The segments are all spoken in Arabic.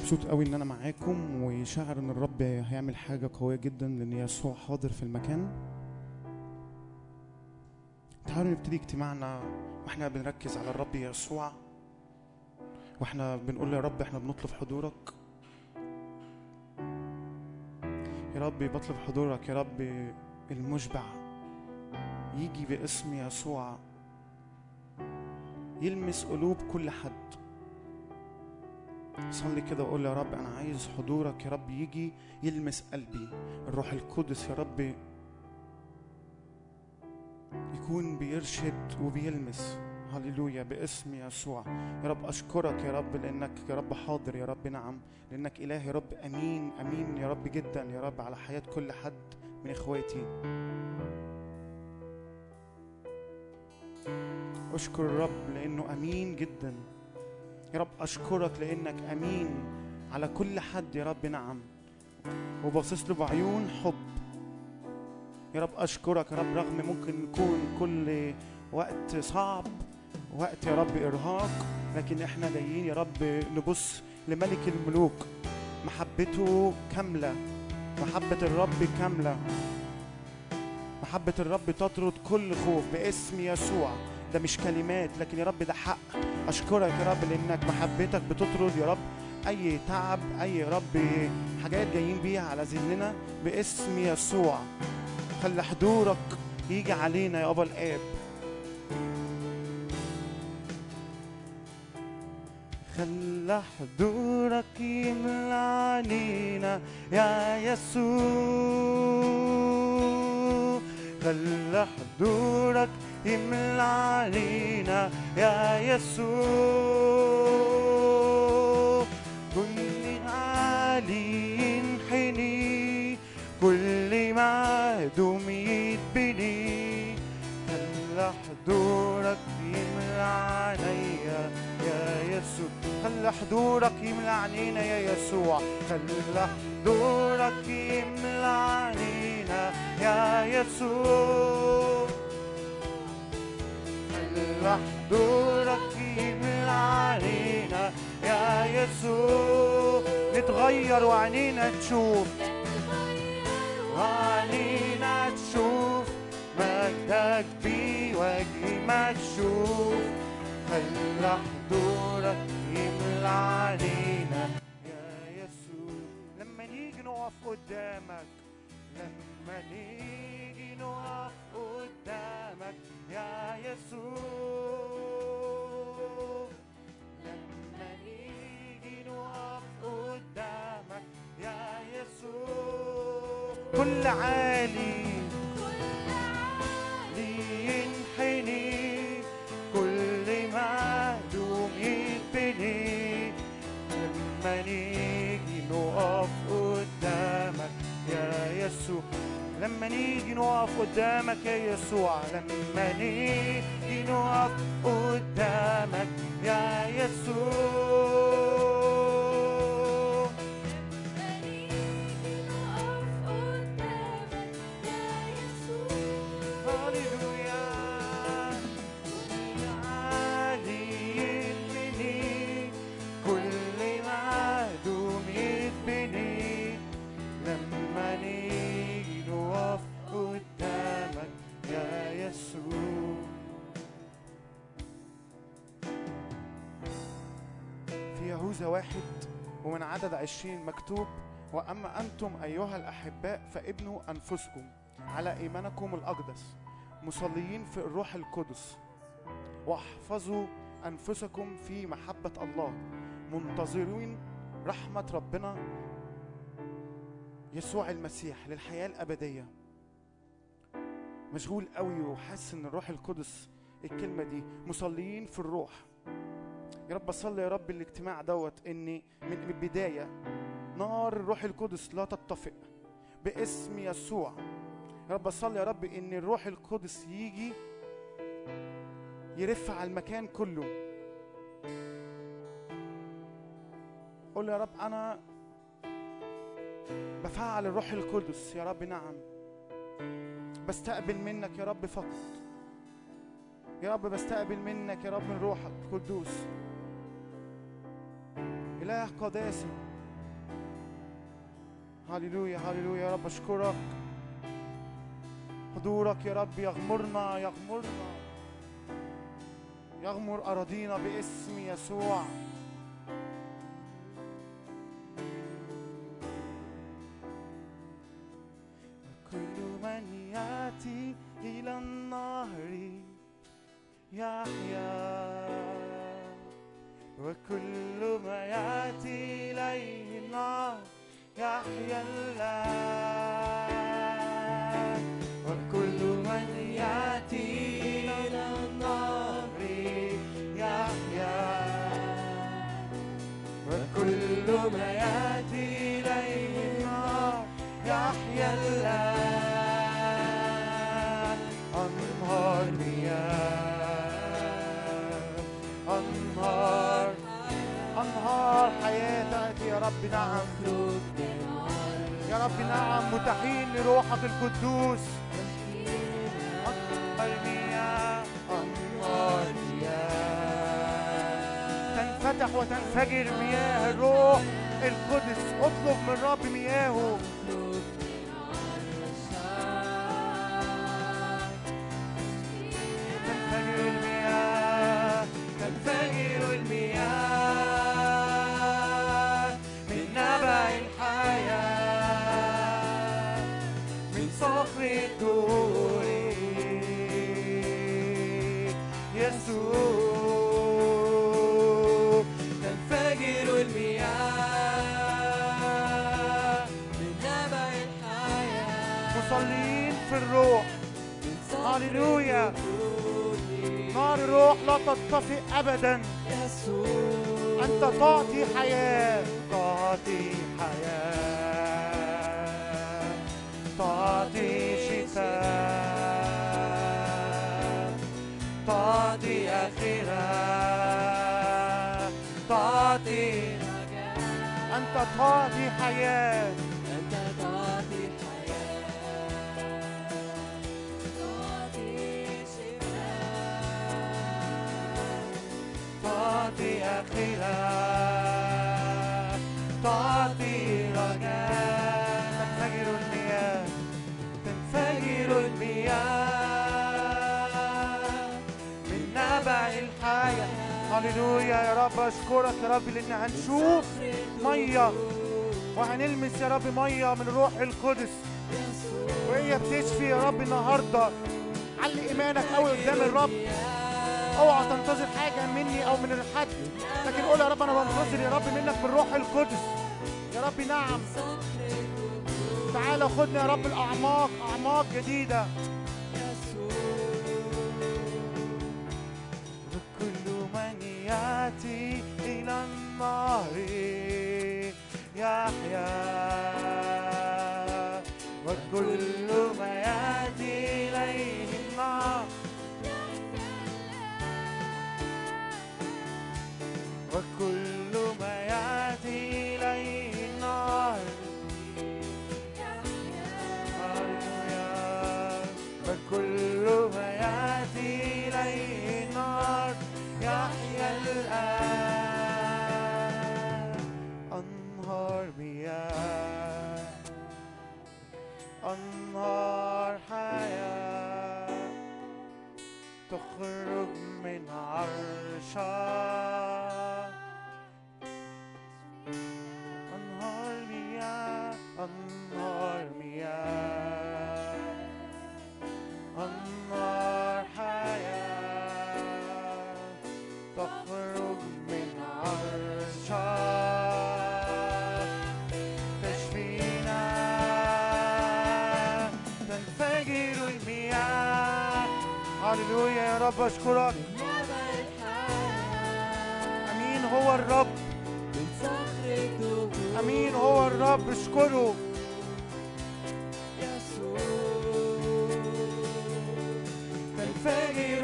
مبسوط قوي ان انا معاكم وشاعر ان الرب هيعمل حاجة قوية جدا لان يسوع حاضر في المكان. تعالوا نبتدي اجتماعنا واحنا بنركز على الرب يسوع، واحنا بنقول يا رب احنا بنطلب حضورك. يا رب بطلب حضورك يا رب المشبع يجي باسم يسوع يلمس قلوب كل حد. صلي كده وقول يا رب انا عايز حضورك يا رب يجي يلمس قلبي. الروح القدس يا رب يكون بيرشد وبيلمس. هللويا باسم يسوع. يا رب اشكرك يا رب لانك يا رب حاضر يا رب. نعم لانك اله يا رب امين امين يا رب جدا يا رب على حياة كل حد من اخواتي. اشكر الرب لانه امين جدا يا رب. اشكرك لانك امين على كل حد يا رب. نعم وباصص له بعيون حب يا رب. اشكرك يا رب رغم ممكن يكون كل وقت صعب، وقت يا رب ارهاق، لكن احنا جايين يا رب نبص لملك الملوك. محبته كاملة، محبة الرب كاملة، محبة الرب تطرد كل خوف باسم يسوع. ده مش كلمات لكن يا رب ده حق. أشكرك يا رب لأنك محبتك بتطرد يا رب أي تعب، أي يا رب حاجات جايين بيها على ذهننا باسم يسوع. خلي حضورك يجي علينا يا أبا الآب. خلي حضورك يملى علينا يا يسوع. خلي حضورك يملى علينا يا يسوع. كل عالي ينحني، كل معدوم يتبني. خلي حضورك يملى عليا يا يسوع. خلي حضورك يملى علينا يا يسوع. خلي حضورك يملى علينا يا يسوع. خلي حضورك يملى علينا يا يسوع. نتغير وعينينا تشوف، وعينينا تشوف مجدك بوجه مكشوف. خلي حضورك يملى علينا يا يسوع. لما نيجي نقف قدامك، لما نيجي نقف قدامك يا يسوع. لما نيجي نقف قدامك يا يسوع. كل عالي ينحني، كل معدوم يتبني. لما نيجي نقف قدامك يا يسوع. لما نيجي نقف قدامك يا يسوع. لما نيجي نقف قدامك يا يسوع. واحد ومن عدد 20 مكتوب: وأما أنتم أيها الأحباء فابنوا أنفسكم على إيمانكم الأقدس مصليين في الروح القدس، واحفظوا أنفسكم في محبة الله منتظرين رحمة ربنا يسوع المسيح للحياة الأبدية. مشغول قوي وحاسس إن الروح القدس الكلمة دي مصليين في الروح. يا رب أصلي يا رب الاجتماع دوت إني من البداية نار الروح القدس لا تطفئ باسم يسوع. يا رب أصلي يا رب إن الروح القدس يجي يرف على المكان كله. قول يا رب أنا بفعل الروح القدس يا رب. نعم بستقبل منك يا رب فقط. يا رب بستقبل منك يا رب من روحك القدوس. إله قداسي هللويا هللويا يا رب. أشكرك، حضورك يا رب يغمرنا يغمرنا، يغمر أراضينا باسم يسوع. كل من يأتي إلى النهر يحيا، وكل ما يأتي إليه النهر يحيا الآن. وكل من يأتي إلى النهر يحيا، وكل ما يأتي إليه النهر يحيا الآن. أنهار مياه، أنهار أنهار حياة تأتي يا رب. نعم يا رب، نعم، متاحين لروحك القدوس. أنهار مياه، أنهار مياه، تنفتح وتنفجر مياه الروح القدس. اطلب من رب مياهه. تنفجر المياه، تنفجر المياه من نبع الحياة، من صخر الدور يسوع. تنفجر المياه من نبع الحياة، مصلين في الروح. هللويا. نار الروح لا تطفئ أبدا. أنت تعطي حياة، تعطي حياة، تعطي شفاء، تعطي آخرة، تعطي رجاء. أنت تعطي حياة، أنت تعطي تعطي آخرة، تعطي رجاء. تنفجر المياه، تنفجر المياه من نبع الحياة. هللويا يا رب. أشكرك يا رب لأن هنشوف مية وهنلمس يا رب مية من روح القدس وهي بتشفي يا رب النهاردة. علي إيمانك قوي قدام الرب. اوعى تنتظر حاجة مني او من الحد، لكن قول يا رب انا بنتظر يا رب منك بالروح القدس يا رب. نعم، تعالى خدنا يا رب الاعماق، اعماق جديدة. وكل من يأتي الى النهر يحيا، وكل ما يأتي اليه النهر، وكل ما يأتي إليه النهر هللويا. وكل ما يأتي إليه النهر يحيا الآن. أنهار مياه، أنهار حياة تخرج من عرشك. أنهار مياه، أنهار مياه، أنهار حياة تخرج من عرشك، تشفينا. تنفجر المياه. هللويا يا رب. أشكرك. أمين هو الرب، أمين هو الرب. اشكره. تنفجر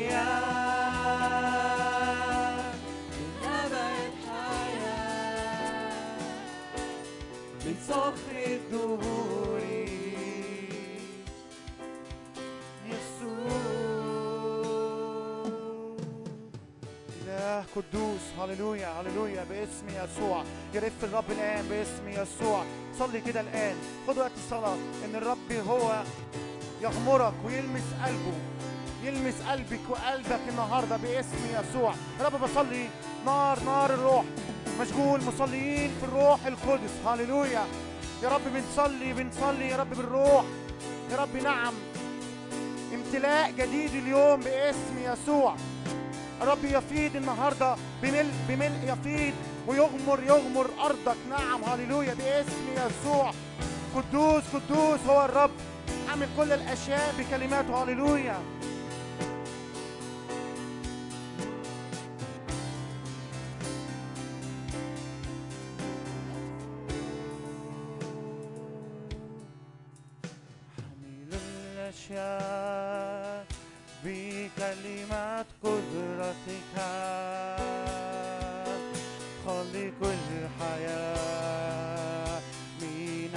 المياه من نبع الحياة، من صخر الدهور يسوع. إله قدوس. هللويا هللويا باسم يسوع. يرف الرب الآن باسم يسوع. صلي كده الآن، خد وقت الصلاة إن الرب هو يغمرك ويلمس قلبه، يلمس قلبك وقلبك النهارده باسم يسوع. يا رب بصلي نار الروح، مشغول مصليين في الروح القدس. هللويا يا رب بنصلي يا رب بالروح يا رب. نعم امتلاء جديد اليوم باسم يسوع. رب يفيض النهارده بملء يفيض ويغمر ارضك. نعم هللويا باسم يسوع. قدوس قدوس هو الرب، عامل كل الاشياء بكلماته. هللويا. حميل الاشياء بكلمات قدرتك، خالق الحياة من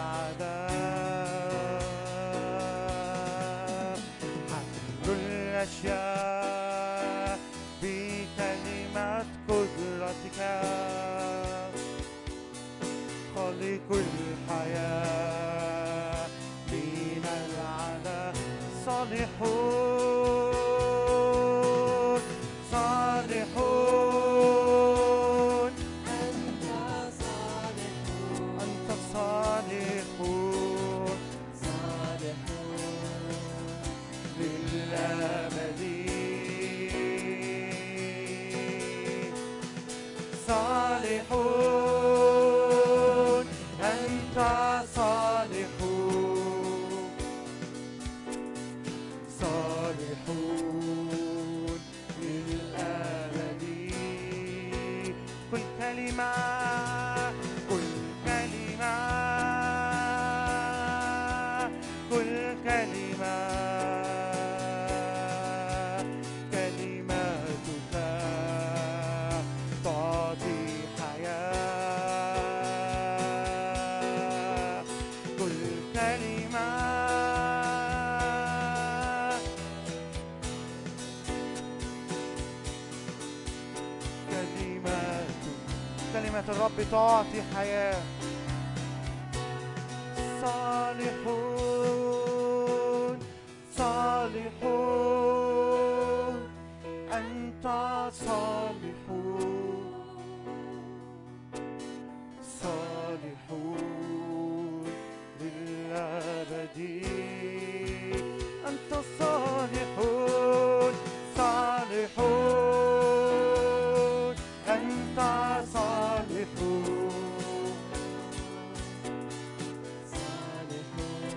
العذاب. حمل الأشياء بكلمات قدرتك، خالق الحياة من العذاب. صالحون صالحون أنت صالحون، أنت صالحون صالحون للأبد. صالحون أنت صالحون صالحون للأبد. كل كلمة كل كلمة كل كلمة كلماتك تعطي حياة. كل كلمة كلمة الرب تعطي حياة. صالحون صالحون أنت صالحون صالحون للأبد. أنت صالحون صالحون أنت صالحون صالحون.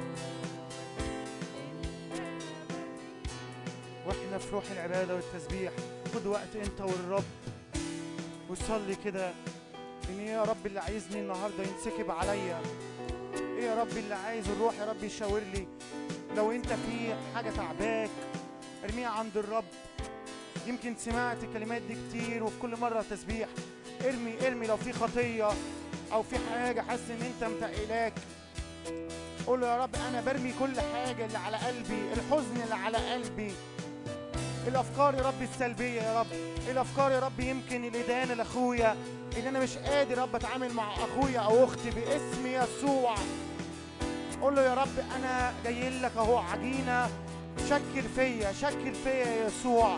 واحنا في روح العبادة والتسبيح، خد وقت انت والرب وصلي كده ان ايه يا رب اللي عايزني النهارده ينسكب عليا، ايه يا رب اللي عايز الروح يا رب يشاور لي. لو انت في حاجة تعباك ارميها عند الرب. يمكن سمعت الكلمات دي كتير وفي كل مرة تسبيح. ارمي لو في خطية او في حاجة حاسس ان انت متقلاك، قول له يا رب انا برمي كل حاجة اللي على قلبي، الحزن اللي على قلبي، الافكار يا رب السلبية يا رب، الافكار يا رب يمكن الادانة لاخويا، ان انا مش قادر يا رب اتعامل مع اخويا او اختي باسم يسوع. قول له يا رب انا جاي لك اهو عجينة، شكل فيا يا يسوع.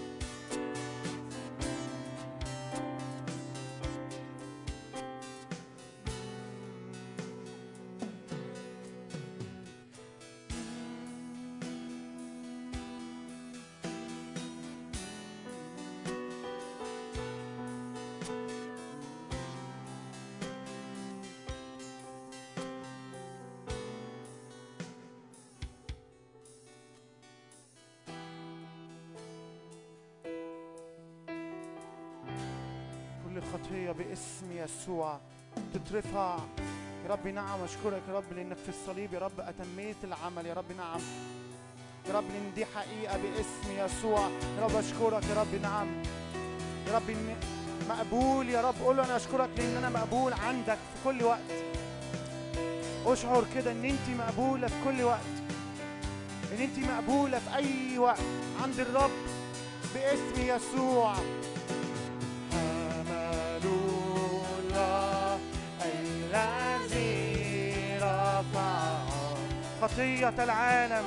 خطية باسم يسوع تترفع يا رب. نعم أشكرك يا رب لأنك في الصليب يا رب أتميت العمل يا رب. نعم يا رب لأن دي حقيقة باسم يسوع يا رب. أشكرك يا رب. نعم يا رب إن مقبول يا رب. قول له أنا أشكرك لأن أنا مقبول عندك في كل وقت. أشعر كده إن أنت مقبولة في كل وقت، إن أنت مقبولة في أي وقت عند الرب باسم يسوع. خطية العالم.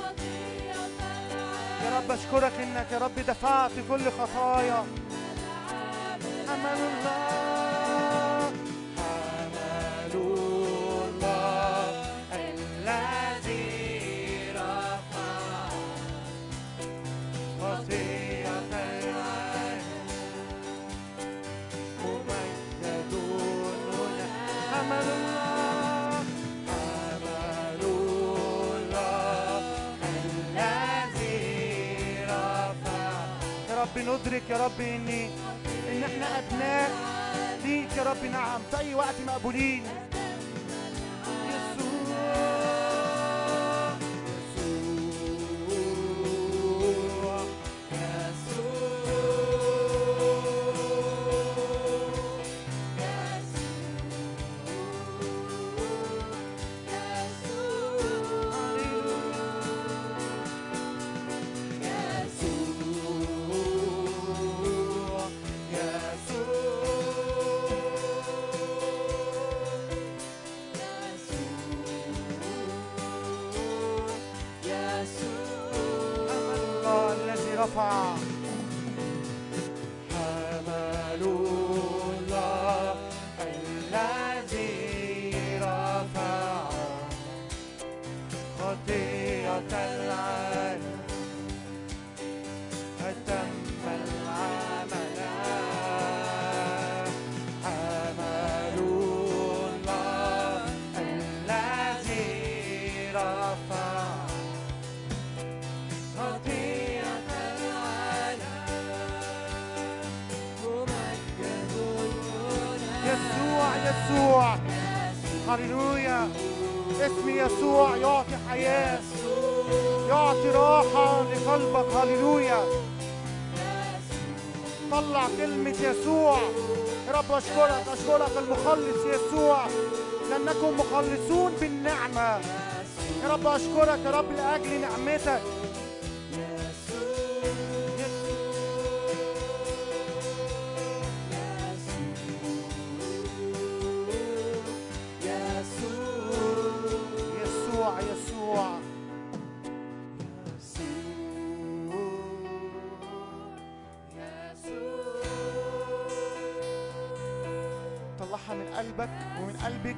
يا رب أشكرك إنك يا رب دفعت كل خطايا. حمل الله، حمل الله الذي رفع خطية العالم. ممجد هنا حمل الله، حمل الله الذي رفع. يا رب ندرك يا رب إن احنا ابناء ليك يا رب. نعم، في اي وقت مقبولين. رفع حمل الله الذي رفع خطية العالم. أتم العمل. حمل الله الذي رفع يسوع. هللويا. اسم يسوع يعطي حياة، يعطي راحة لقلبك. هللويا. طلع كلمة يسوع. يا رب أشكرك المخلص يسوع، لأنكم مخلصون بالنعمة. يا رب أشكرك يا رب لأجل نعمتك. من قلبك ومن قلبك.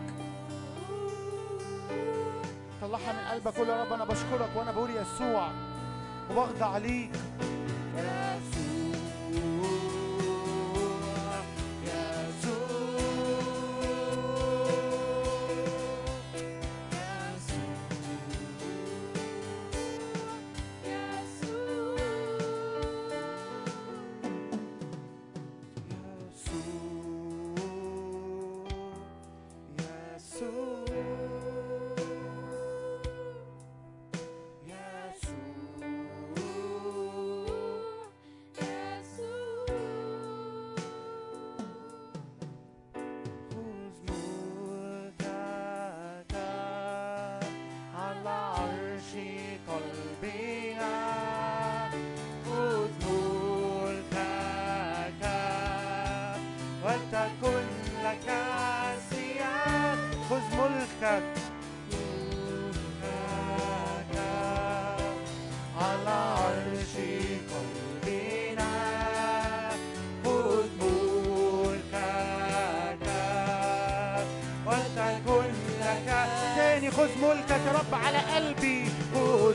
طلعها من قلبك. قول يا رب أنا بشكرك وأنا بقول يسوع وبخضع ليك. خذ ملكك يا رب على قلبي. خذ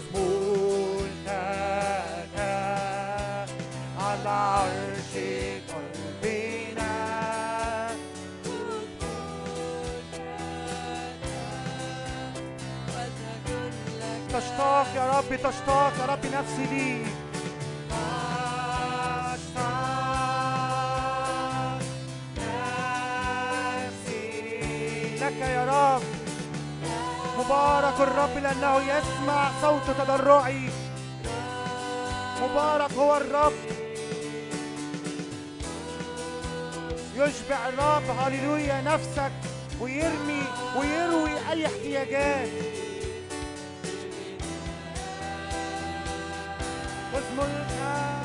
ملكك على عرش قلبنا. تشتاق يا رب، تشتاق يا رب نفسي ليك. لك يا رب. مبارك الرب لأنه يسمع صوت تضرعي. مبارك هو الرب. يشبع الرب هللويا نفسك ويرمي ويروي أي احتياجات. خذ ملكك،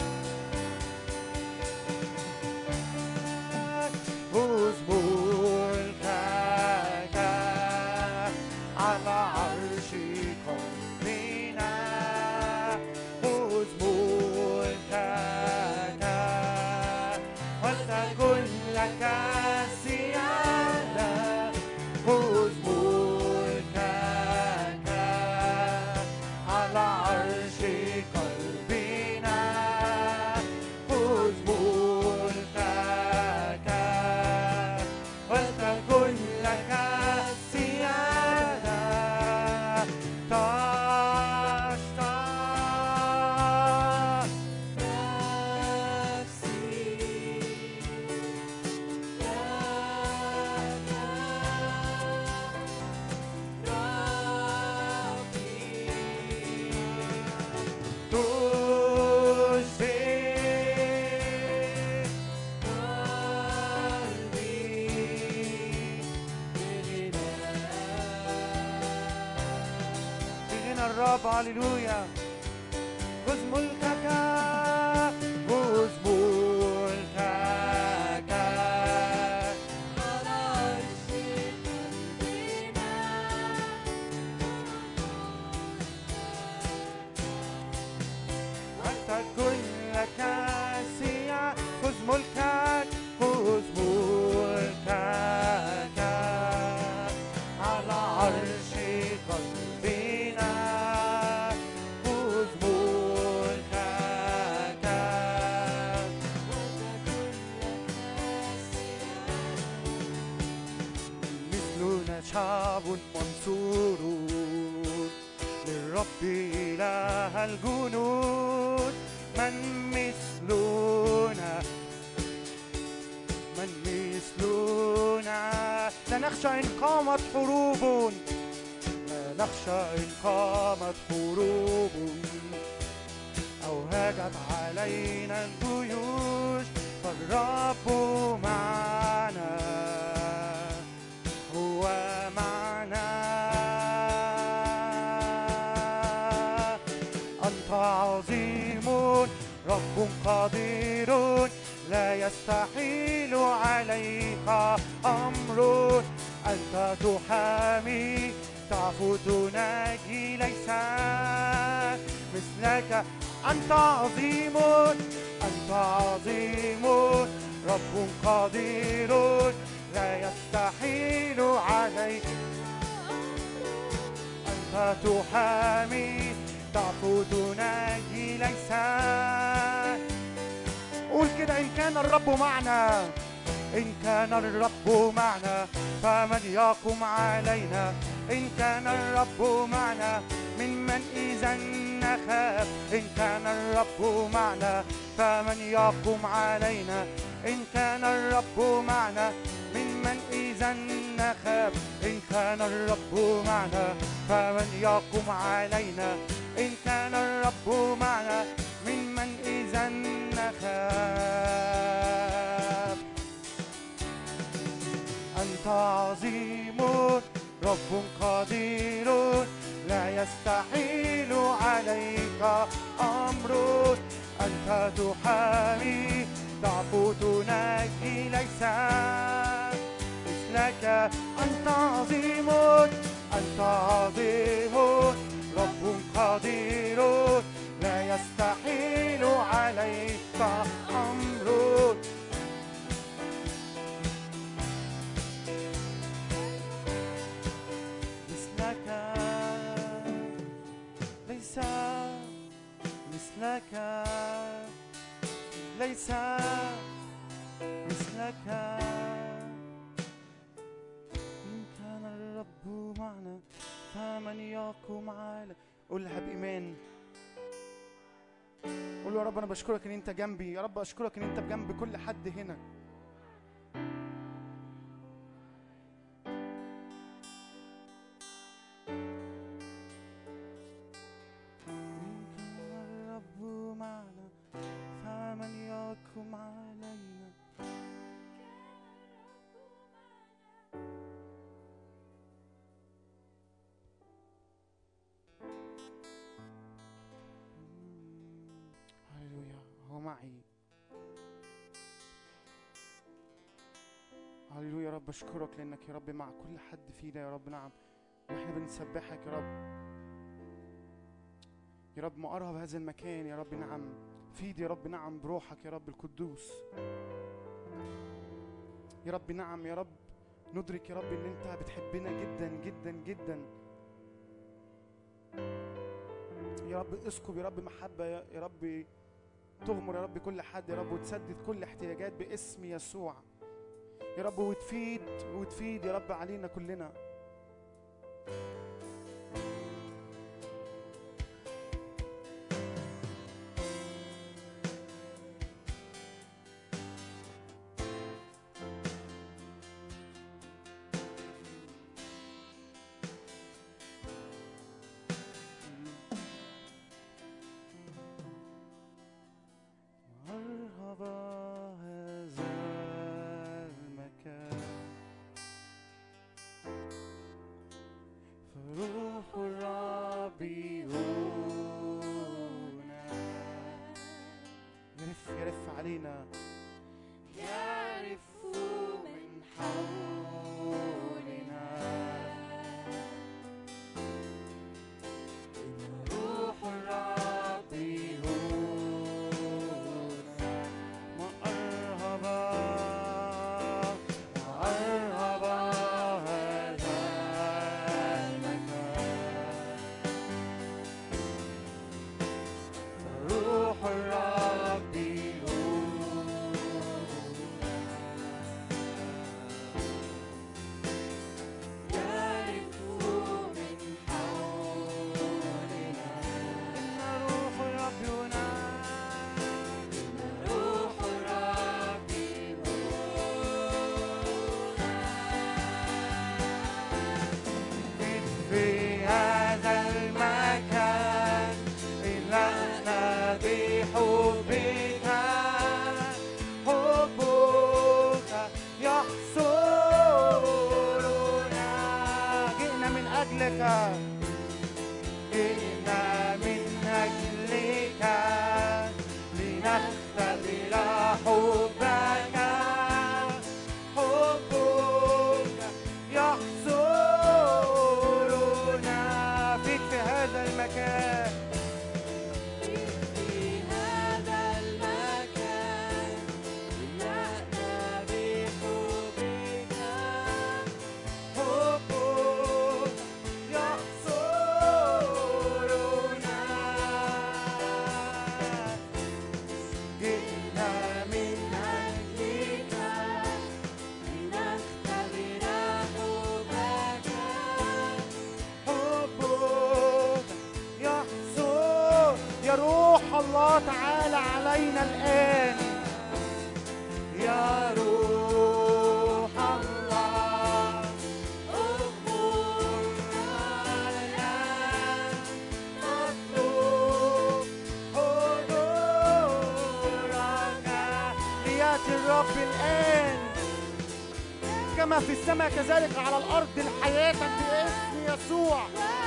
خذ ملكك على عرش قلبي. ولتكن لك السيادة الرب. هللويا. خذ ملكك خذ ملكك على عرش قلبنا ولتكن لك السيادة. خذ ملكك خذ ملكك على عرش قلبنا شعب منصور للرب إله الجنود. من مثلنا من مثلنا لا نخشى إن قامت حروب لا نخشى إن قامت حروب أو هاجت علينا الجيوش فالرب معنا هو معنا. أنت عظيم رب قدير لا يستحيل عليك أمر. أنت تحامي تعفو تناجي ليس مثلك. أنت عظيم أنت عظيم رب قدير لا يستحيل عليك. أنت تحامي تعفو تناجي ليس. قول كده إن كان الرب معنا إن كان الرب معنا فمن يقوم علينا. إن كان الرب معنا ممن إذا نخاف. إن كان الرب معنا فمن يقوم علينا. إن كان الرب معنا ممن إذا نخاف. إن كان الرب معنا فمن يقوم علينا. إن كان الرب معنا ممن إذا نخاف. أنت عظيم رب قدير لا يستحيل عليك أمر. أنت تحامي تعفو تناجي ليس مثلك. أنت عظيم أنت عظيم رب قدير لا يستحيل عليك أمر. مثلك ليس مثلك ليس مثلك. إن كان الرب معنا فمن يقوم على. قولها بإيمان. قول يا رب أنا بشكرك إن أنت جنبي. يا رب أشكرك إن أنت بجنب كل حد هنا. إن كان الرب معنا فمن يقوم علينا. هللويا. هو معي. هللويا يا رب أشكرك لأنك يا رب مع كل حد فينا يا رب. نعم وإحنا بنسبحك يا رب. يا رب مقرها بهذا المكان يا رب. نعم فيد يا رب. نعم بروحك يا رب القدوس يا رب. نعم يا رب ندرك يا رب ان انت بتحبنا جدا جدا جدا يا رب. اسكب يا رب محبة يا رب تغمر يا رب كل حد يا رب وتسدد كل احتياجات باسم يسوع. يا رب، وتفيد يا رب علينا كلنا. كما في السماء كذلك على الأرض الحياة باسم يسوع.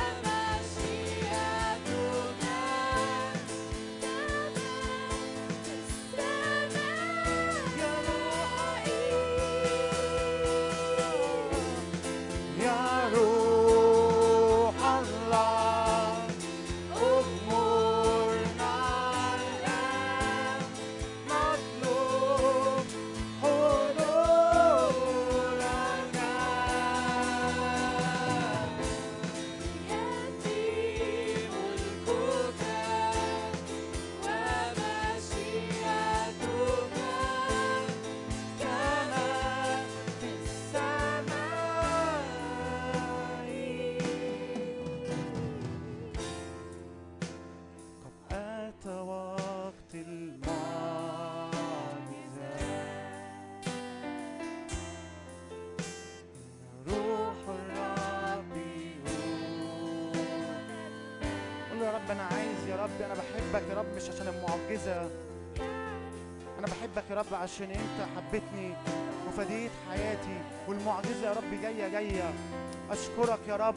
عشان انت حبيتني وفديت حياتي، والمعجزه يا رب جايه. اشكرك يا رب،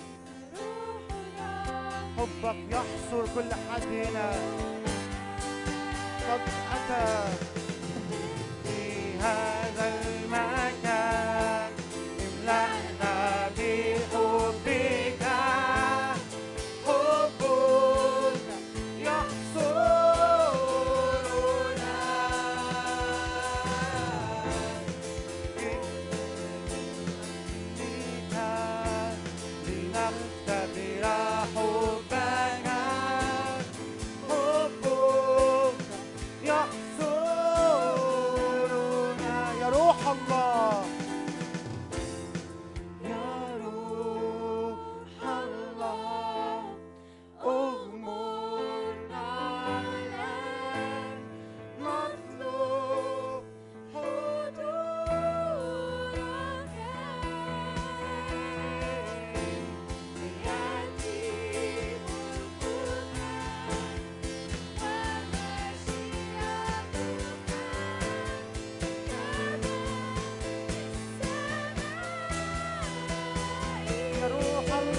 حبك يحصر كل حد هنا. قد اتى في هذا المكان، املأنا بحبك، حبك يحصر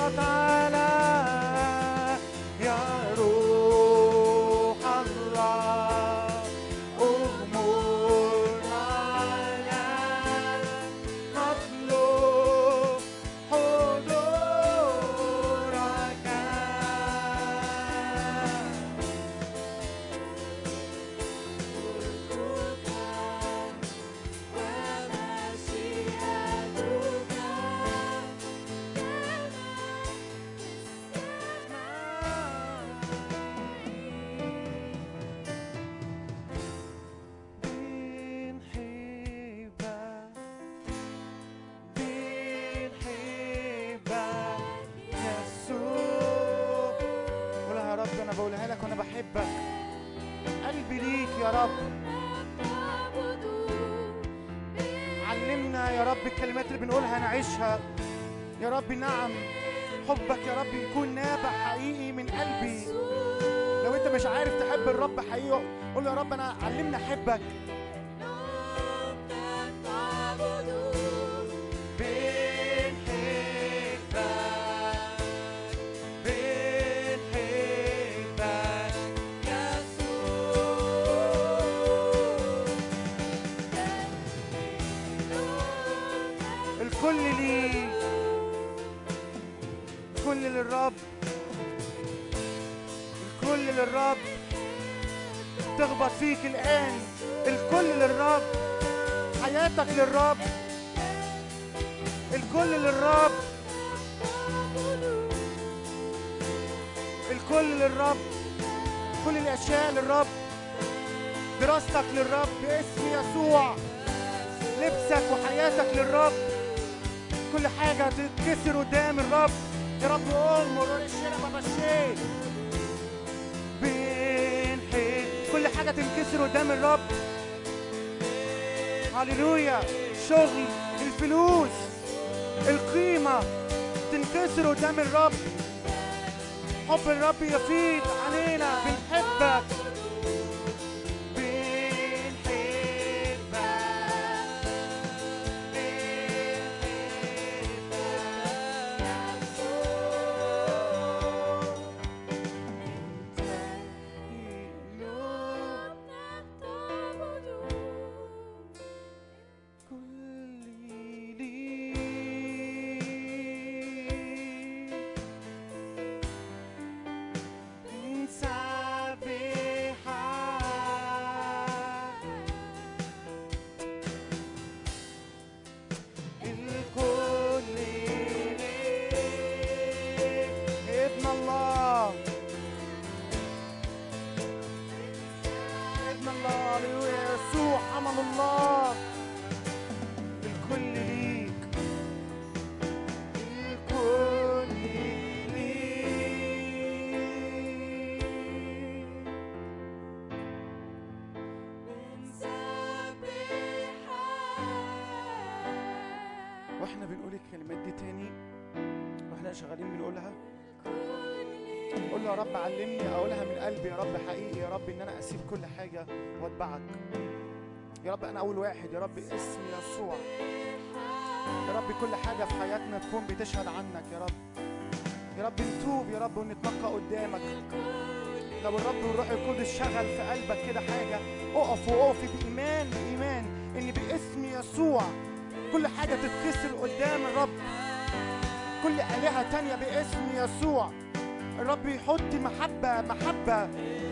تعالى يا روح الله أغمر على نطلب حضورك أنا بقولها لك وأنا بحبك، قلبي ليك يا رب. علمنا يا رب الكلمات اللي بنقولها نعيشها يا رب. نعم، حبك يا رب يكون نابع حقيقي من قلبي. لو أنت مش عارف تحب الرب حقيقي قول له يا رب أنا علمني أحبك. الكل ليك، الكل للرب، الكل للرب. تخبط فيك الآن، الكل للرب، حياتك للرب، الكل للرب، الكل للرب، كل الأشياء للرب، دراستك للرب باسم يسوع، لبسك وحياتك للرب، كل حاجة تتكسر قدام الرب. يا رب أمر الشيء بابا الشيء بنحب، كل حاجة تنكسر قدام الرب. هاليلويا. شغل، الفلوس، القيمة تنكسر قدام الرب. حب الرب يفيض علينا، بنحبك. واحنا بنقول الكلمات دي تاني واحنا شغالين بنقولها، قول له يا رب علمني اقولها من قلبي يا رب حقيقي يا رب، ان انا اسيب كل حاجه واتبعك يا رب. انا اول واحد يا رب، اسم يسوع يا رب. كل حاجه في حياتنا تكون بتشهد عنك يا رب. يا رب نتوب يا رب ونتنقى قدامك. لو الرب والروح القدس شغل في قلبك كده حاجه، اقف وقفي بايمان بايمان ان باسم يسوع كل حاجة تتكسر قدام الرب. كل آلهة تانية باسم يسوع الرب يحط محبة.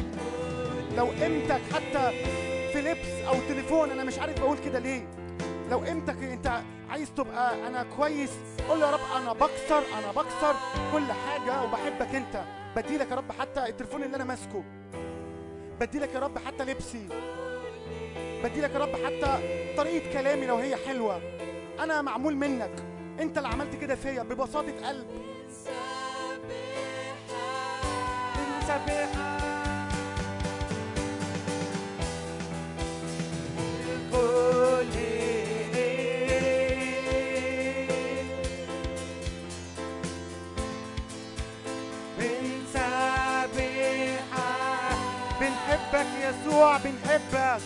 لو قيمتك حتى في لبس أو تليفون، أنا مش عارف بقول كده ليه. لو قيمتك أنت عايز تبقى أنا كويس، قول له يا رب أنا بكسر كل حاجة وبحبك أنت. بديلك يا رب حتى التليفون اللي أنا ماسكه، بديلك يا رب حتى لبسي، بديلك يا رب حتى طريقة كلامي لو هي حلوة. أنا معمول منك، أنت اللي عملت كده فيا ببساطة قلب. بنسبحك الكل بنسبحك، بنحبك يسوع، بنحبك.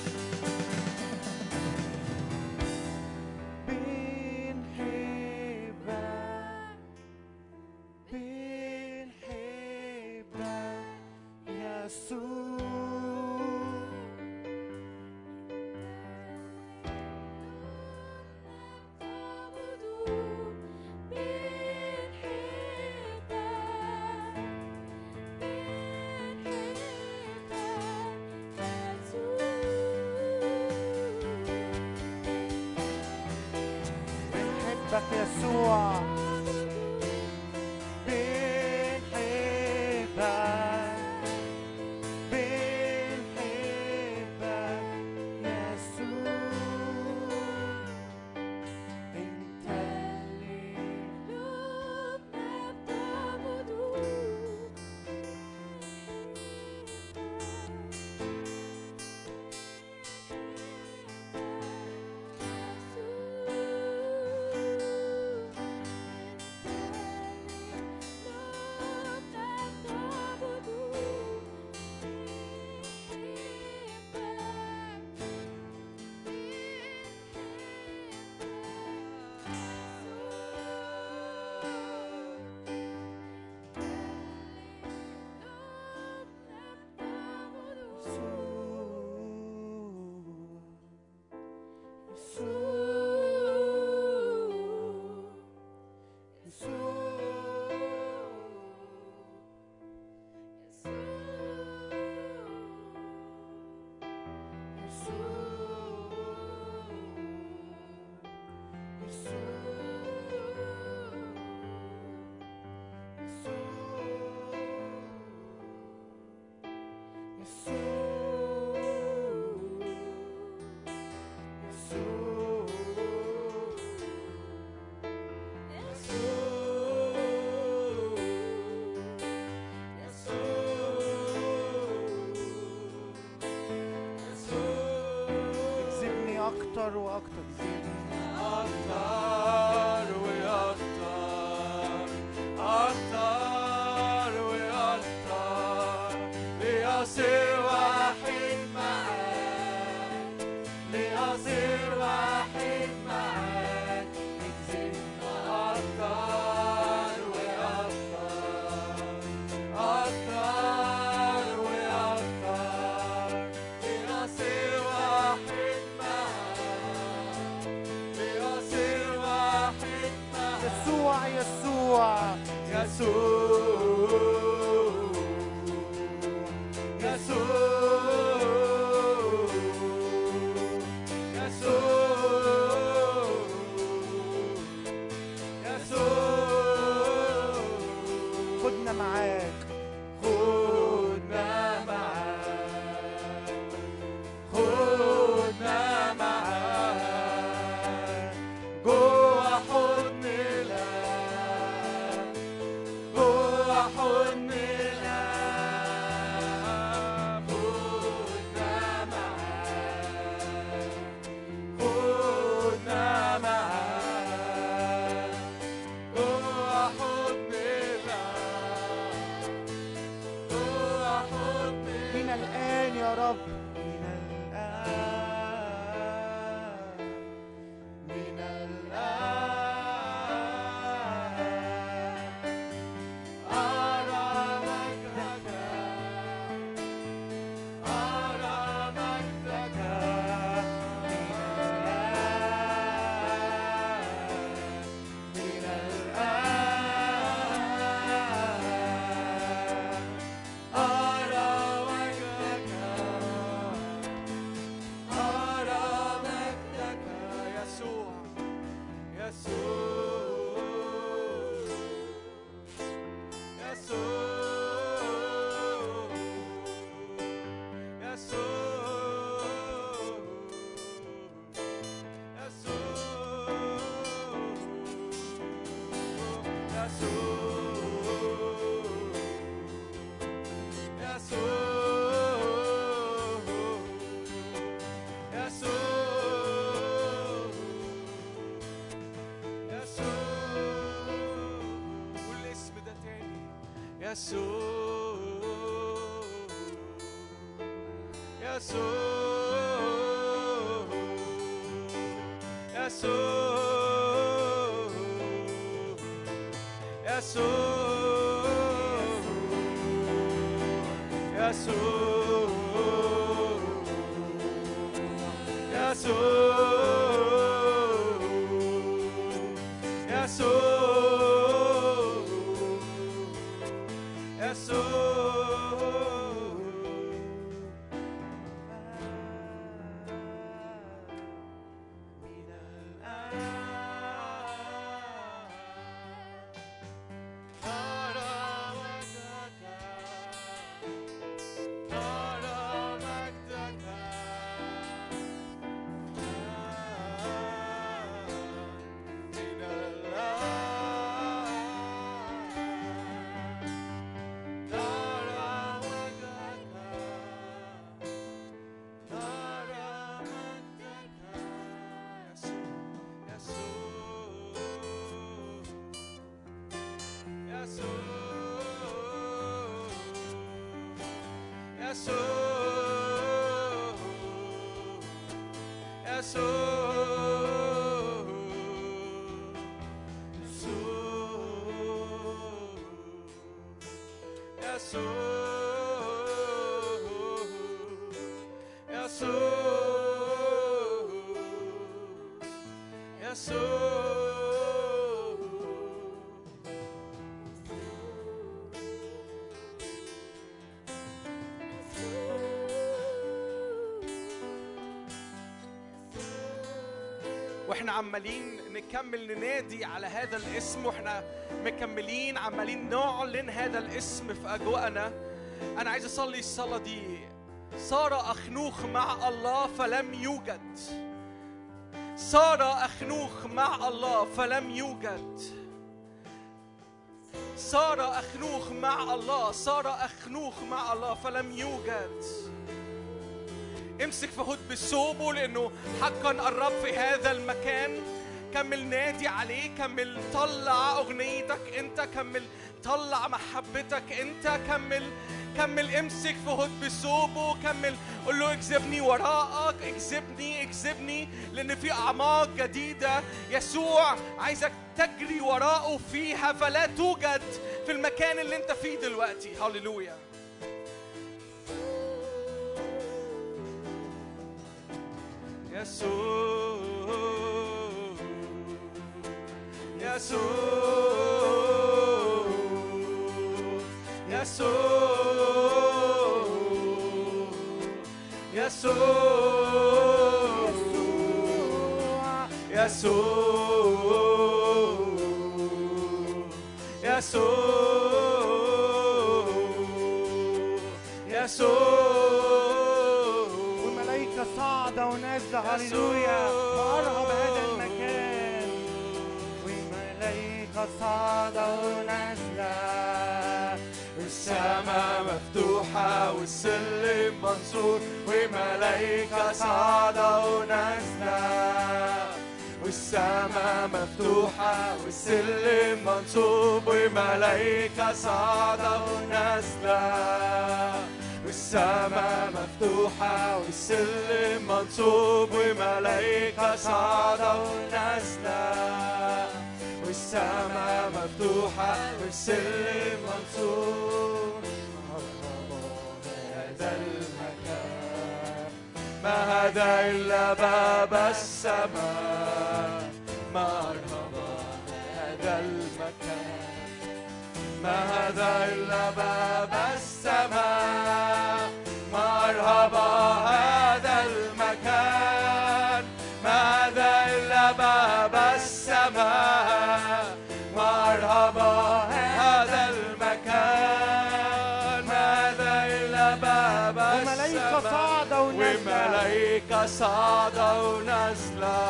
يسوع بنحبك بنحبك يسوع انت اللي أكتر وأكتر أكتر وأكتر أكتر وأكتر ليصير واحد معاك ليصير واحد معاك اكذبنا أكتر وأكتر أكتر وأكتر ليصير واحد يسوع يسوع يسوع يسوع يسوع خدنا معاك خدنا معاك خدنا معاك جوا حضن الآب جوا حضن الآب خدنا معاك خدنا معاك جوا حضن الآب جوا حضن من الآن يا رب من واحنا عمالين نكمل ننادي على هذا الاسم، واحنا مكملين عمالين نعلن هذا الاسم في أجواءنا. أنا عايز أصلي الصلاة دي. صار أخنوخ مع الله فلم يوجد. صار أخنوخ مع الله فلم يوجد. صار أخنوخ مع الله، صار أخنوخ مع الله فلم يوجد. امسك في هد بثوبه لأنه حقا الرب في هذا المكان. كمل نادي عليه، كمل طلع أغنيتك أنت، كمل طلع محبتك أنت، كمل امسك في هد بثوبه، كمل قل له اجذبني وراءك، اجذبني لأن في أعماق جديدة يسوع عايزك تجري وراءه فيها، فلا توجد في المكان اللي انت فيه دلوقتي. هاليلويا. يسوع يسوع يسوع يسوع يسوع يسوع. والملائكة صاعدة ونازلة هاليلويا وأرهب هذا المكان. والملائكة صاعدة ونازلة، والسماء مفتوحة والسلم منصور. وملائكة صاعدة ونازلة، والسماء مفتوحة والسلم منصوب. وملائكة صاعدة ونازلة، والسماء مفتوحة والسلم منصوب. وملائكة صاعدة ونازلة، والسماء مفتوحة والسلم منصوب. هذا المكان ما هذا إلا باب السماء. مرحبا هذا المكان، ما هذا إلا باب السماء. مرحبا هذا المكان، ما هذا إلا باب السماء. مرحبا هذا المكان، ما هذا إلا باب وملائكة صاعدة ونازلة، وملائكة صاعدة ونازلة.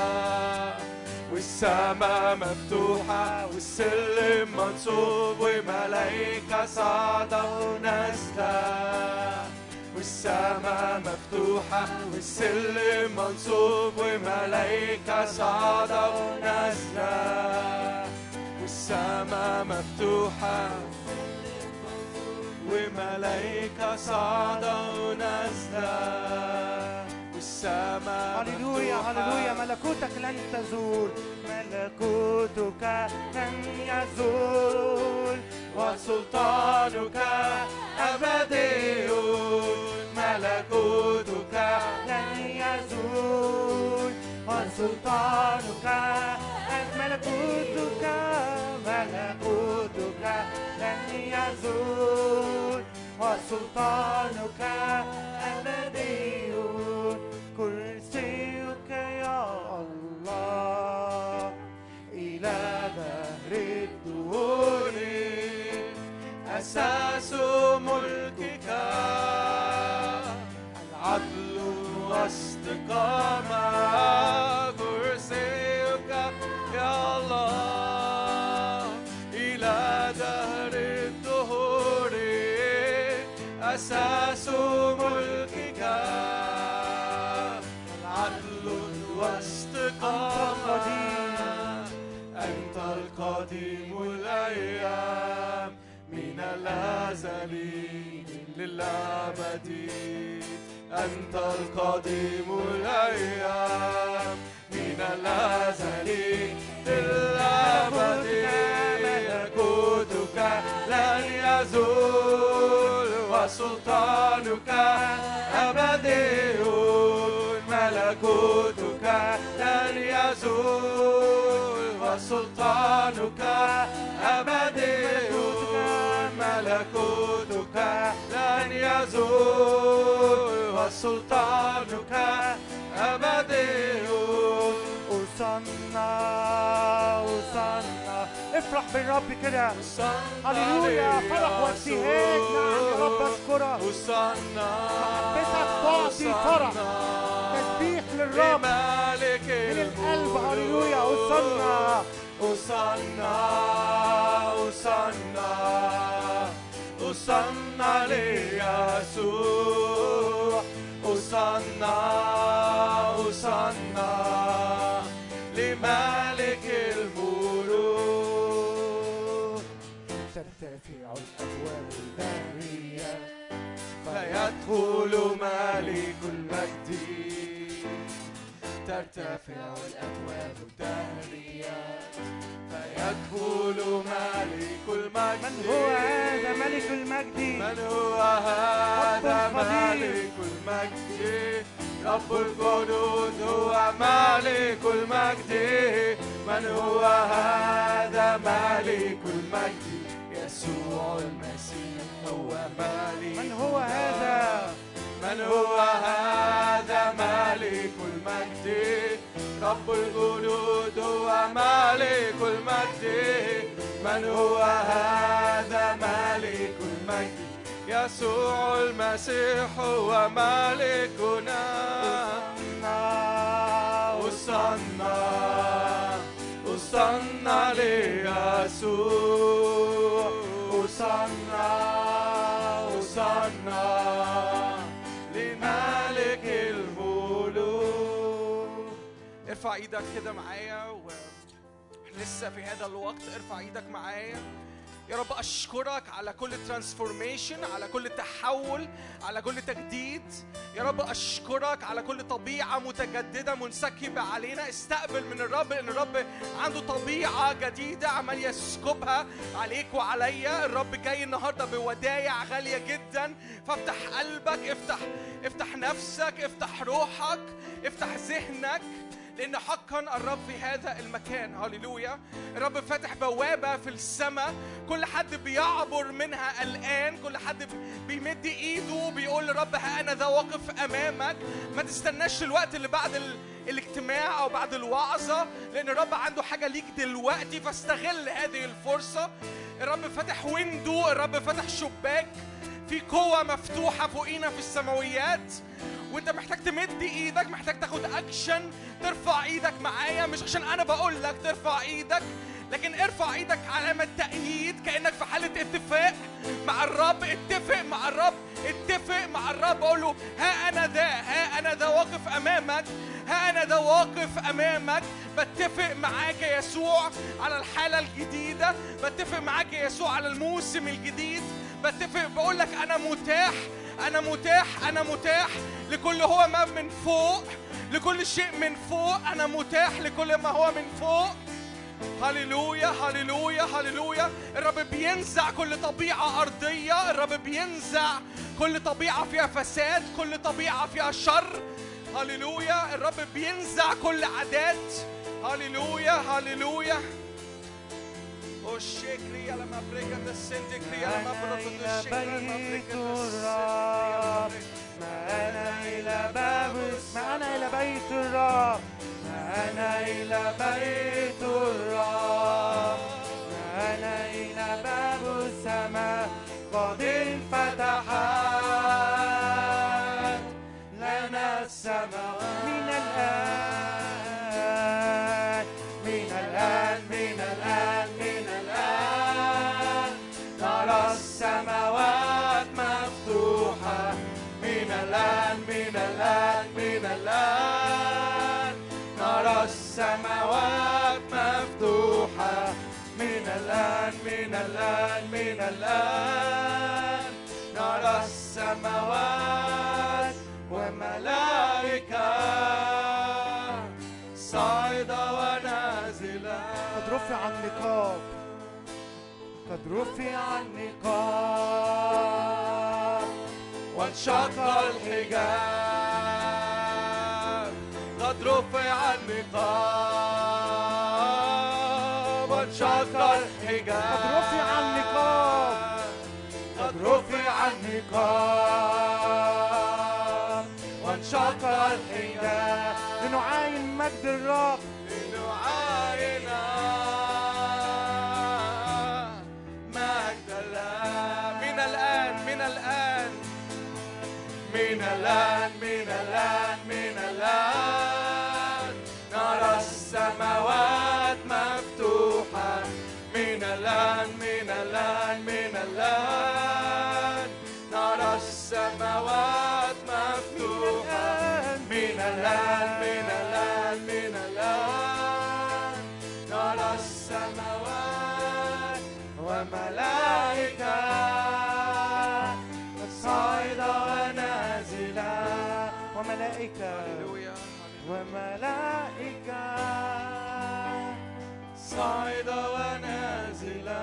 والسماء مفتوحة والسلم منصوب. وملائكة صاعدة ونازلة، والسماء مفتوحة والسلم منصوب. وملائكة صاعدة ونازلة، والسماء مفتوحة وملائكة صاعدة ونازلة. والسماء هاليلويا هاليلويا. ملكوتك لن تزول، ملكوتك لن يزول، وسلطانك أبدي. ملكوتك لن يزول، وسلطانك ملكوتك لن يزول، وسلطانك أبدي. كرسيك يا الله إلى دهر الدهور. أساس ملكك العدل واستقامة. كرسيك يا الله إلى دهر الدهور. أساس ملكك العدل واستقامة. أنت القديم الأيام، من الأزل للأبد، أنت القديم الأيام، من الأزل للأبد ملكوتك لن يزول وسلطانك أبدي، ملكوتك لن يزول وسلطانك أبدي، ملكوتك لن يزول وسلطانك أبدي. أوصلنا افرح بالرب كده، هللويا، فرح وابتهاج. نعم يا رب اشكرك، محبتك تعطي فرح، تسبيح للرب من القلب. هللويا. أوصلنا ليسوع، أوصلنا لملك الملوك. ترتفع الأبواب البرية فيدخل ملك المجد، ترتفع الأبواب الدهرية فيدخل ملك المجد. من هو هذا ملك المجد؟ من هو هذا ملك المجد؟ رب الجنود هو ملك المجد. من هو هذا ملك المجد؟ يسوع المسيح هو ملك. من هو هذا؟ من هو هذا ملك المجد؟ رب الجنود هو ملك المجد. من هو هذا ملك المجد؟ يسوع المسيح هو ملكنا. أوصلنا ليسوع، أوصلنا لملك الملوك. ارفع ايدك كده معايا، ولسه في هذا الوقت ارفع ايدك معايا. يا رب أشكرك على كل ترانسفورميشن، على كل تحول، على كل تجديد. يا رب أشكرك على كل طبيعة متجددة منسكبة علينا. استقبل من الرب، لأن الرب عنده طبيعة جديدة عمال يسكبها عليك وعليا. الرب جاي النهاردة بودايع غالية جدا، فافتح قلبك، افتح نفسك، افتح روحك، افتح ذهنك، لأن حقا الرب في هذا المكان. هاليلويا. الرب فاتح بوابة في السماء، كل حد بيعبر منها الآن، كل حد بيمد إيده بيقول للرب ها أنا ذا واقف أمامك. ما تستناش الوقت اللي بعد الاجتماع أو بعد الوعظة، لأن الرب عنده حاجة ليك دلوقتي، فاستغل هذه الفرصة. الرب فاتح ويندو، الرب فاتح شباك، في قوة مفتوحة فوقينا في السماويات، وانت محتاج تمد ايدك، محتاج تاخد اكشن، ترفع ايدك معايا. مش عشان انا بقول لك ترفع ايدك، لكن ارفع ايدك علامة تأييد، كأنك في حالة اتفاق مع الرب. اتفق مع الرب، اتفق مع الرب، قول له ها انا ذا واقف امامك، ها انا ذا واقف امامك. بتفق معاك يا يسوع على الحالة الجديدة، بتفق معاك يا يسوع على الموسم الجديد. بتفق بقول لك انا متاح لكل هو ما من فوق، لكل شيء من فوق. أنا متاح لكل ما هو من فوق. هللويا هللويا هللويا. الرب بينزع كل طبيعة أرضية، الرب بينزع كل طبيعة فيها فساد، كل طبيعة فيها شر. هللويا. الرب بينزع كل عادات. هللويا هللويا. وشكري على مبركة السنتكري على مبركة الشكري على مبركة السنتكري. ما أنا إلى باب، ما أنا إلى بيت الرب، ما أنا إلى بيت الرب، ما أنا إلى باب السماء قد انفتحت لنا السماء من الآن، من الآن، من الآن، من الآن نرى السماوات مفتوحة. من الآن، من الآن، من الآن نرى السماوات مفتوحة. من الآن الآن من الآن من الآن نرى السماوات وملائكة صاعدة ونازلة. قد رفع النقاب، قد رفع النقاب وانشق الحجاب. قد رفع النقاب وانشق الحجاب. قد رفع النقاب، قد رفع النقاب وانشق الحجاب. لنعاين مجد الرب، لنعاين مجد الله. من الآن من الآن من الآن من الآن من الآن نرى السماوات مفتوحة. من الآن من الآن من الآن نرى السماوات مفتوحة. من الآن من الآن من الآن نرى السماوات وملائكة صاعدة ونازلة. وملائكة وملائكة صاعدة ونازلة.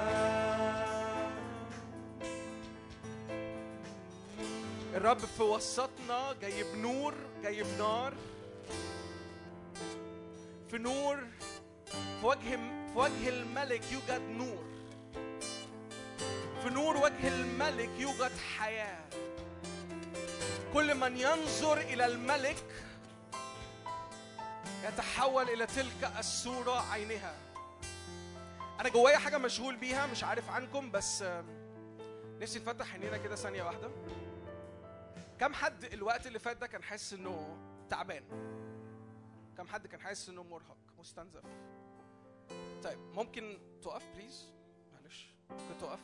الرب في وسطنا، جايب نور، جايب نار. في نور، في وجه الملك يوجد نور. في نور وجه الملك يوجد حياة. كل من ينظر إلى الملك يتحول إلى تلك الصورة عينها. أنا جوايا حاجة مشغول بيها، مش عارف عنكم، بس نفسي نفتح عينينا كده ثانية واحدة. كم حد الوقت اللي فات ده كان حاسس إنه تعبان؟ كم حد كان حاسس إنه مرهق مستنزف؟ طيب ممكن تقف بليز؟ معلش ممكن تقف؟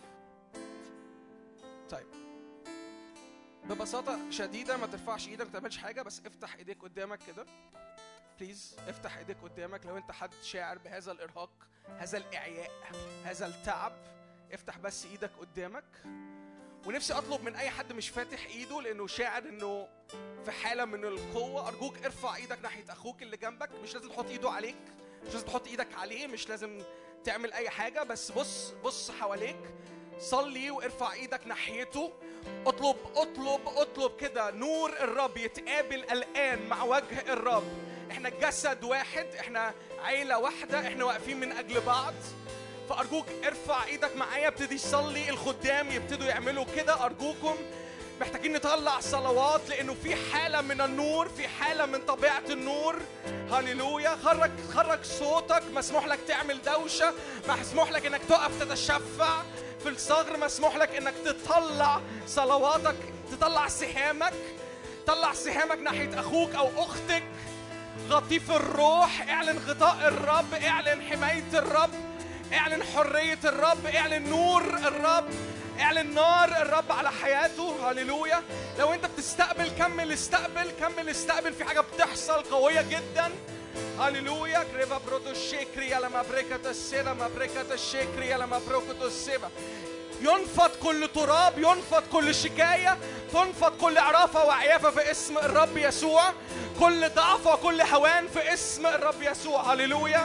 طيب ببساطة شديدة ما ترفعش ايدك، ما تعملش حاجة، بس افتح ايديك قدامك كده بليز. افتح ايديك قدامك لو انت حد شاعر بهذا الارهاق، هذا الاعياء، هذا التعب. افتح بس ايدك قدامك. ونفسي اطلب من اي حد مش فاتح ايده لانه شاعر انه في حالة من القوة، ارجوك ارفع ايدك ناحية اخوك اللي جنبك. مش لازم تحط ايده عليك، مش لازم تحط ايدك عليه، مش لازم تعمل اي حاجة، بس بص حواليك، صلي وارفع ايدك ناحيته. اطلب كده نور الرب يتقابل الآن مع وجه الرب. احنا جسد واحد، احنا عيلة واحدة، احنا واقفين من اجل بعض. فارجوك ارفع ايدك معايا، ابتدي صلي. الخدام يبتدوا يعملوا كده. ارجوكم محتاجين نطلع صلوات لانه في حالة من النور، في حالة من طبيعة النور. هاليلويا. خرج صوتك. مسموح لك تعمل دوشة، مسموح لك انك تقف تتشفع في الصغر، مسموح لك انك تطلع صلواتك، تطلع سهامك. طلع سهامك ناحية اخوك او اختك. غطيه في الروح. اعلن غطاء الرب، اعلن حماية الرب، اعلن حرية الرب، اعلن نور الرب، اعلن نار الرب على حياته. هاليلويا. لو انت بتستقبل كمل استقبل. في حاجة بتحصل قوية جدا. هاليلويا. كريفا بروتو الشيكري يلا مبركة السيرة، مبركة الشيكري يلا مبروكة السيبة. ينفض كل تراب، ينفض كل شكاية، تنفض كل عرافة وعيافة في اسم الرب يسوع. كل ضعف وكل هوان في اسم الرب يسوع. هاليلويا.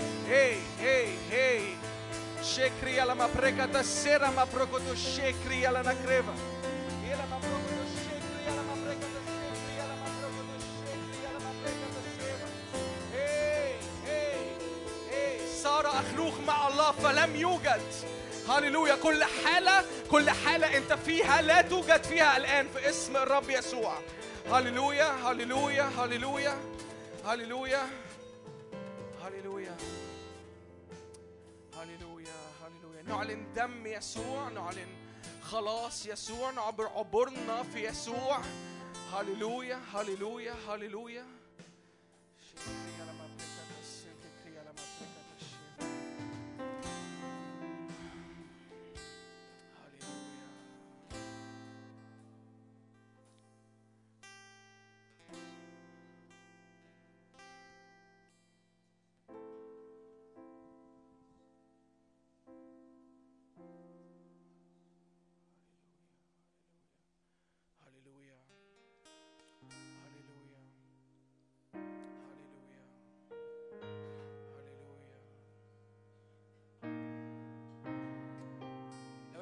هي شكري يلا مبركة السيرة، مبروكة الشيكري يلا نكريفا يلا مبروكة الشيكري يلا مبركة الشيكري يلا مبروكة الشيكري يلا مبركة السيرة. صار أخنوخ مع الله فلم يوجد. هاليلويا. كل حالة انت فيها لا توجد فيها الآن في اسم الرب يسوع. هاليلويا هاليلويا هاليلويا هاليلويا هاليلويا هاليلويا هاليلويا. نعلن دم يسوع، نعلن خلاص يسوع، نعبر عبرنا في يسوع. هاليلويا هاليلويا هاليلويا.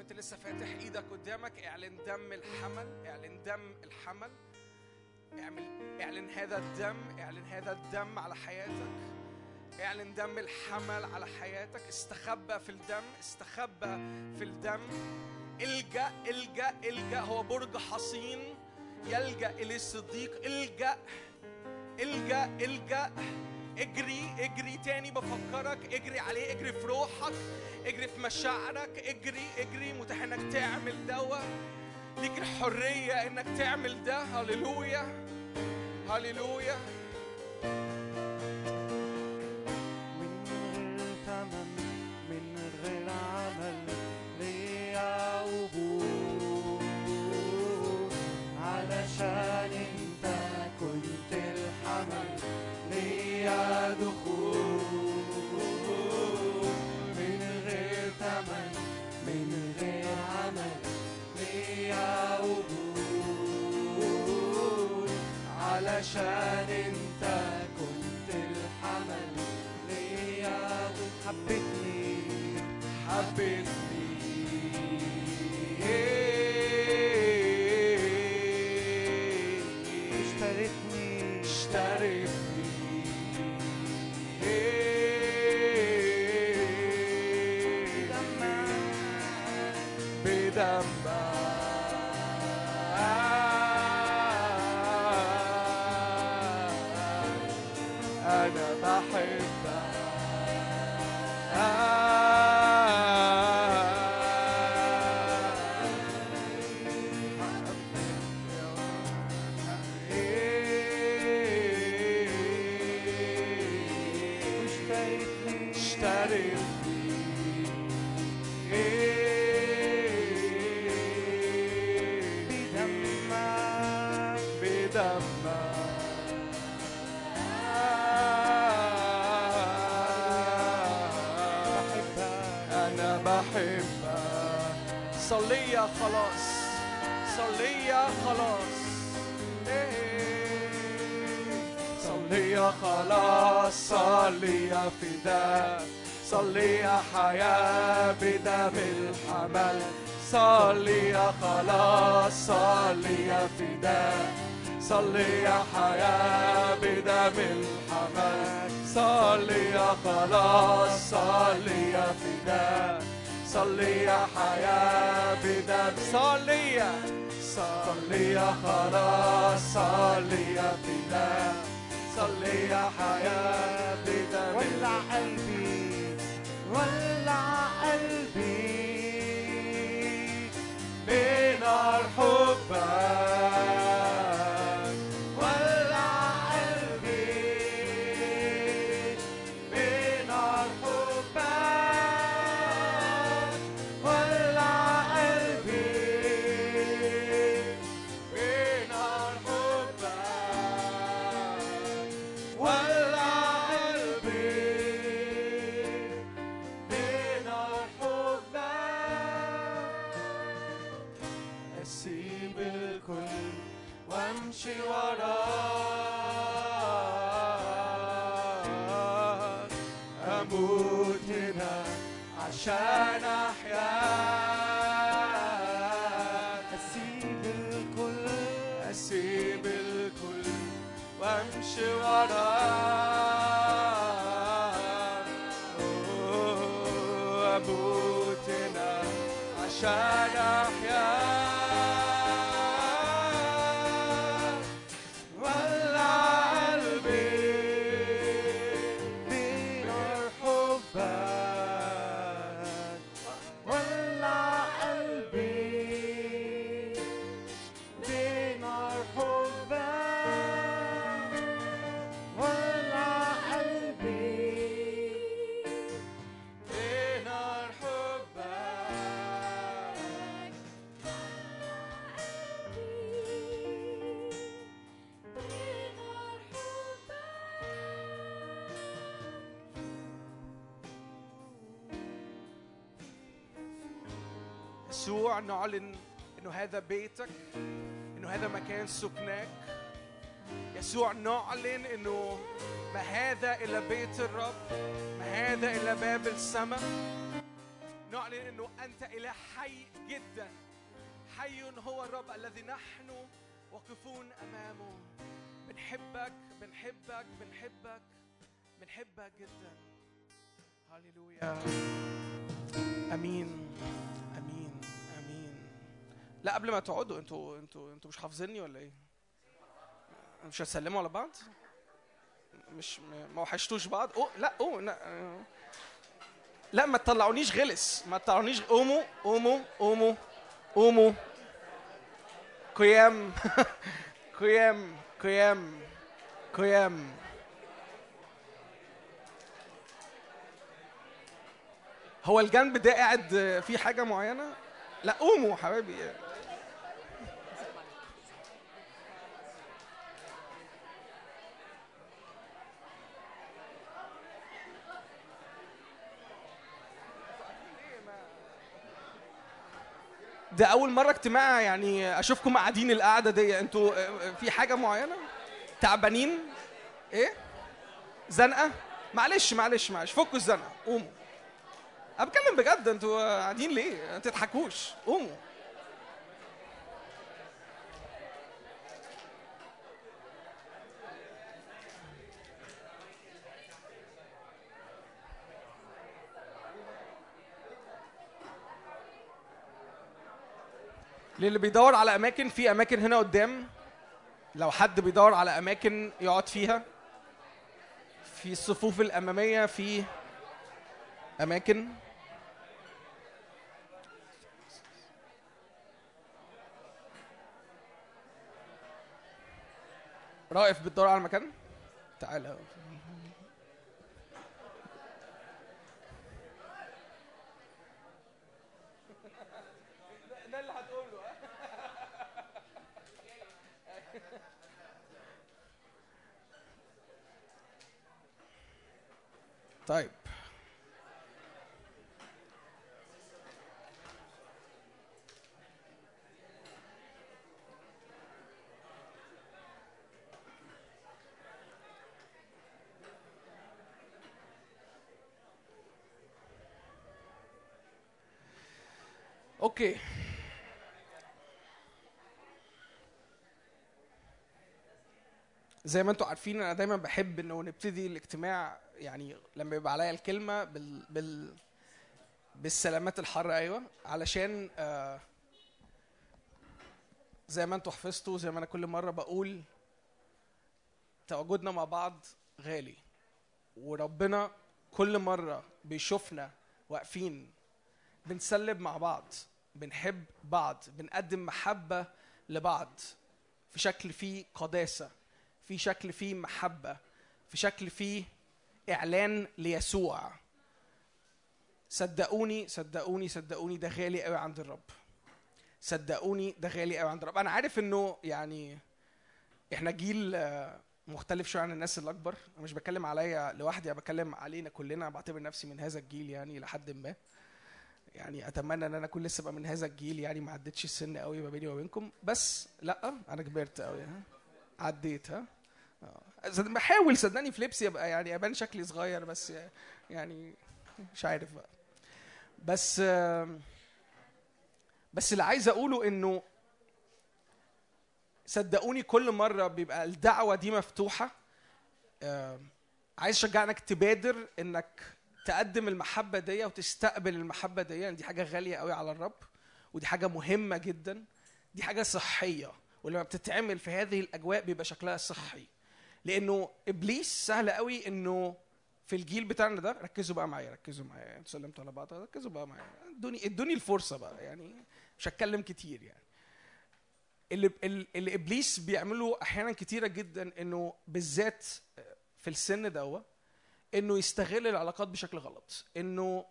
وانت لسه فاتح ايدك قدامك، اعلن دم الحمل، اعلن دم الحمل، اعلن هذا الدم، اعلن هذا الدم على حياتك، اعلن دم الحمل على حياتك. استخبى في الدم، استخبى في الدم. الجأ الجأ الجأ، هو برج حصين يلجأ إليه الصديق. الجأ الجأ الجأ، اجري اجري تاني، بفكرك اجري عليه، اجري في روحك، اجري في مشاعرك، اجري اجري. متاح انك تعمل دوا، ليك الحرية انك تعمل ده. هللويا هللويا. من غير ثمن، من غير عمل، ليا قبول، علشان انت كنت الحمل، ليا دخول. من غير ثمن، من غير عمل، ليا قبول، علشان انت كنت الحمل، ليا دخول. حبتني حبتني اشتريتني اشتريتني بدمك أنا بحبك. صلي يا خلاص، صلي يا خلاص، صلي يا خلاص، صلي يا فداء، صلي يا حياة بدم الحمل، صلي يا خلاص، صلي يا فداء، صلي يا حياة بدم الحمل، صلي يا خلاص، صلي يا فداء، صلي يا حياة بدم، صلي يا خلاص، صلي يا فداء، صلي يا حياة بدم. ولع قلبي ولع قلبي بنار حبك، امشي وراك، اموت هنا عشان احياك، اسيب الكل اسيب الكل وامشي وراك، اموت هنا عشان احياك. يسوع نعلن إنه هذا بيتك، إنه هذا مكان سكناك. يسوع نعلن إنه ما هذا إلا بيت الرب، ما هذا إلا باب السماء. نعلن بنعلن انه انت اله حي جدا، حي هو الرب الذي نحن واقفون امامه. بنحبك بنحبك بنحبك بنحبك جدا. هاليلويا. امين امين امين. لا قبل ما تقعدوا، انتوا مش حافظيني ولا ايه؟ مش هتسلموا على بعض؟ مش ما وحشتوش بعض؟ لا لا ما تطلعونيش غلس، ما تطلعونيش. قوموا قوموا قوموا قوموا. قيام قيام قيام قيام. هو الجنب ده قاعد فيه حاجة معينة؟ لا قوموا حبايبي. ده أول مرة اجتماع يعني أشوفكم قاعدين القعدة دي. أنتوا في حاجة معينة؟ تعبانين؟ إيه؟ زنقة؟ معلش فكوا الزنقة، قوموا. أنا بتكلم بجد، أنتوا قاعدين ليه؟ ما تضحكوش، قوموا. للي بيدور على أماكن، في أماكن هنا قدام، لو حد بيدور على أماكن يقعد فيها في الصفوف الأمامية، في أماكن. رائف بتدور على مكان؟ تعال. ده اللي هتقوله. طيب اوكي. زي ما انتوا عارفين انا دايما بحب انه نبتدي الاجتماع يعني لما يبقى عليا الكلمه بالسلامات الحاره. ايوه، علشان زي ما انتوا حفظتوا، زي ما انا كل مره بقول، تواجدنا مع بعض غالي، وربنا كل مره بيشوفنا واقفين بنسلم مع بعض، بنحب بعض، بنقدم محبه لبعض في شكل فيه قداسه، في شكل فيه محبه، في شكل فيه اعلان ليسوع. صدقوني صدقوني صدقوني ده غالي قوي عند الرب. صدقوني ده غالي قوي عند الرب. انا عارف انه يعني احنا جيل مختلف شويه عن الناس الاكبر. انا مش بتكلم عليا لوحدي، انا بتكلم علينا كلنا. بعتبر نفسي من هذا الجيل يعني لحد ما، يعني اتمنى ان انا اكون لسه بقى من هذا الجيل، يعني ما عدتش السن قوي ما بيني وما بينكم، بس لا انا كبرت قوي. ها عديت. ها بحاول صدقني في لبسي ابقى يعني ابان شكلي صغير، بس يعني مش عارف بقى. بس اللي عايز اقوله انه صدقوني كل مره بيبقى الدعوه دي مفتوحه. عايز اشجعك تبادر انك تقدم المحبه دي وتستقبل المحبه دي، يعني دي حاجه غاليه قوي على الرب، ودي حاجه مهمه جدا، دي حاجه صحيه، ولما بتتعمل في هذه الاجواء بيبقى شكلها صحي. لانه ابليس سهل قوي انه في الجيل بتاعنا ده، ركزوا بقى معايا، ركزوا معايا، انتوا سلمتوا على بعض، ركزوا بقى معايا، ادوني الفرصه بقى، يعني مش هتكلم كتير. يعني اللي ابليس بيعمله احيانا كتيره جدا، انه بالذات في السن ده، انه يستغل العلاقات بشكل غلط، انه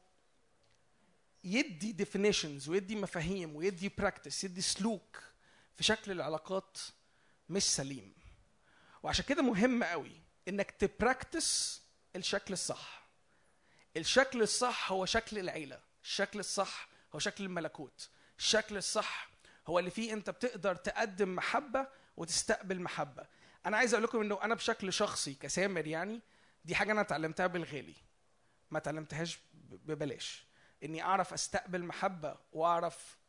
يدي definitions ويدي مفاهيم ويدي practice، يدي سلوك في شكل العلاقات مش سليم. وعشان كده مهم قوي انك تبراكتس الشكل الصح. الشكل الصح هو شكل العيلة، الشكل الصح هو شكل الملكوت، الشكل الصح هو اللي فيه انت بتقدر تقدم محبة وتستقبل محبة. انا عايز اقول لكم انه انا بشكل شخصي كسامر، يعني دي حاجة انا اتعلمتها بالغالي، ما اتعلمتهاش ببلاش. اني اعرف استقبل محبه واعرف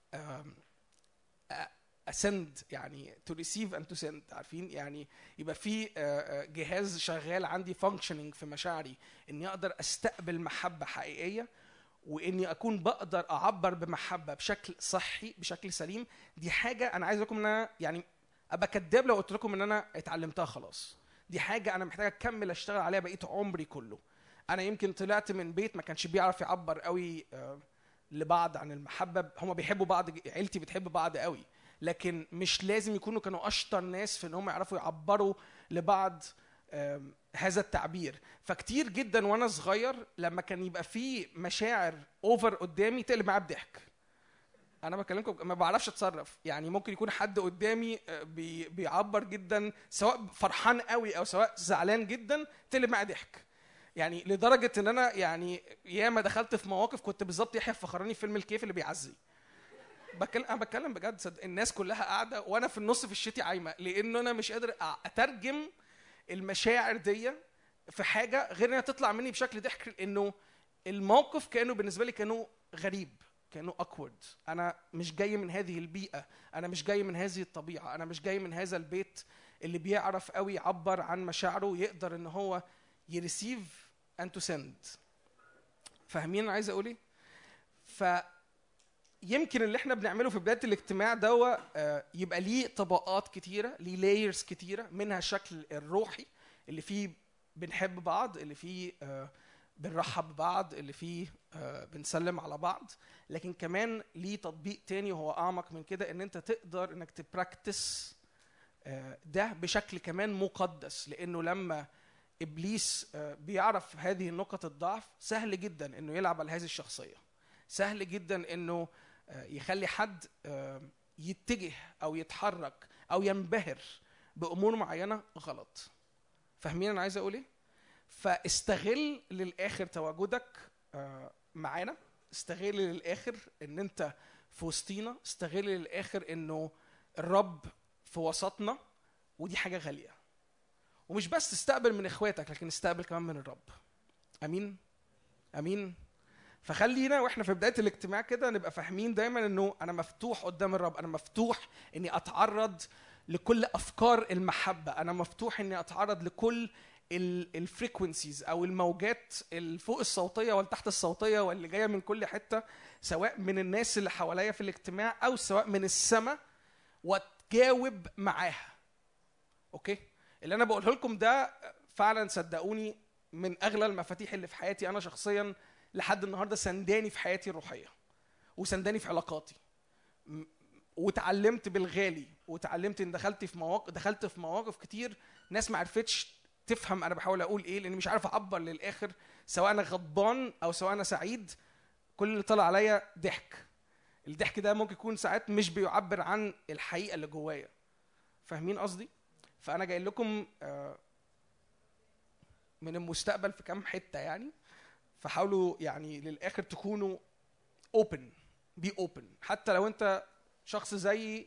ascend، يعني to receive and to send. عارفين يعني يبقى في جهاز شغال عندي functioning في مشاعري، اني اقدر استقبل محبه حقيقيه واني اكون بقدر اعبر بمحبه بشكل صحي بشكل سليم. دي حاجه انا عايز لكم ان انا يعني ابقى كداب لو قلت لكم ان انا اتعلمتها خلاص. دي حاجه انا محتاج اكمل اشتغل عليها بقيت عمري كله. انا يمكن طلعت من بيت ما كانش بيعرف يعبر قوي لبعض عن المحبه. هم بيحبوا بعض، عيلتي بتحب بعض قوي، لكن مش لازم يكونوا كانوا اشطر ناس في ان هم يعرفوا يعبروا لبعض هذا التعبير. فكتير جدا وانا صغير لما كان يبقى في مشاعر اوفر قدامي تقلب معاه بضحك. انا بكلمكم ما بعرفش اتصرف، يعني ممكن يكون حد قدامي بيعبر جدا سواء فرحان قوي او سواء زعلان جدا تقلب معاه ضحك. يعني لدرجه ان انا يعني ياما دخلت في مواقف كنت بالظبط يحيى الفخراني في فيلم الكيف اللي بيعزي. انا بتكلم بجد، صدق الناس كلها قاعده وانا في النص في الشتي عايمه، لانه انا مش قادر اترجم المشاعر دي في حاجه غير انها تطلع مني بشكل ضحك، لانه الموقف كانه بالنسبه لي كانه غريب، كانه awkward. انا مش جاي من هذه البيئه، انا مش جاي من هذه الطبيعه، انا مش جاي من هذا البيت اللي بيعرف قوي يعبر عن مشاعره ويقدر ان هو يريسيف and to send. فاهمين انا عايز اقول ايه؟ يمكن اللي احنا بنعمله في بدايه الاجتماع ده يبقى ليه طبقات كتيره، ليه لايرز كتيره، منها الشكل الروحي اللي فيه بنحب بعض، اللي فيه بنرحب ببعض، اللي فيه بنسلم على بعض، لكن كمان ليه تطبيق تاني وهو اعمق من كده، ان انت تقدر انك تبراكتس ده بشكل كمان مقدس. لانه لما ابليس بيعرف هذه نقط الضعف سهل جدا انه يلعب على هذه الشخصيه، سهل جدا انه يخلي حد يتجه او يتحرك او ينبهر بامور معينه غلط. فاهمين انا عايز اقول ايه؟ فاستغل للاخر تواجدك معانا، استغل للاخر ان انت في وسطينا، استغل للاخر انه الرب في وسطنا، ودي حاجه غاليه. ومش بس تستقبل من اخواتك، لكن استقبل كمان من الرب. امين امين. فخلينا واحنا في بدايه الاجتماع كده نبقى فاهمين دايما انه انا مفتوح قدام الرب، انا مفتوح اني اتعرض لكل افكار المحبه، انا مفتوح اني اتعرض لكل الفريكوينسيز او الموجات الفوق الصوتيه والتحت الصوتيه واللي جايه من كل حته، سواء من الناس اللي حواليا في الاجتماع او سواء من السماء، واتجاوب معاها. اوكي؟ اللي انا بقوله لكم ده فعلا صدقوني من اغلى المفاتيح اللي في حياتي انا شخصيا لحد النهارده، سنداني في حياتي الروحيه وسنداني في علاقاتي، وتعلمت بالغالي، وتعلمت ان دخلت في مواقف كتير ناس ما عرفتش تفهم انا بحاول اقول ايه، لاني مش عارف اعبر للاخر، سواء انا غضبان او سواء انا سعيد. كل اللي طلع عليا ضحك. الضحك ده ممكن يكون ساعات مش بيعبر عن الحقيقه اللي جوايا. فاهمين قصدي؟ فانا جاي لكم من المستقبل في كام حته يعني، فحاولوا يعني للاخر تكونوا open، be open. حتى لو انت شخص زي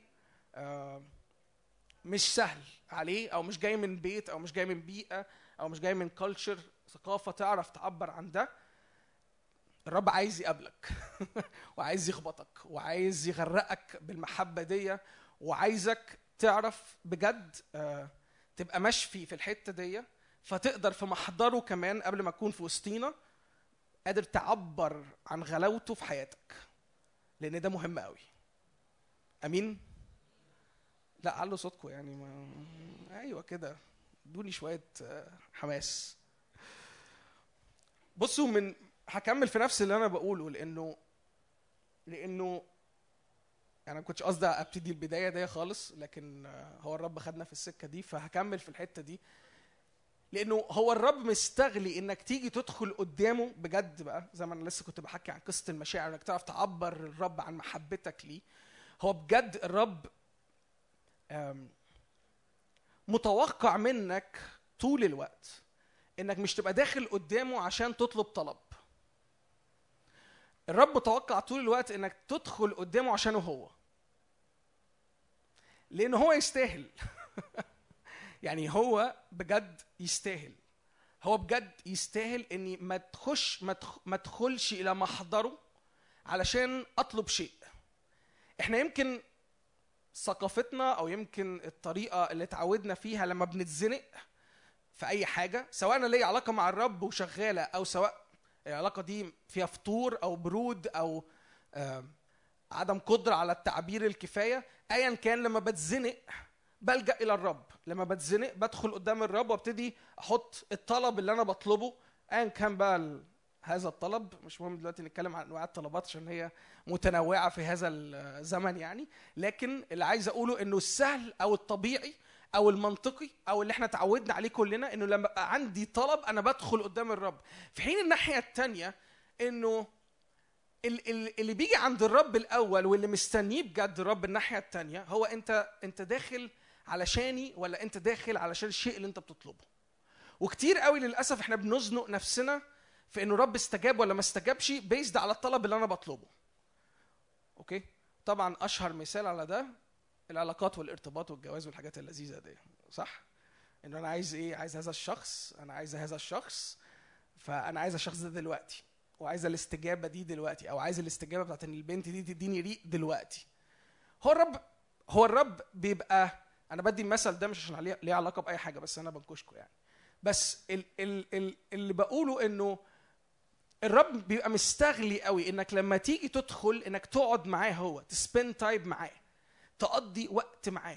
مش سهل عليه، او مش جاي من بيت، او مش جاي من بيئه، او مش جاي من culture ثقافه تعرف تعبر عن ده، الرب عايز يقابلك وعايز يخبطك وعايز يغرقك بالمحبه دي، وعايزك تعرف بجد تبقى مشفي في الحته دي، فتقدر في محضره كمان قبل ما تكون في وسطينا قادر تعبر عن غلاوته في حياتك، لان ده مهم قوي. امين. لا علوا صوتكم يعني ايوه كده، ادوني شويه حماس. بصوا، هكمل في نفس اللي انا بقوله، لانه يعني ما كنتش قصدي ابتدي البدايه دي خالص، لكن هو الرب خدنا في السكه دي، فهكمل في الحته دي. لانه هو الرب مستغلي انك تيجي تدخل قدامه بجد بقى، زي ما انا لسه كنت بحكي عن قصه المشاعر، انك تعرف تعبر الرب عن محبتك ليه. هو بجد الرب متوقع منك طول الوقت انك مش تبقى داخل قدامه عشان تطلب طلب. الرب متوقع طول الوقت انك تدخل قدامه عشانه هو، لانه هو يستاهل. يعني هو بجد يستاهل، هو بجد يستاهل اني ما ادخلش الى محضره علشان اطلب شيء. احنا يمكن ثقافتنا او يمكن الطريقه اللي اتعودنا فيها لما بنتزنق في اي حاجه، سواء انا ليا علاقه مع الرب وشغاله، او سواء العلاقه دي فيها فتور او برود او عدم قدره على التعبير الكفايه، ايا كان، لما بتزنق بلجأ الى الرب. لما بتزنق بدخل قدام الرب وابتدي احط الطلب اللي انا بطلبه، ايا كان بقى هذا الطلب. مش مهم دلوقتي نتكلم عن انواع الطلبات عشان هي متنوعه في هذا الزمن يعني، لكن اللي عايز اقوله انه السهل او الطبيعي او المنطقي او اللي احنا تعودنا عليه كلنا، انه لما بقى عندي طلب انا بدخل قدام الرب. في حين الناحيه الثانيه انه اللي بيجي عند الرب الاول واللي مستنيه بجد الرب الناحيه الثانيه، هو انت داخل علشاني ولا انت داخل علشان الشيء اللي انت بتطلبه. وكتير قوي للاسف احنا بنزنق نفسنا في انه الرب استجاب ولا ما استجابش بيزد على الطلب اللي انا بطلبه. اوكي، طبعا اشهر مثال على ده العلاقات والارتباط والجواز والحاجات اللذيذه دي، صح؟ انه انا عايز ايه؟ عايز هذا الشخص، انا عايز هذا الشخص، فانا عايز الشخص ده دلوقتي، وعايز الاستجابه دي دلوقتي، او عايز الاستجابه بتاعت ان البنت دي تديني ريق دلوقتي. هو الرب بيبقى، انا بدي المثل ده مش عشان ليه علاقه باي حاجه، بس انا بنكشكم يعني. بس اللي بقوله انه الرب بيبقى مستغلي قوي انك لما تيجي تدخل انك تقعد معاه، هو تسبند تايم معاه، تقضي وقت معاه.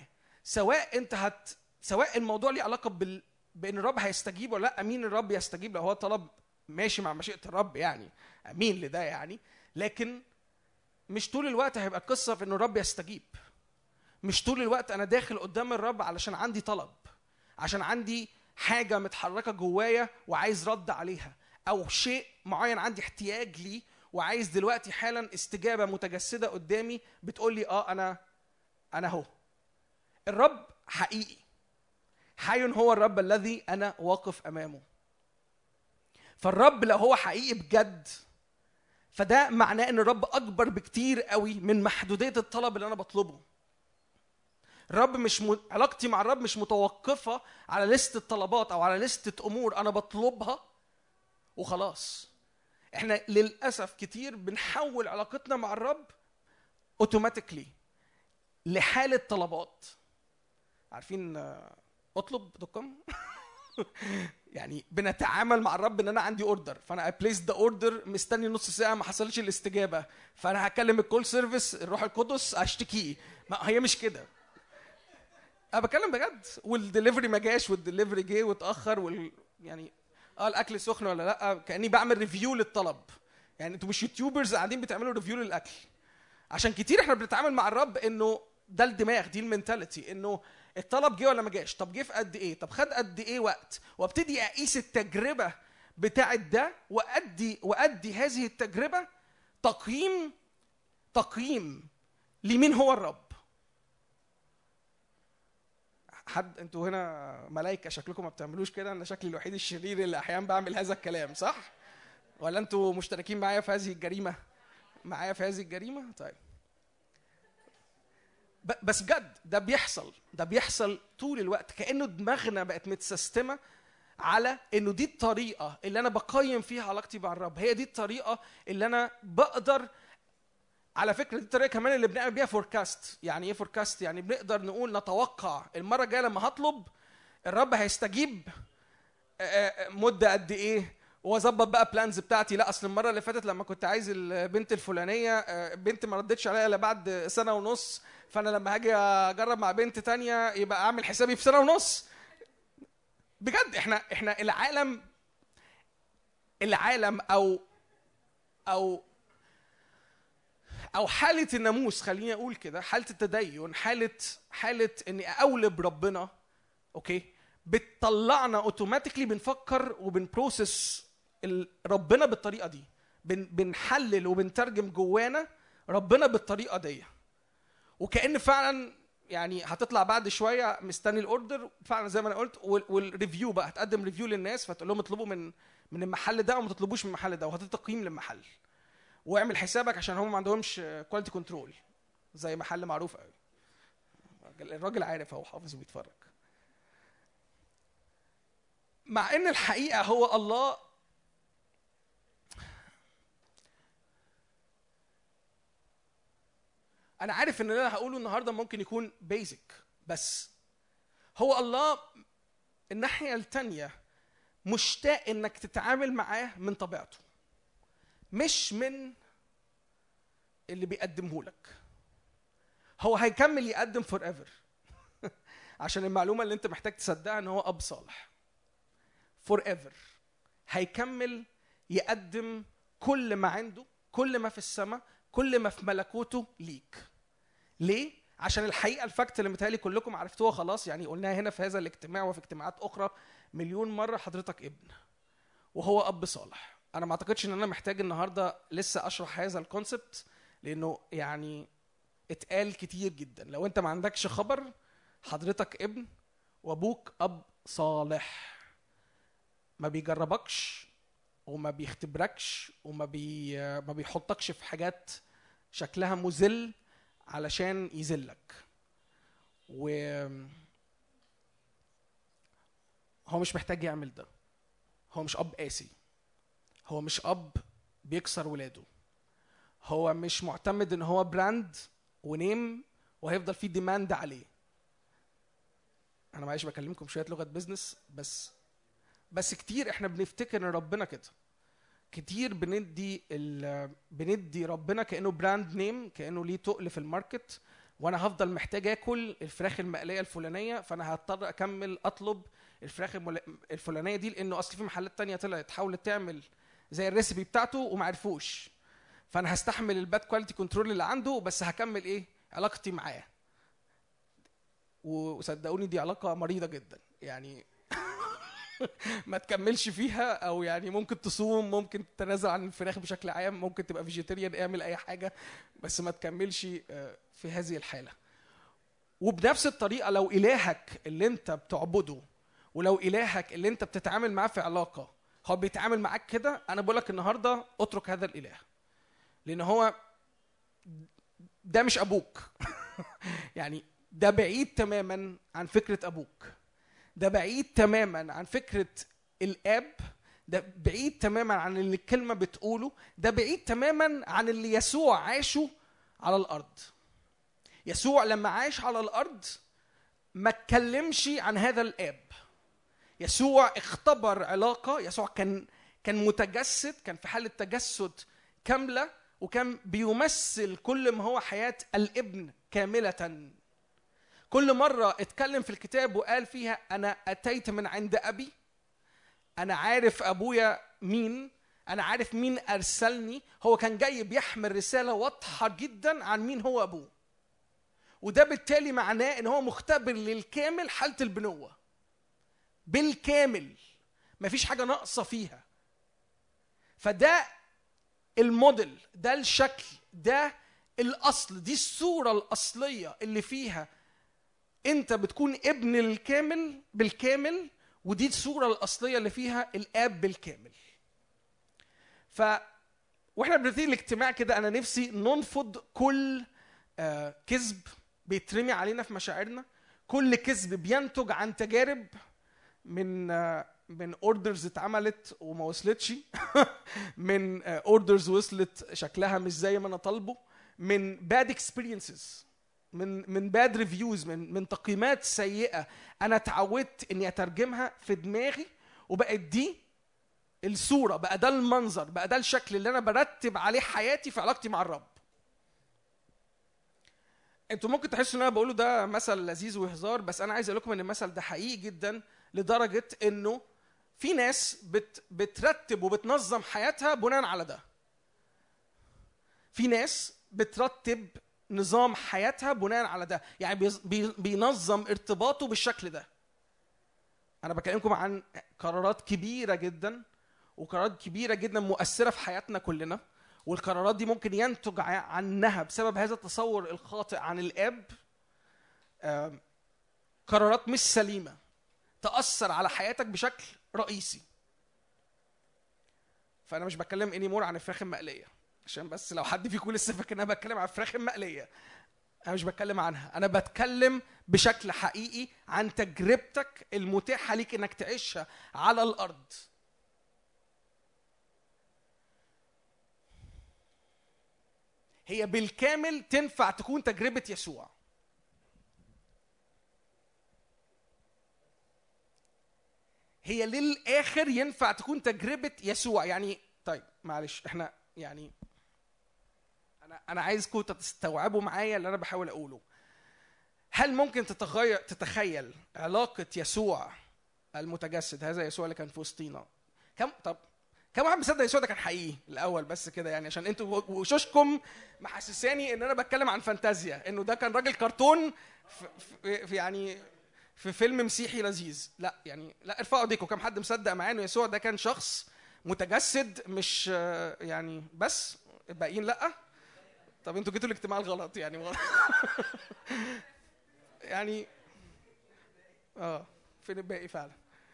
سواء الموضوع ليه علاقه بان الرب هيستجيب ولا لا، امين الرب يستجيب لو هو طلب ماشي مع مشيئه الرب يعني، امين لده يعني. لكن مش طول الوقت هيبقى القصه في انه الرب يستجيب. مش طول الوقت انا داخل قدام الرب علشان عندي طلب، عشان عندي حاجه متحركه جوايا وعايز رد عليها، او شيء معين عندي احتياج ليه وعايز دلوقتي حالا استجابه متجسده قدامي بتقول لي انا هو. الرب حقيقي، حي هو الرب الذي انا واقف امامه. فالرب لو هو حقيقي بجد، فده معناه ان الرب اكبر بكتير قوي من محدوديه الطلب اللي انا بطلبه. الرب علاقتي مع الرب مش متوقفه على لستة طلبات او على لستة امور انا بطلبها وخلاص. احنا للاسف كتير بنحول علاقتنا مع الرب اوتوماتيكلي لحاله طلبات. عارفين اطلب.com يعني بنتعامل مع الرب ان انا عندي اوردر، فانا بليس ذا اوردر، مستني نص ساعه ما حصلش الاستجابه، فانا هكلم الكول سيرفيس الروح القدس اشتكيه. ما هي مش كده، انا بتكلم بجد. والدليفري ما جاش، والدليفري جه واتاخر، يعني الاكل سخن ولا لا، كاني بعمل ريفيو للطلب. يعني انتوا مش يوتيوبرز قاعدين بتعملوا ريفيو للاكل. عشان كتير احنا بنتعامل مع الرب انه ده الدماغ، دي المينتاليتي، انه الطلب جه ولا ما جاش، طب جه في قد ايه، طب خد قد ايه وقت، وابتدي اقيس التجربه بتاعه ده وادي هذه التجربه تقييم لمين هو الرب. حد انتوا هنا ملائكه شكلكم ما بتعملوش كده، انا شكلي الوحيد الشرير اللي احيانا بعمل هذا الكلام، صح؟ ولا انتوا مشتركين معايا في هذه الجريمه؟ طيب، بس بجد ده بيحصل طول الوقت، كأنه دماغنا بقت متسيستمة على انه دي الطريقة اللي انا بقيم فيها علاقتي مع الرب، هي دي الطريقة اللي انا بقدر. على فكرة دي الطريقة كمان اللي بنعمل بيها فوركاست. يعني ايه فوركاست؟ يعني بنقدر نقول نتوقع المرة الجاية لما هطلب الرب هيستجيب مدة قد ايه، واظبط بقى بلانز بتاعتي. لا اصل المره اللي فاتت لما كنت عايز البنت الفلانيه بنت ما ردتش عليا الا بعد سنه ونص، فانا لما هاجي اجرب مع بنت تانية يبقى اعمل حسابي في سنه ونص. بجد احنا العالم او حاله الناموس، خليني اقول كده، حاله التدين، حاله اني اقولب ربنا، اوكي، بتطلعنا اوتوماتيكلي بنفكر وبنبروسس ربنا بالطريقه دي، بنحلل وبنترجم جوانا ربنا بالطريقه دي. وكأن فعلا يعني هتطلع بعد شويه مستني الاوردر فعلا زي ما انا قلت، والريفيو بقى هتقدم ريفيو للناس، فتقول لهم اطلبوا من المحل ده وما تطلبوش من المحل ده، وهتدي تقييم للمحل واعمل حسابك عشان هم ما عندهمش كواليتي كنترول زي محل معروف قوي. الراجل عارف هو حافظ وبيتفرج. مع ان الحقيقه هو الله انا عارف ان اللي انا هقوله النهارده ممكن يكون بيزك، بس هو الله الناحيه التانيه مشتاق انك تتعامل معاه من طبيعته، مش من اللي بيقدمه لك. هو هيكمل يقدم forever عشان المعلومه اللي انت محتاج تصدقها ان هو اب صالح forever. هيكمل يقدم كل ما عنده، كل ما في السماء، كل ما في ملكوته ليك. ليه؟ عشان الحقيقه الفاكت اللي متهيألي كلكم عرفتوها خلاص، يعني قلناها هنا في هذا الاجتماع وفي اجتماعات اخرى مليون مره، حضرتك ابن وهو اب صالح. انا ما اعتقدش ان انا محتاج النهارده لسه اشرح هذا الكونسبت، لانه يعني اتقال كتير جدا. لو انت ما عندكش خبر، حضرتك ابن وابوك اب صالح، ما بيجربكش وما بيختبركش وما ما بيحطكش في حاجات شكلها مذل علشان يذلك. هو مش محتاج يعمل ده. هو مش اب قاسي، هو مش اب بيكسر ولاده، هو مش معتمد ان هو براند ونيم وهيفضل فيه ديماند عليه. انا معلش بكلمكم شويه لغه بيزنس، بس كتير احنا بنفتكر ان ربنا كده. كتير بندي ربنا كانه براند نيم، كانه ليه تقل في الماركت، وانا هفضل محتاج اكل الفراخ المقليه الفلانيه، فانا هضطر اكمل اطلب الفراخ الفلانيه دي، لانه اصل في محلات تانية طلعت حاولت تعمل زي الريسبي بتاعته وما عرفوش، فانا هستحمل الباد كواليتي كنترول اللي عنده، بس هكمل ايه علاقتي معاه. وصدقوني دي علاقه مريضه جدا، يعني ما تكملش فيها، او يعني ممكن تصوم، ممكن تتنازل عن الفراخ بشكل عام، ممكن تبقى فيجيتيريان، اعمل اي حاجه، بس ما تكملش في هذه الحاله. وبنفس الطريقه لو الهك اللي انت بتعبده، ولو الهك اللي انت بتتعامل معاه في علاقه هو بيتعامل معاك كده، انا بقولك النهارده اترك هذا الاله، لان هو ده مش ابوك يعني ده بعيد تماما عن فكره ابوك، ده بعيد تماما عن فكرة الآب، ده بعيد تماما عن اللي الكلمة بتقوله، ده بعيد تماما عن اللي يسوع عاشه على الأرض. يسوع لما عاش على الأرض ما اتكلمش عن هذا الآب. يسوع اختبر علاقة، يسوع كان متجسد، كان في حالة تجسد كاملة، وكان بيمثل كل ما هو حياة الابن كاملة. كل مرة اتكلم في الكتاب وقال فيها أنا أتيت من عند أبي، أنا عارف أبويا مين، أنا عارف مين أرسلني. هو كان جاي بيحمل رسالة واضحة جدا عن مين هو أبوه، وده بالتالي معناه إن هو مختبر للكامل حالة البنوة بالكامل، مفيش حاجة ناقصة فيها. فده الموديل، ده الشكل، ده الأصل، دي الصورة الأصلية اللي فيها انت بتكون ابن الكامل بالكامل، ودي الصورة الأصلية اللي فيها الآب بالكامل. واحنا بنبتدي الاجتماع كده أنا نفسي ننفض كل كذب بيترمي علينا في مشاعرنا، كل كذب بينتج عن تجارب من اوردرز اتعملت وما وصلتش من اوردرز وصلت شكلها مش زي ما انا طالبه، من باد اكسبيرينسز، من باد ريفيوز، من تقييمات سيئة أنا اتعودت إني أترجمها في دماغي، وبقت دي الصورة، بقى ده المنظر، بقى ده الشكل اللي أنا برتب عليه حياتي في علاقتي مع الرب. أنتوا ممكن تحسوا إن أنا بقوله ده مثل لذيذ وهزار، بس أنا عايز أقول لكم إن المثل ده حقيقي جدا، لدرجة إنه في ناس بترتب وبتنظم حياتها بناء على ده. في ناس بترتب نظام حياتها بناء على ده، يعني بينظم ارتباطه بالشكل ده. أنا بكلمكم عن قرارات كبيرة جدا، وقرارات كبيرة جدا مؤثرة في حياتنا كلنا، والقرارات دي ممكن ينتج عنها بسبب هذا التصور الخاطئ عن الآب قرارات مش سليمة تأثر على حياتك بشكل رئيسي. فأنا مش بتكلم anymore عن الفراخ المقلية، عشان بس لو حد فيكم لسه فاكر ان انا بتكلم عن الفراخ المقليه، انا مش بتكلم عنها، انا بتكلم بشكل حقيقي عن تجربتك المتاحه ليك انك تعيشها على الارض. هي بالكامل تنفع تكون تجربة يسوع. هي للآخر ينفع تكون تجربة يسوع. يعني طيب معلش احنا يعني أنا عايزكم تستوعبوا معايا اللي أنا بحاول أقوله. هل ممكن تتخيل علاقة يسوع المتجسد، هذا يسوع اللي كان في وسطينا، كم واحد مصدق يسوع ده كان حقيقي الأول؟ بس كده يعني عشان انتوا وشوشكم محسساني ان انا بتكلم عن فانتازيا، انه ده كان راجل كرتون في يعني في فيلم مسيحي لذيذ. لا يعني لا، ارفعوا ايديكم كم حد مصدق معايا انه يسوع ده كان شخص متجسد، مش يعني بس الباقيين لا. طب انتوا جيتوا الاجتماع الغلط يعني يعني فين الباقي فعلا.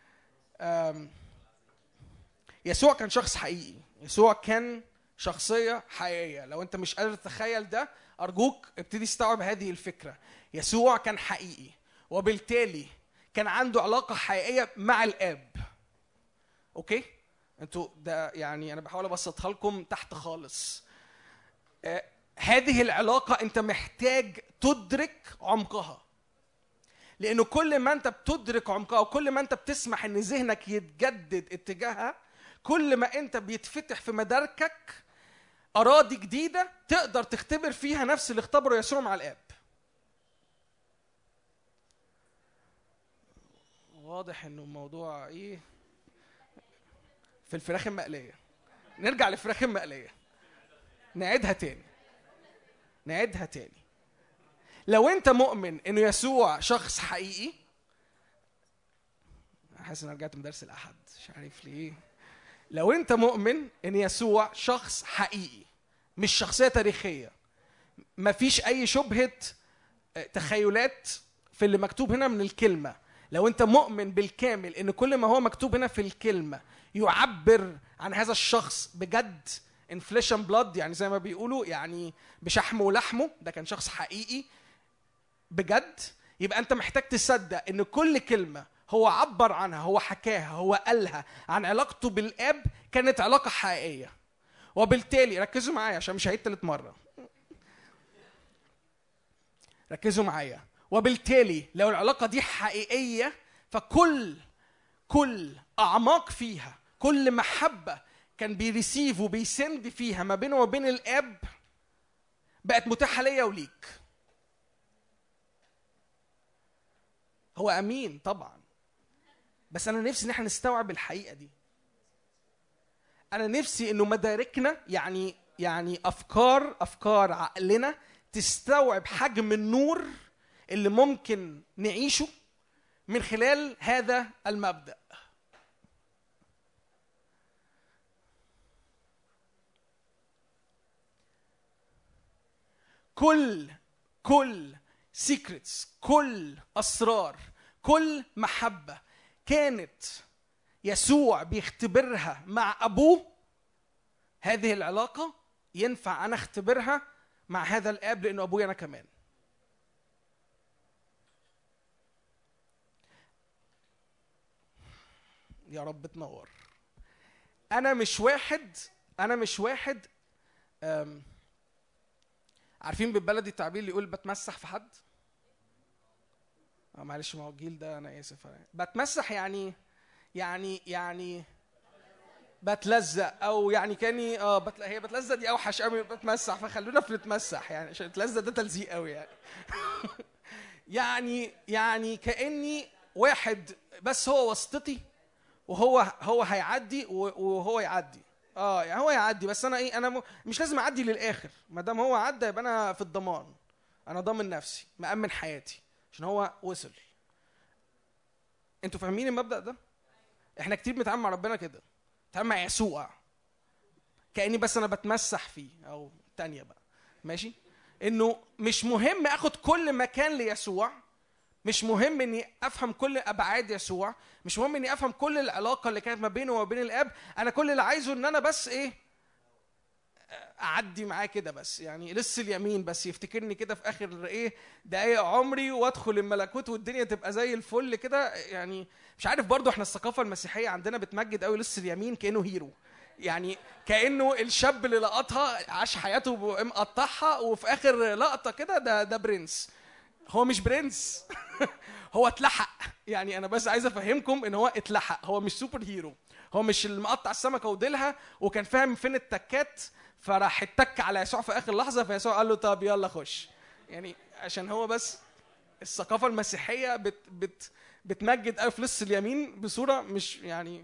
يسوع كان شخص حقيقي، يسوع كان شخصية حقيقية. لو انت مش قادر تتخيل ده ارجوك ابتدي استوعب هذه الفكرة. يسوع كان حقيقي وبالتالي كان عنده علاقة حقيقية مع الآب. اوكي انتوا ده يعني انا بحاول ابسطها لكم تحت خالص. هذه العلاقة انت محتاج تدرك عمقها، لانه كل ما انت بتدرك عمقها وكل ما انت بتسمح ان ذهنك يتجدد اتجاهها، كل ما انت بيتفتح في مداركك اراضي جديدة تقدر تختبر فيها نفس اللي اختبره يسوع مع الآب. واضح انه الموضوع ايه في الفراخ المقلية. نرجع للفراخ المقلية، نعيدها تاني. لو انت مؤمن انه يسوع شخص حقيقي، حاسس ان رجعت من درس الاحد مش عارف ليه. لو انت مؤمن ان يسوع شخص حقيقي مش شخصية تاريخية، مفيش اي شبهة تخيلات في اللي مكتوب هنا من الكلمة، لو انت مؤمن بالكامل ان كل ما هو مكتوب هنا في الكلمة يعبر عن هذا الشخص بجد in flesh and blood، يعني زي ما بيقولوا يعني بشحمه ولحمه، ده كان شخص حقيقي بجد، يبقى انت محتاج تصدق ان كل كلمة هو عبر عنها، هو حكاها، هو قالها عن علاقته بالآب كانت علاقة حقيقية. وبالتالي ركزوا معايا عشان مش هعيد 3 مرة، ركزوا معايا. وبالتالي لو العلاقة دي حقيقية فكل أعماق فيها، كل محبة كان بيريسيف وبيسند فيها ما بينه وبين الآب بقت متاحة ليا وليك. هو أمين طبعا، بس أنا نفسي إن احنا نستوعب الحقيقة دي. أنا نفسي إنه مداركنا يعني أفكار عقلنا تستوعب حجم النور اللي ممكن نعيشه من خلال هذا المبدأ. كل secrets، كل أسرار، كل محبة كانت يسوع بيختبرها مع أبوه، هذه العلاقة ينفع أنا اختبرها مع هذا الآب لأنه أبوي أنا كمان. يا رب تنور. أنا مش واحد عارفين بالبلدي التعبير اللي يقول بتمسح في حد؟ معلش ما هو الجيل ده أنا آسف. بتمسح يعني بتلزق، أو يعني كاني هي بتلزق دي أوحش قوي بتمسح، فخلونا في نتمسح يعني عشان تلزق ده تلزيق قوي يعني كأني واحد بس هو وسطتي وهو هيعدي وهو يعدي. يعني هو يعدي بس انا انا مش لازم اعدي للاخر، ما دام هو عدى يبقى انا في الضمان، انا ضامن نفسي، مأمن حياتي عشان هو وصل. انتوا فاهمين المبدأ ده؟ احنا كتير بنتعامل مع ربنا كده، بنتعامل مع يسوع كأني بس انا بتمسح فيه، او تانية بقى ماشي، انه مش مهم اخد كل مكان ليسوع، مش مهم اني افهم كل ابعاد يسوع، مش مهم اني افهم كل العلاقه اللي كانت ما بينه وما بين الاب. انا كل اللي عايزه ان انا بس اعدي معاه كده، بس يعني لسه اليمين بس يفتكرني كده في اخر دقايق عمري وادخل الملكوت والدنيا تبقى زي الفل كده. يعني مش عارف برضو احنا الثقافه المسيحيه عندنا بتمجد قوي لسه اليمين كانه هيرو، يعني كأنه الشاب اللي لقطها عاش حياته مقطعها وفي آخر لقطة كده ده برنس. هو مش برنس هو اتلحق. يعني أنا بس عايز أفهمكم إن هو اتلحق، هو مش سوبر هيرو، هو مش اللي مقطع السمكة وديلها وكان فاهم فين التكات فراح اتك على يسوع في آخر لحظة فيسوع قال له طب يلا خش. يعني عشان هو بس الثقافة المسيحية بتمجد قوي في لص اليمين بصورة مش يعني،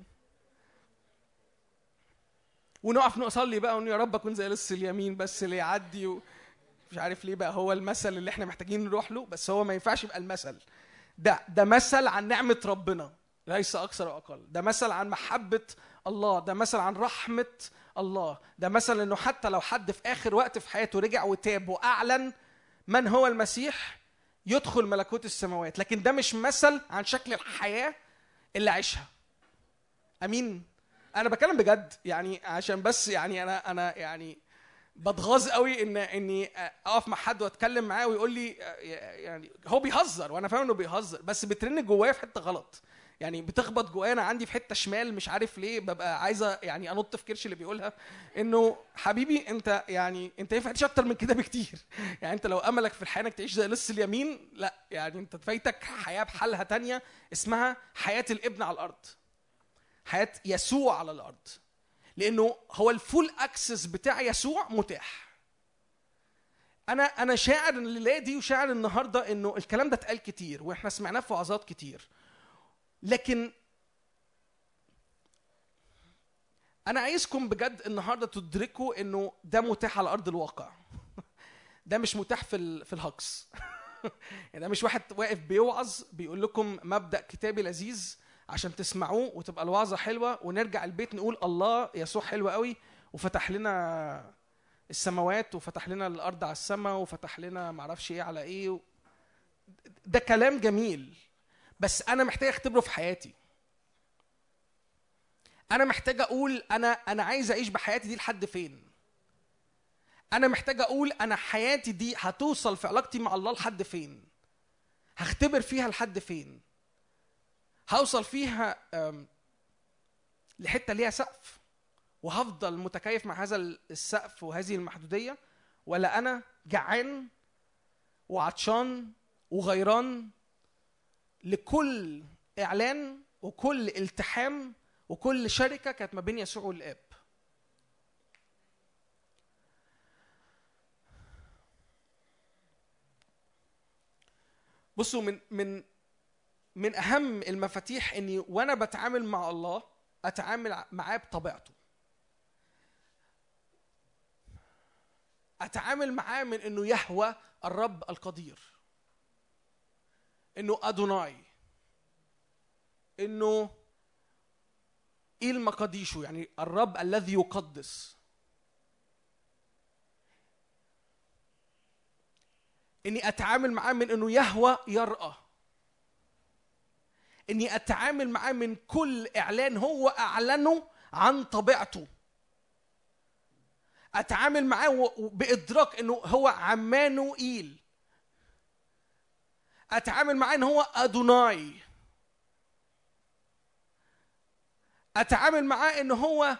ونقف نصلي بقى ونقول يا رب اكون زي لص اليمين بس اللي يعدي مش عارف ليه بقى هو المثل اللي احنا محتاجين نروح له، بس هو ما ينفعش يبقى المثل ده مثل عن نعمة ربنا ليس اكثر واقل، ده مثل عن محبة الله، ده مثل عن رحمة الله، ده مثل انه حتى لو حد في اخر وقت في حياته رجع وتاب واعلن من هو المسيح يدخل ملكوت السماوات. لكن ده مش مثل عن شكل الحياة اللي عيشها. امين. انا بتكلم بجد يعني عشان بس يعني انا يعني بتغاظ قوي اني اقف مع حد واتكلم معاه ويقول لي يعني هو بيهزر وانا فاهم انه بيهزر، بس بترن جوايا في حته غلط، يعني بتخبط جوايا. انا عندي في حته شمال مش عارف ليه ببقى عايزه يعني انط في كرش اللي بيقولها انه حبيبي انت يعني انت ينفع تعيش اكتر من كده بكتير. يعني انت لو املك في الحياه انك تعيش زي لص اليمين، لا يعني انت فايتك حياه بحالها تانية اسمها حياه الابن على الارض، حياة يسوع على الأرض، لأنه هو الفول أكسس بتاع يسوع متاح. أنا شاعر الليلة دي وشاعر النهاردة إنه الكلام ده اتقال كتير وإحنا سمعناه في وعظات كتير، لكن أنا عايزكم بجد النهاردة تدركوا إنه ده متاح على أرض الواقع. ده مش متاح في الهكس. يعني ده مش واحد واقف بيوعظ بيقول لكم مبدأ كتابي لذيذ عشان تسمعوه وتبقى الوعظة حلوة ونرجع البيت نقول الله يسوع حلو قوي وفتح لنا السماوات وفتح لنا الأرض على السماء وفتح لنا معرفش ايه على ايه. ده كلام جميل، بس أنا محتاج أختبره في حياتي. أنا محتاج أقول أنا عايز أعيش بحياتي دي لحد فين. أنا محتاج أقول أنا حياتي دي هتوصل في علاقتي مع الله لحد فين، هختبر فيها لحد فين، هوصل فيها لحتة ليها سقف وهفضل متكيف مع هذا السقف وهذه المحدودية، ولا أنا جعان وعطشان وغيران لكل إعلان وكل التحام وكل شركة كانت ما بين يسوع والآب. بصوا من أهم المفاتيح إني وأنا بتعامل مع الله أتعامل معاه بطبيعته، أتعامل معاه من إنه يهوى الرب القدير، إنه أدوناي، إنه إيل مقديشو يعني الرب الذي يقدس، إني أتعامل معاه من إنه يهوى يرأى، إني أتعامل معاه من كل إعلان هو أعلنه عن طبيعته، أتعامل معاه بإدراك إنه هو عمانوئيل، أتعامل معاه إنه هو أدوناي، أتعامل معاه إنه هو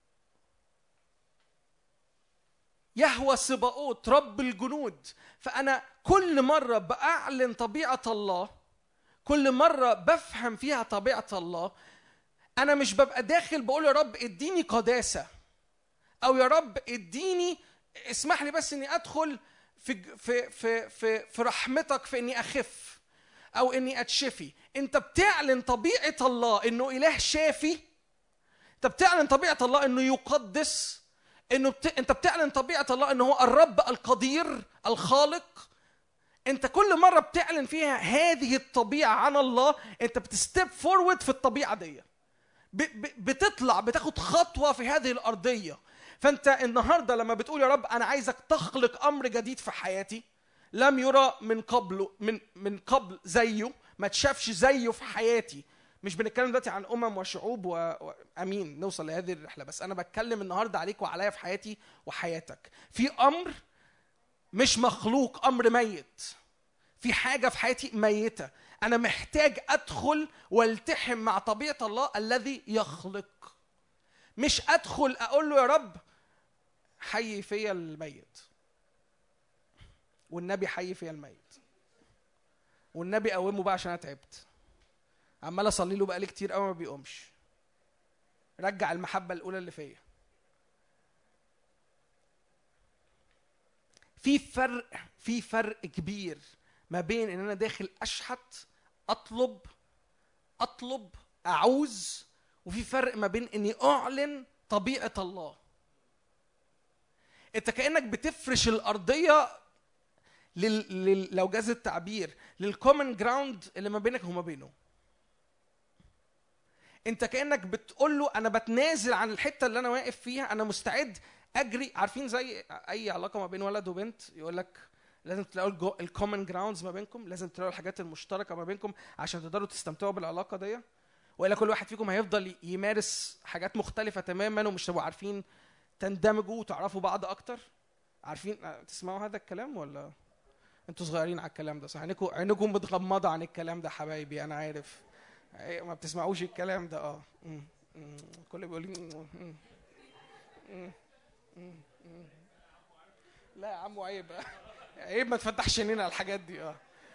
يهوى سباؤوت رب الجنود. فأنا كل مرة بأعلن طبيعة الله، كل مرة بفهم فيها طبيعة الله، أنا مش ببقى داخل بقول يا رب اديني قداسة أو يا رب اديني اسمح لي بس إني أدخل في رحمتك في إني أخف أو إني أتشفي. أنت بتعلن طبيعة الله إنه إله شافي، أنت بتعلن طبيعة الله إنه يقدس، أنت بتعلن طبيعة الله إنه هو الرب القدير الخالق. أنت كل مرة بتعلن فيها هذه الطبيعة عن الله، أنت بتستيب فورورد في الطبيعة دي، بتطلع بتاخد خطوة في هذه الأرضية. فأنت النهاردة لما بتقول يا رب أنا عايزك تخلق أمر جديد في حياتي لم يرى من قبل زيه، ما تشافش زيه في حياتي. مش بنتكلم دلوقتي عن وشعوب وأمين نوصل لهذه الرحلة، بس أنا بتكلم النهاردة عليك وعليا في حياتي وحياتك. في أمر مش مخلوق، أمر ميت، في حاجة في حياتي ميتة، أنا محتاج أدخل والتحم مع طبيعة الله الذي يخلق. مش ادخل اقول له يا رب حي فيا الميت، والنبي حي فيا الميت، والنبي قومه بقى عشان انا تعبت، عمال اصلي له بقالي كتير قوي ما بيقومش، رجع المحبه الاولى اللي فيا. في فرق كبير ما بين ان انا داخل اشحت اطلب اعوز، وفي فرق ما بين اني اعلن طبيعه الله. انت كانك بتفرش الارضيه لو جاز التعبير للكومن جراوند اللي ما بينك وما بينه. انت كانك بتقول له انا بتنازل عن الحته اللي انا واقف فيها، انا مستعد اجري. عارفين زي اي علاقه ما بين ولد وبنت يقول لك لازم تلاقوا الكومن جراوندز ما بينكم، لازم تلاقوا الحاجات المشتركه ما بينكم عشان تقدروا تستمتعوا بالعلاقه دي، والا كل واحد فيكم هيفضل يمارس حاجات مختلفه تماما ومش هتبقوا عارفين تندمجوا وتعرفوا بعض اكتر. عارفين تسمعوا هذا الكلام ولا انتوا صغيرين على الكلام ده؟ صح، عينكم متغمضه عن الكلام ده حبايبي، انا عارف ما بتسمعوش الكلام ده. كل بيقول لي لا يا عمو عيب عيب، ما تفتحش عينينا على الحاجات دي.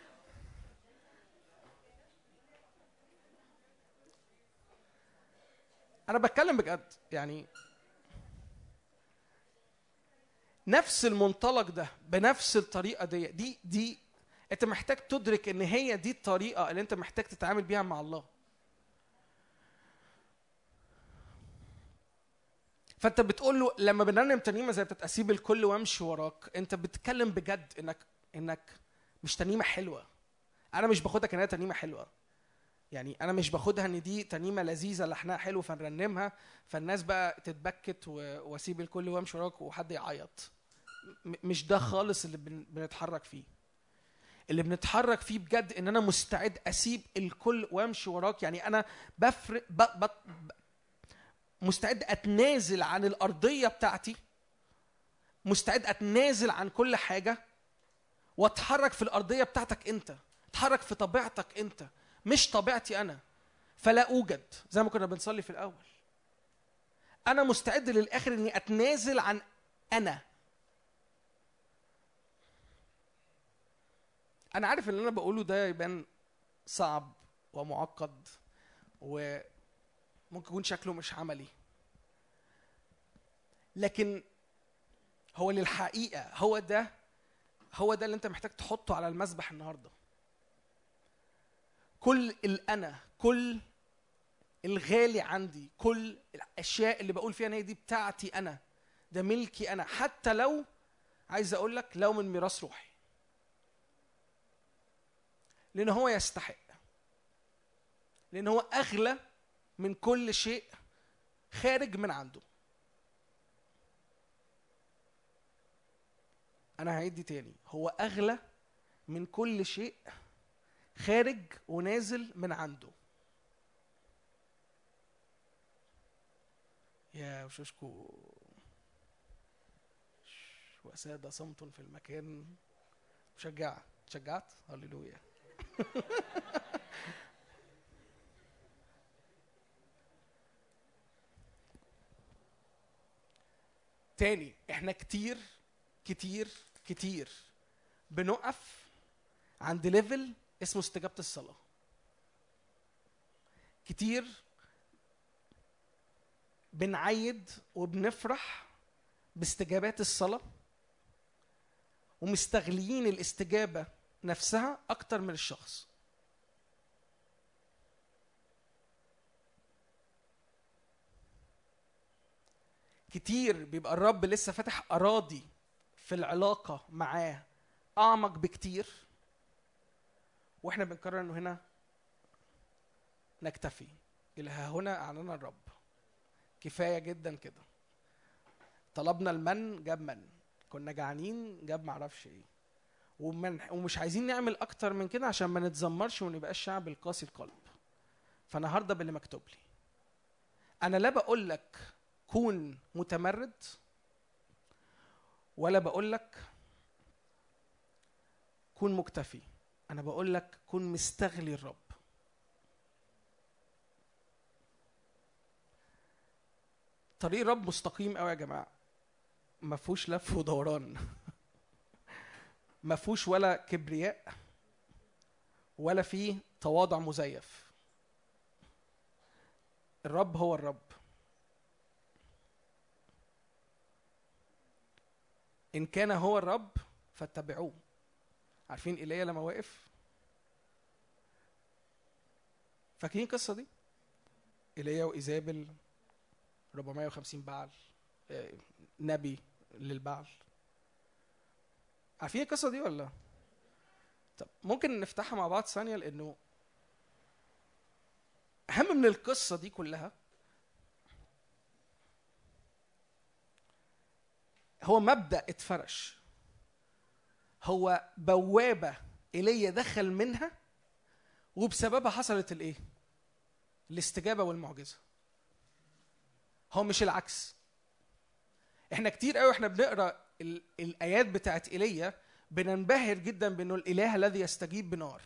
انا بتكلم بجد، يعني نفس المنطلق ده بنفس الطريقه دي انت محتاج تدرك ان هي دي الطريقه اللي انت محتاج تتعامل بيها مع الله. فانت بتقول له لما بنرنم ترنيمه زي بتاعت اسيب الكل وامشي وراك، انت بتتكلم بجد انك مش ترنيمه حلوه. انا مش باخدها كانها ترنيمه حلوه، يعني انا مش باخدها ان دي ترنيمه لذيذه لحنها حلو فنرنمها فالناس بقى تتبكت واسيب الكل وامشي وراك وحد يعيط. مش ده خالص اللي بنتحرك فيه. اللي بنتحرك فيه بجد ان انا مستعد اسيب الكل وامشي وراك، يعني انا مستعد اتنازل عن الارضيه بتاعتي، مستعد اتنازل عن كل حاجه واتحرك في الارضيه بتاعتك انت، اتحرك في طبيعتك انت مش طبيعتي انا. فلا اوجد زي ما كنا بنصلي في الاول، انا مستعد للاخر اني اتنازل عن انا عارف ان اللي انا بقوله ده يبان صعب ومعقد وممكن يكون شكله مش عملي، لكن هو للحقيقه هو ده اللي انت محتاج تحطه على المذبح النهارده. كل الانا، كل الغالي عندي، كل الاشياء اللي بقول فيها ان هي دي بتاعتي انا، ده ملكي انا، حتى لو عايز اقول لك لو من ميراث روحي، لان هو يستحق، لان هو اغلى من كل شيء خارج من عنده. انا هعيد تاني، هو اغلى من كل شيء خارج ونازل من عنده. يا وشوشكو وسادة صمت في المكان. شجعت هللويا. تاني، احنا كتير كتير كتير بنقف عند ليفل اسمه استجابة الصلاة. كتير بنعيد وبنفرح باستجابات الصلاة ومستغلين الاستجابة نفسها أكتر من الشخص. كتير بيبقى الرب لسه فاتح أراضي في العلاقة معاه أعمق بكتير، وإحنا بنقرر إنه هنا نكتفي. إلى هنا أعلن الرب، كفاية جدا كده. طلبنا المن جاب من، كنا جعانين جاب معرفش إيه، ومش عايزين نعمل أكتر من كده عشان ما نتذمرش ونبقى الشعب القاسي القلب. فنهارده باللي مكتوب لي، أنا لا بقول لك كون متمرد ولا بقول لك كون مكتفي، أنا بقول لك كون مستغلي الرب. طريق الرب مستقيم قوي يا جماعه، ما فيهوش لف ودوران ما فيهوش ولا كبرياء ولا فيه تواضع مزيف. الرب هو الرب. إن كان هو الرب فاتبعوه. عارفين إيليا لما وقف؟ فاكرين القصة دي؟ إيليا وإيزابل 450 بعل، نبي للبعل. عارفين القصة دي ولا؟ طب ممكن نفتحها مع بعض ثانية، لأنه أهم من القصة دي كلها هو مبدأ اتفرش، هو بوابة إيليا دخل منها وبسببها حصلت الايه؟ الاستجابة والمعجزة. هو مش العكس. احنا كتير قوي احنا بنقرأ الآيات بتاعت إيليا بننبهر جدا بأنه الإله الذي يستجيب بنار،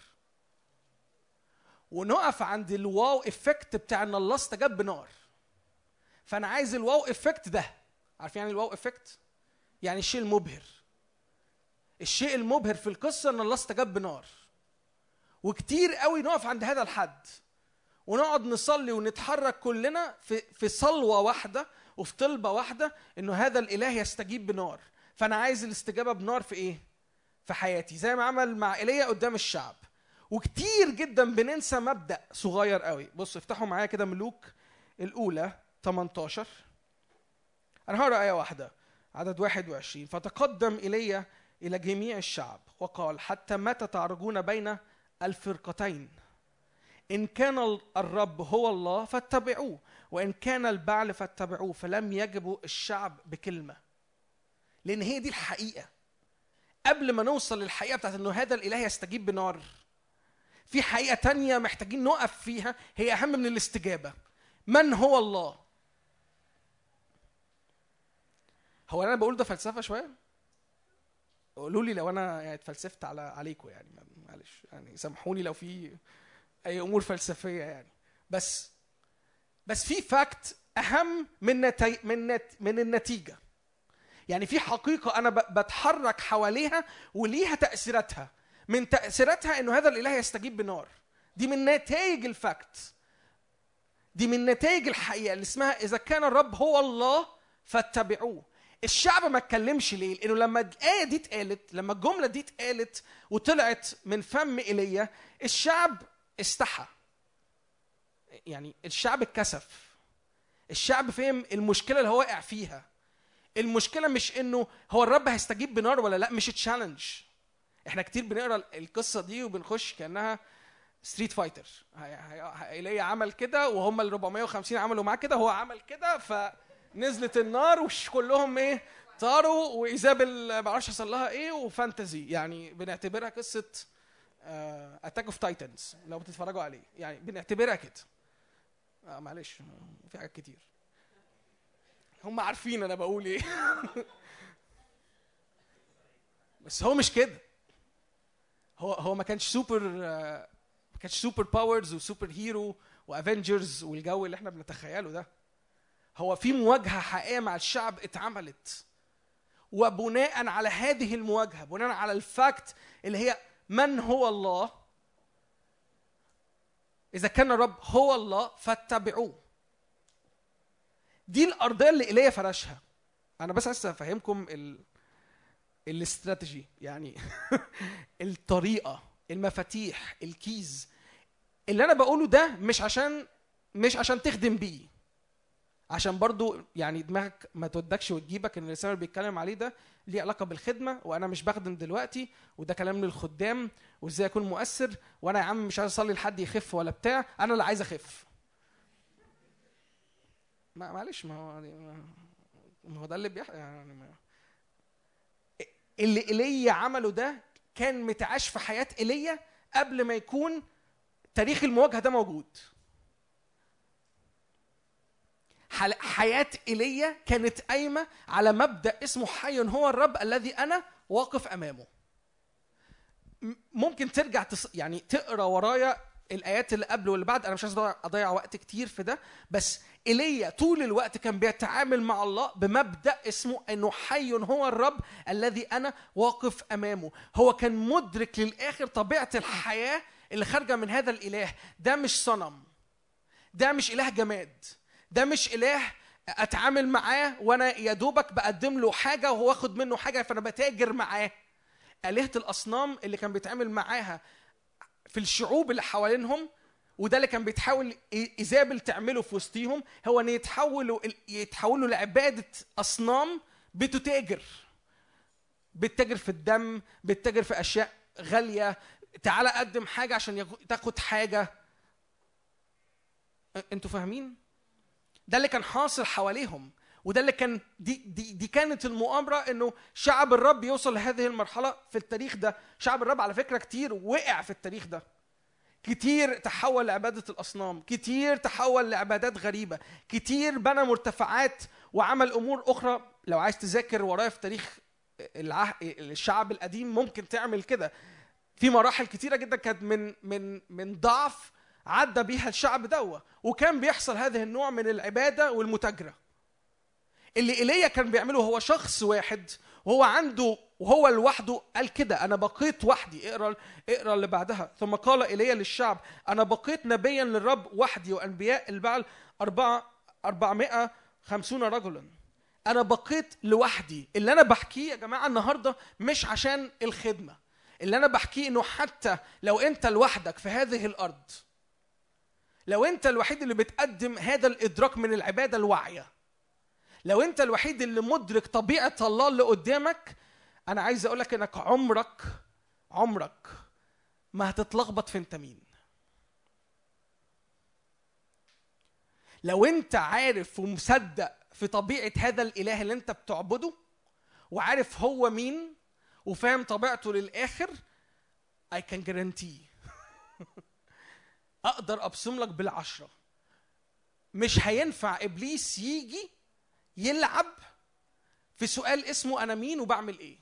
ونقف عند الواو إفكت بتاع أن الله استجاب بنار. فأنا عايز الواو إفكت ده. عارفين يعني الواو إفكت؟ يعني الشيء المبهر. الشيء المبهر في القصة أن الله استجاب بنار. وكتير قوي نقف عند هذا الحد ونقعد نصلي ونتحرك كلنا في صلوة واحدة وفي طلبة واحدة أنه هذا الإله يستجيب بنار. فأنا عايز الاستجابة بنار في إيه؟ في حياتي، زي ما عمل مع إيليا قدام الشعب. وكتير جدا بننسى مبدأ صغير قوي. بص افتحوا معايا كده ملوك الأولى 18. أنا هقرأ آية واحدة، عدد 21. فتقدم إيليا إلى جميع الشعب وقال: حتى متى تعرجون بين الفرقتين؟ إن كان الرب هو الله فاتبعوه، وإن كان البعل فاتبعوه. فلم يجبوا الشعب بكلمة، لأن هي دي الحقيقة. قبل ما نوصل للحقيقة بتاعت أنه هذا الإله يستجيب بنار، في حقيقة تانية محتاجين نقف فيها، هي أهم من الاستجابة. من هو الله؟ هو أنا بقول ده فلسفة شوية؟ قولوا لي لو أنا يعني اتفلسفت عليكم، يعني معلش، يعني سامحوني لو في أي أمور فلسفية يعني. بس في فاكت أهم من النتيجة. يعني في حقيقة أنا بتحرك حواليها وليها تأثيراتها. من تأثيراتها إنه هذا الإله يستجيب بنار. دي من نتائج الفاكت، دي من نتائج الحقيقة اللي اسمها إذا كان الرب هو الله فاتبعوه. الشعب ما اتكلمش ليه؟ لأنه لما الآية دي اتقالت، لما الجملة دي اتقالت وطلعت من فم إيليا، الشعب استحى. يعني الشعب اتكسف. الشعب فهم المشكلة اللي هو واقع فيها. المشكلة مش إنه هو الرب هيستجيب بنار ولا لا، مش تشالنج. احنا كتير بنقرا القصة دي وبنخش كأنها ستريت فايتر. إيليا عمل كده وهم ال 450 عملوا معاه كده، هو عمل كده فنزلت النار وش كلهم ايه؟ طاروا. وإيزابل ما اعرفش حصل لها ايه، وفانتزي. يعني بنعتبرها قصة اتاك اوف تايتنز لو بتتفرجوا عليه، يعني بنعتبرها كده. معلش في حاجات كتير هم عارفين انا بقول ايه بس هو مش كده. هو ما كانش سوبر باورز وسوبر هيرو وافنجرز والجو اللي احنا بنتخيله ده. هو في مواجهة حقيقية مع الشعب اتعملت، وبناء على هذه المواجهة، بناء على الفاكت اللي هي من هو الله، إذا كان الرب هو الله فاتبعوه. دي الأرضية اللي إيليا فرشها. أنا بس عايز أفهمكم الاستراتيجي، يعني الطريقة، المفاتيح، الكيز اللي أنا بقوله ده مش عشان تخدم بيه، عشان برضو يعني دماغك ما تودكش وتجيبك ان الرسالة اللي بيتكلم عليه ده ليه علاقة بالخدمة، وأنا مش بخدم دلوقتي، وده كلام للخدام وإزاي أكون مؤثر، وأنا يا عم مش عايز أصلي لحد يخف ولا بتاع، أنا اللي عايز أخف. معلش، ما هو ده اللي يعني اللي إيليا عمله ده كان متعاش في حياة إيليا قبل ما يكون تاريخ المواجهة ده موجود. حياة إيليا كانت قايمة على مبدأ اسمه حي هو الرب الذي أنا واقف أمامه. ممكن ترجع يعني تقرأ ورايا الآيات اللي قبل واللي بعد، أنا مش عايز أضيع وقت كتير في ده، بس إيليا طول الوقت كان بيتعامل مع الله بمبدأ اسمه أنه حي هو الرب الذي أنا واقف أمامه. هو كان مدرك للآخر طبيعة الحياة اللي خارجة من هذا الإله. ده مش صنم، ده مش إله جماد، ده مش إله أتعامل معاه وأنا يا دوبك بقدم له حاجة وهو واخد منه حاجة فأنا بتاجر معاه. آلهة الأصنام اللي كان بيتعامل معاها في الشعوب اللي حوالينهم، وده اللي كان بيتحاول إيزابل تعمله في وسطيهم، هو أن يتحولوا لعبادة أصنام بتتاجر في الدم، بتتاجر في أشياء غالية. تعال قدم حاجة عشان تاخد حاجة. أنتوا فاهمين؟ ده اللي كان حاصل حواليهم، وده اللي كان دي كانت المؤامرة إنه شعب الرب يوصل لهذه المرحلة في التاريخ ده. شعب الرب على فكرة كتير وقع في التاريخ ده، كتير تحول لعبادة الأصنام، كتير تحول لعبادات غريبة، كتير بنى مرتفعات وعمل أمور أخرى. لو عايز تذاكر ورايا في تاريخ الشعب القديم ممكن تعمل كده. في مراحل كتيرة جدا كانت من ضعف عدى بيها الشعب دوا، وكان بيحصل هذا النوع من العبادة والمتاجرة. اللي إيليا كان بيعمله هو شخص واحد وهو عنده وهو لوحده قال كده: أنا بقيت وحدي. اقرأ اللي بعدها. ثم قال إيليا للشعب: أنا بقيت نبيا للرب وحدي، وأنبياء البعل 450 رجلا. أنا بقيت لوحدي. اللي أنا بحكيه يا جماعة النهاردة مش عشان الخدمة، اللي أنا بحكيه إنه حتى لو أنت لوحدك في هذه الأرض، لو أنت الوحيد اللي بتقدم هذا الإدراك من العبادة الواعية، لو أنت الوحيد اللي مدرك طبيعة الله اللي قدامك، أنا عايز أقولك إنك عمرك ما هتتلخبط في أنت مين. لو أنت عارف ومصدق في طبيعة هذا الإله اللي أنت بتعبده، وعارف هو مين وفاهم طبيعته للآخر، I can guarantee أقدر أبصم لك بالعشرة مش هينفع إبليس يجي يلعب في سؤال اسمه أنا مين وبعمل إيه.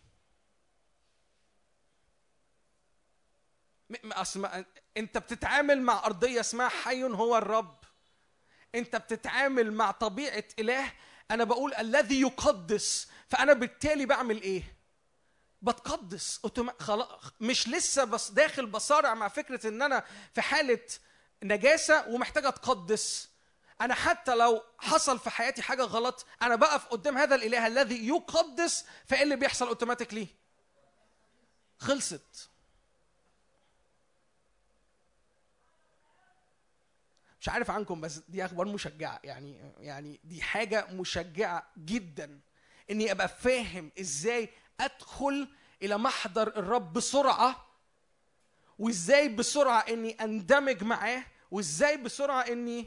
أنت بتتعامل مع أرضية اسمها حي هو الرب. أنت بتتعامل مع طبيعة إله، أنا بقول الذي يقدس، فأنا بالتالي بعمل إيه؟ بتقدس مش لسه بس داخل بصارع مع فكرة إن أنا في حالة نجاسة ومحتاج أتقدس. أنا حتى لو حصل في حياتي حاجة غلط، أنا بقف قدام هذا الإله الذي يقدس، فإيه اللي بيحصل أوتوماتيكلي؟ خلصت. مش عارف عنكم بس دي أخبار مشجعة، يعني دي حاجة مشجعة جدا إني أبقى فاهم إزاي أدخل إلى محضر الرب بسرعة، وإزاي بسرعة إني أندمج معاه، وإزاي بسرعة إني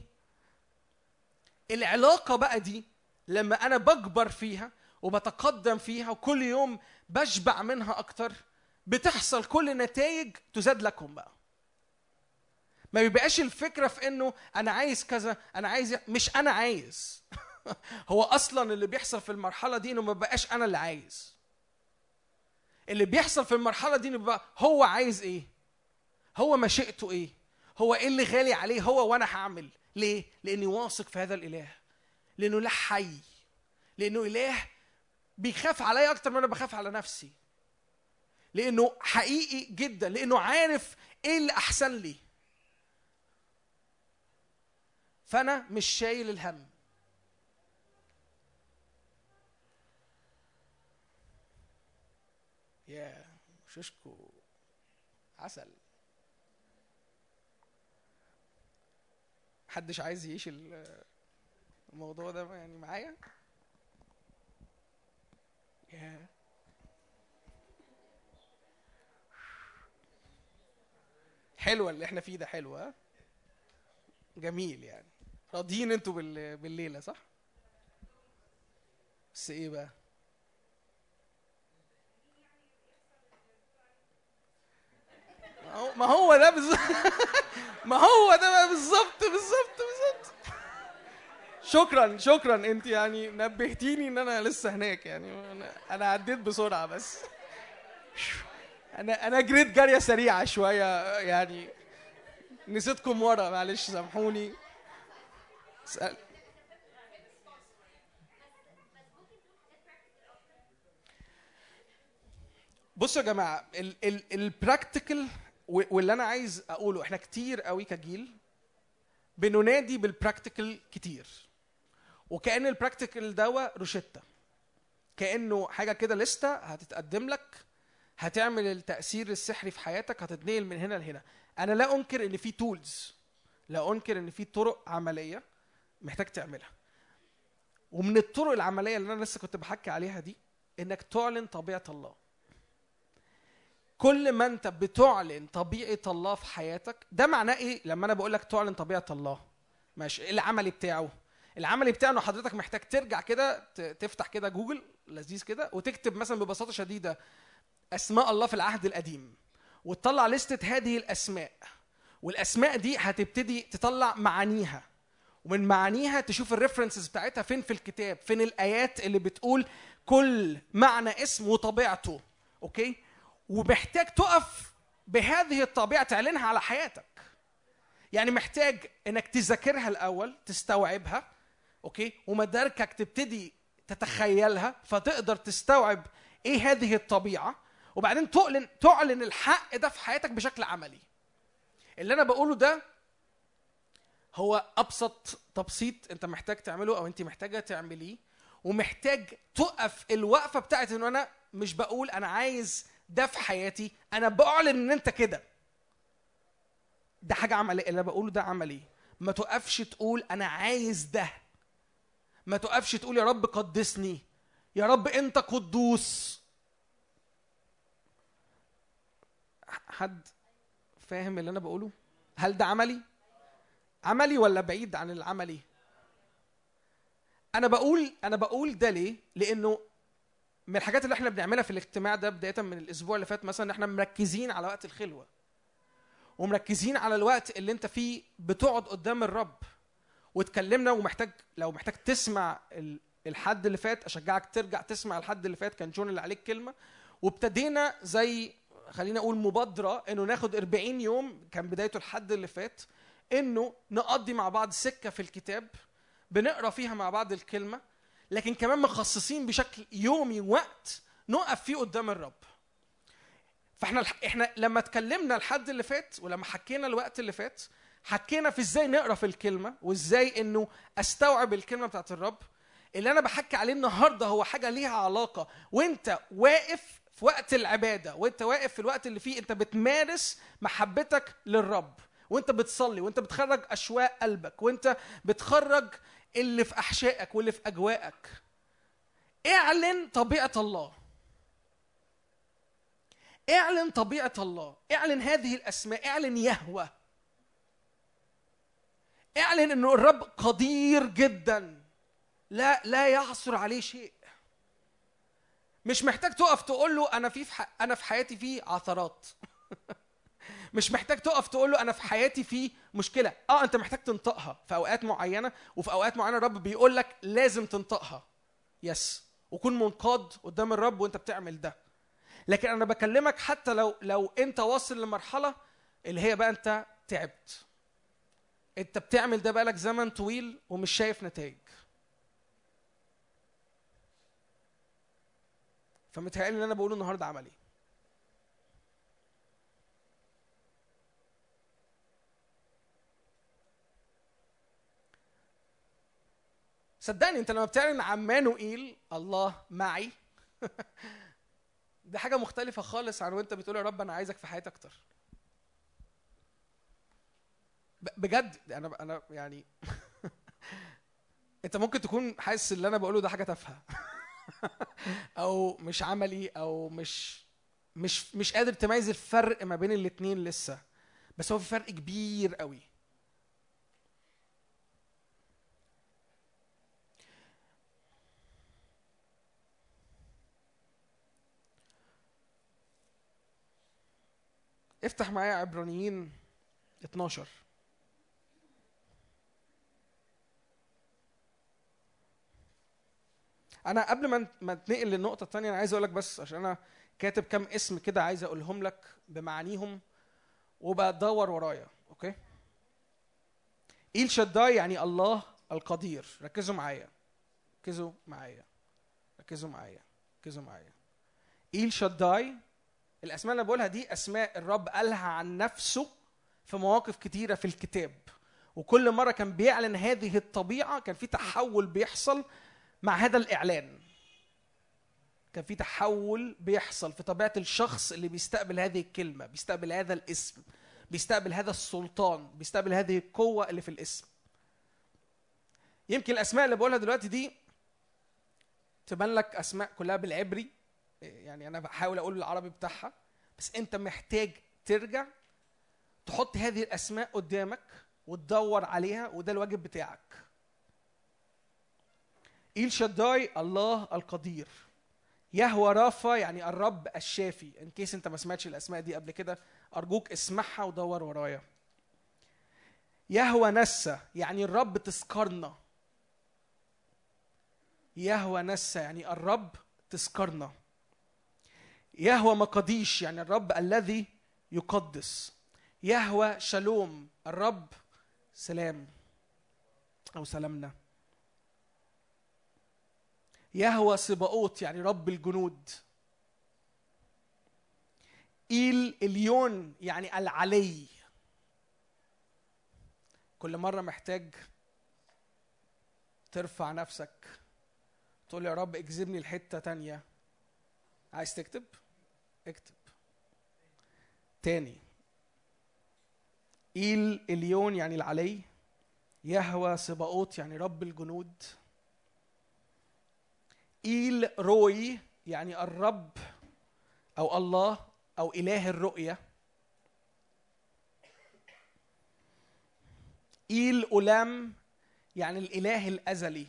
العلاقة بقى دي لما أنا بكبر فيها وبتقدم فيها وكل يوم بشبع منها أكتر، بتحصل كل نتائج تزاد لكم بقى. ما بيبقاش الفكرة في إنه أنا عايز كذا، أنا عايز، مش أنا عايز هو أصلاً اللي بيحصل في المرحلة دي إنه ما بقاش أنا اللي عايز. اللي بيحصل في المرحلة دي إنه بقى هو عايز إيه، هو مشيئته إيه، هو إيه اللي غالي عليه هو، وأنا هعمل ليه؟ لأني واثق في هذا الإله، لأنه لا حي، لأنه إله بيخاف عليا أكتر من أنا بخاف على نفسي، لأنه حقيقي جدا، لأنه عارف إيه اللي أحسن لي، فأنا مش شايل الهم. يا شوشكو عسل. محدش عايز يعيش الموضوع ده يعني معايا؟ يا حلوة اللي احنا فيه ده، حلوة جميل يعني. راضيين انتوا بالليلة صح؟ بس ايه بقى؟ ما هو ده بالظبط ما هو ده بقى بالظبط. شكرا انت يعني نبهتيني ان انا لسه هناك، يعني انا عديت بسرعة، بس انا جريت جارية سريعة شوية، يعني نسيتكم ورا، معلش سامحوني. بصوا يا جماعه البراكتيكال واللي انا عايز اقوله، احنا كتير قوي كجيل بننادي بالبراكتيكال كتير، وكأن البراكتيكال دوا روشتة، كأنه حاجه كده لسته هتتقدم لك هتعمل التأثير السحري في حياتك، هتتنقل من هنا لهنا. انا لا انكر ان في تولز، لا انكر ان في طرق عمليه محتاج تعملها، ومن الطرق العمليه اللي انا لسه كنت بحكي عليها دي انك تعلن طبيعه الله. كل ما انت بتعلن طبيعه الله في حياتك، ده معناه ايه لما انا بقول لك تعلن طبيعه الله؟ ماشي، العملي بتاعه، العملي بتاعه انه حضرتك محتاج ترجع كده تفتح كده جوجل لذيذ كده وتكتب مثلا ببساطه شديده اسماء الله في العهد القديم، وتطلع لستة هذه الاسماء، والاسماء دي هتبتدي تطلع معانيها، ومن معانيها تشوف الريفرنسز بتاعتها فين في الكتاب، فين الايات اللي بتقول كل معنى اسم وطبيعته. اوكي، ومحتاج تقف بهذه الطبيعه تعلنها على حياتك. يعني محتاج انك تذاكرها الاول، تستوعبها، اوكي، ومداركك تبتدي تتخيلها فتقدر تستوعب ايه هذه الطبيعه، وبعدين تعلن الحق ده في حياتك بشكل عملي. اللي انا بقوله ده هو ابسط تبسيط انت محتاج تعمله او انت محتاجه تعمليه، ومحتاج تقف الوقفه بتاعت انه انا مش بقول انا عايز ده في حياتي، انا بعلن ان انت كده. ده حاجه عمليه، اللي انا بقوله ده عملي. ما تقفش تقول انا عايز ده، ما تقفش تقول يا رب قدسني، يا رب انت قدوس. حد فاهم اللي انا بقوله؟ هل ده عملي؟ عملي ولا بعيد عن العملي؟ انا بقول ده ليه؟ لانه من الحاجات اللي احنا بنعملها في الاجتماع ده بدايه من الاسبوع اللي فات مثلا، احنا مركزين على وقت الخلوه، ومركزين على الوقت اللي انت فيه بتقعد قدام الرب. واتكلمنا، ومحتاج لو محتاج تسمع الحد اللي فات اشجعك ترجع تسمع الحد اللي فات، كان جون اللي عليك كلمه. وابتدينا زي خلينا اقول مبادره انه ناخد 40 يوم، كان بدايته الحد اللي فات، انه نقضي مع بعض سكه في الكتاب بنقرا فيها مع بعض الكلمه، لكن كمان مخصصين بشكل يومي وقت نقف فيه قدام الرب. فاحنا لما اتكلمنا الحد اللي فات ولما حكينا الوقت اللي فات، حكينا في ازاي نقرا في الكلمه وازاي انه استوعب الكلمه بتاعت الرب. اللي انا بحكي عليه النهارده هو حاجه ليها علاقه وانت واقف في وقت العباده، وانت واقف في الوقت اللي فيه انت بتمارس محبتك للرب، وانت بتصلي، وانت بتخرج اشواق قلبك، وانت بتخرج اللي في احشائك واللي في اجواءك. اعلن طبيعه الله، اعلن طبيعه الله، اعلن هذه الاسماء، اعلن يهوه، اعلن انه الرب قدير جدا، لا يعثر عليه شيء. مش محتاج تقف تقول له انا في حياتي في عثرات مش محتاج تقف تقول له انا في حياتي في مشكله. انت محتاج تنطقها في اوقات معينه، وفي اوقات معينه الرب بيقول لك لازم تنطقها، يس، وكون منقاد قدام الرب وانت بتعمل ده. لكن انا بكلمك حتى لو انت واصل لمرحله اللي هي بقى انت تعبت، انت بتعمل ده بقالك زمن طويل ومش شايف نتائج، فمتهيألي اللي انا بقوله النهارده عملي. صدقني انت لما بتعلن عمانوئيل الله معي دي حاجه مختلفه خالص عن وانت بتقول يا رب انا عايزك في حياتي اكتر. بجد انا يعني انت ممكن تكون حاسس اللي انا بقوله ده حاجه تافهه او مش عملي او مش قادر تميز الفرق ما بين الاتنين لسه، بس هو في فرق كبير قوي. افتح معايا عبرانيين 12. انا قبل ما اتنقل للنقطه الثانيه انا عايز اقول لك بس، عشان انا كاتب كام اسم كده عايز اقولهم لك بمعانيهم وبدور ورايا. اوكي، إيل شداي يعني الله القدير. ركزوا معايا ركزوا معايا ركزوا معايا ركزوا معايا. إيل شداي الاسماء اللي بقولها دي اسماء الرب قالها عن نفسه في مواقف كتيره في الكتاب، وكل مره كان بيعلن هذه الطبيعه كان في تحول بيحصل مع هذا الاعلان. كان في تحول بيحصل في طبيعه الشخص اللي بيستقبل هذه الكلمه، بيستقبل هذا الاسم، بيستقبل هذا السلطان، بيستقبل هذه القوه اللي في الاسم. يمكن الاسماء اللي بقولها دلوقتي دي تبان لك اسماء كلها بالعبري، يعني انا بحاول اقول العربي بتاعها، بس انت محتاج ترجع تحط هذه الاسماء قدامك وتدور عليها، وده الواجب بتاعك. إيل شداي الله القدير، يهوى رافا يعني الرب الشافي. ان كيس انت ما سمعتش الاسماء دي قبل كده ارجوك اسمعها ودور ورايا. يهوى نسى يعني الرب تذكرنا. يهوى نسى يعني الرب تذكرنا. يهوى مقديش يعني الرب الذي يقدس. يهوى شالوم الرب سلام أو سلامنا. يهوى سباوت يعني رب الجنود. إيل إليون يعني العلي. كل مرة محتاج ترفع نفسك تقول يا رب اجذبني لحتة تانية. عايز تكتب؟ اكتب تاني. إيل إليون يعني العلي. يهوى سباوت يعني رب الجنود. إيل روي يعني الرب أو الله أو إله الرؤية. إيل أولام يعني الإله الأزلي.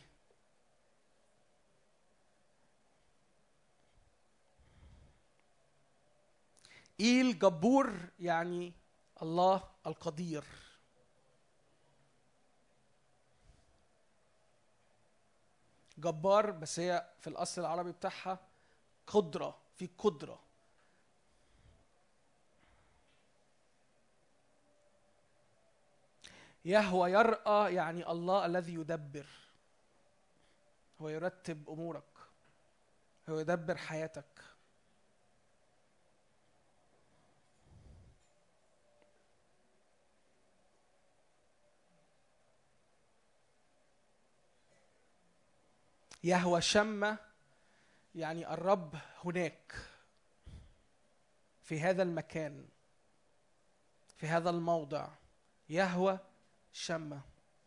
إيل جبور يعني الله القدير. جبار بس هي في الأصل العربي بتاعها قدرة، في قدرة. يهوى يرأى يعني الله الذي يدبر. هو يرتب أمورك، هو يدبر حياتك. يهوى شمة يعني الرب هناك في هذا المكان في هذا الموضع. يهوى شمة.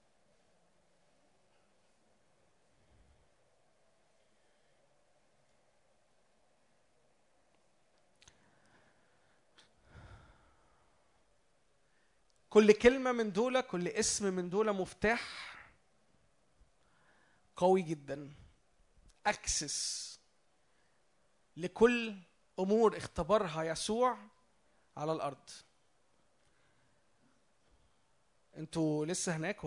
كل كلمة من دول، كل اسم من دول مفتاح قوي جدا، أكسس لكل أمور اختبرها يسوع على الأرض. انتوا لسه هناك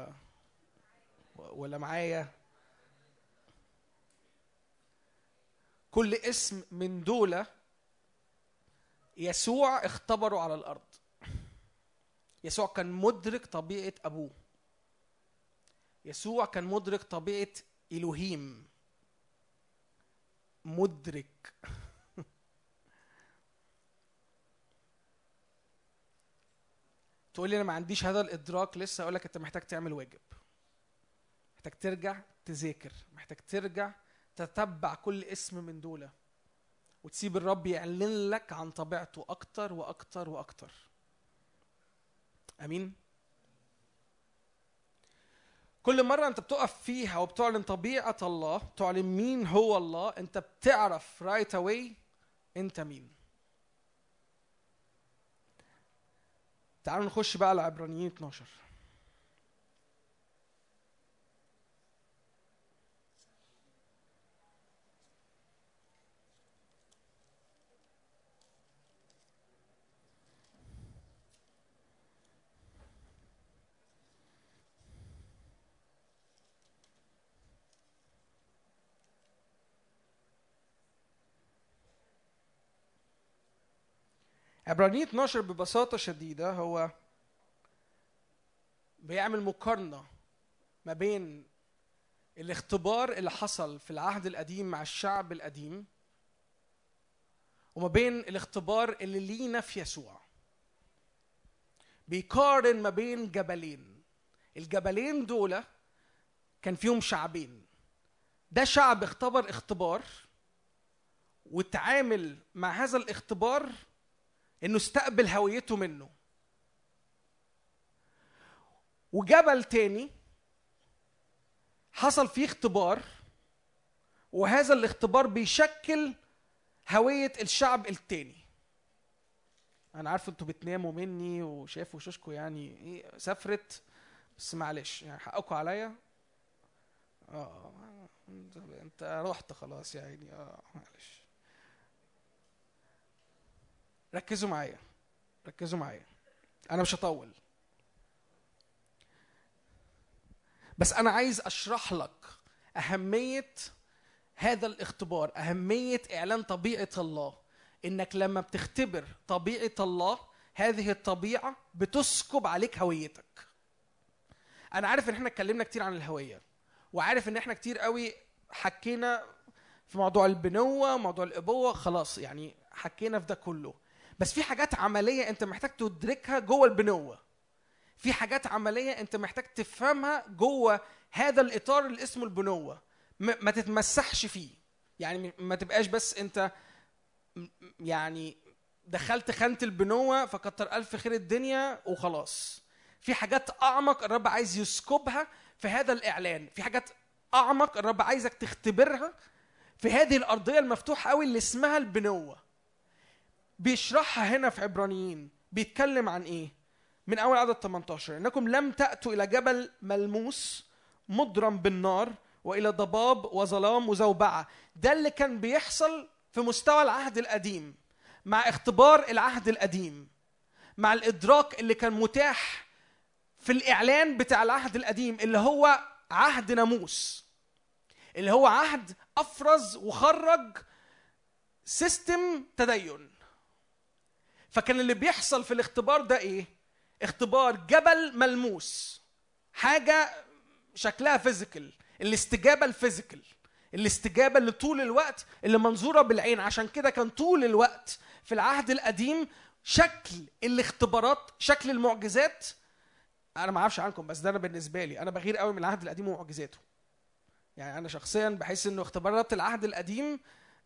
ولا معايا؟ كل اسم من دول يسوع اختبره على الأرض. يسوع كان مدرك طبيعة أبوه. يسوع كان مدرك طبيعة إلهيم. مدرك. تقول لي أنا ما عنديش هذا الإدراك لسه، أقول لك أنت محتاج تعمل واجب. محتاج ترجع تذاكر، محتاج ترجع تتبع كل اسم من دول وتسيب الرب يعلن لك عن طبيعته أكتر وأكتر وأكتر. أمين. كل مرة أنت بتقف فيها وبتعلن طبيعة الله، بتعلن مين هو الله، أنت بتعرف right away أنت مين. تعالوا نخش بقى على عبرانيين 12. عبرانيين 12 ببساطة شديدة هو بيعمل مقارنة ما بين الاختبار اللي حصل في العهد القديم مع الشعب القديم وما بين الاختبار اللي لينا في يسوع. بيقارن ما بين جبلين. الجبلين دول كان فيهم شعبين. ده شعب اختبر اختبار وتعامل مع هذا الاختبار انه استقبل هويته منه. وجبل تاني حصل فيه اختبار، وهذا الاختبار بيشكل هوية الشعب التاني. انا عارف انتوا بتناموا مني وشايفوا وشوشكوا يعني ايه سفرت، بس معلش يعني حقكم عليا. انت رحت خلاص يا عيني. معلش. ركزوا معايا انا مش هطول، بس انا عايز اشرح لك اهمية هذا الاختبار، اهمية اعلان طبيعة الله. انك لما بتختبر طبيعة الله، هذه الطبيعة بتسكب عليك هويتك. انا عارف ان احنا اتكلمنا كتير عن الهوية، وعارف ان احنا كتير قوي حكينا في موضوع البنوة، موضوع الابوة، خلاص يعني حكينا في ده كله. بس في حاجات عملية انت محتاج تدركها جوه البنوة. في حاجات عملية انت محتاج تفهمها جوه هذا الاطار اللي اسمه البنوة. ما تتمسحش فيه، يعني ما تبقاش بس انت يعني دخلت خانة البنوة فكتر ألف خير الدنيا وخلاص. في حاجات أعمق الرب عايز يسكبها في هذا الإعلان. في حاجات أعمق الرب عايزك تختبرها في هذه الأرضية المفتوحة قوي اللي اسمها البنوة. بيشرحها هنا في عبرانيين. بيتكلم عن إيه؟ من أول عدد 18: إنكم لم تأتوا إلى جبل ملموس مضرم بالنار وإلى ضباب وظلام وزوبعة. ده اللي كان بيحصل في مستوى العهد القديم، مع اختبار العهد القديم، مع الإدراك اللي كان متاح في الإعلان بتاع العهد القديم، اللي هو عهد ناموس، اللي هو عهد أفرز وخرج سيستم تدين. فكان اللي بيحصل في الاختبار ده إيه؟ اختبار جبل ملموس، حاجة شكلها فيزيكال، الاستجابة الفيزيكال، الاستجابة اللي طول الوقت اللي منظورة بالعين. عشان كده كان طول الوقت في العهد القديم شكل الاختبارات، شكل المعجزات. أنا ما أعرفش عنكم، بس ده أنا بالنسبة لي أنا بغير قوي من العهد القديم ومعجزاته. يعني أنا شخصيا بحس إنه اختبارات العهد القديم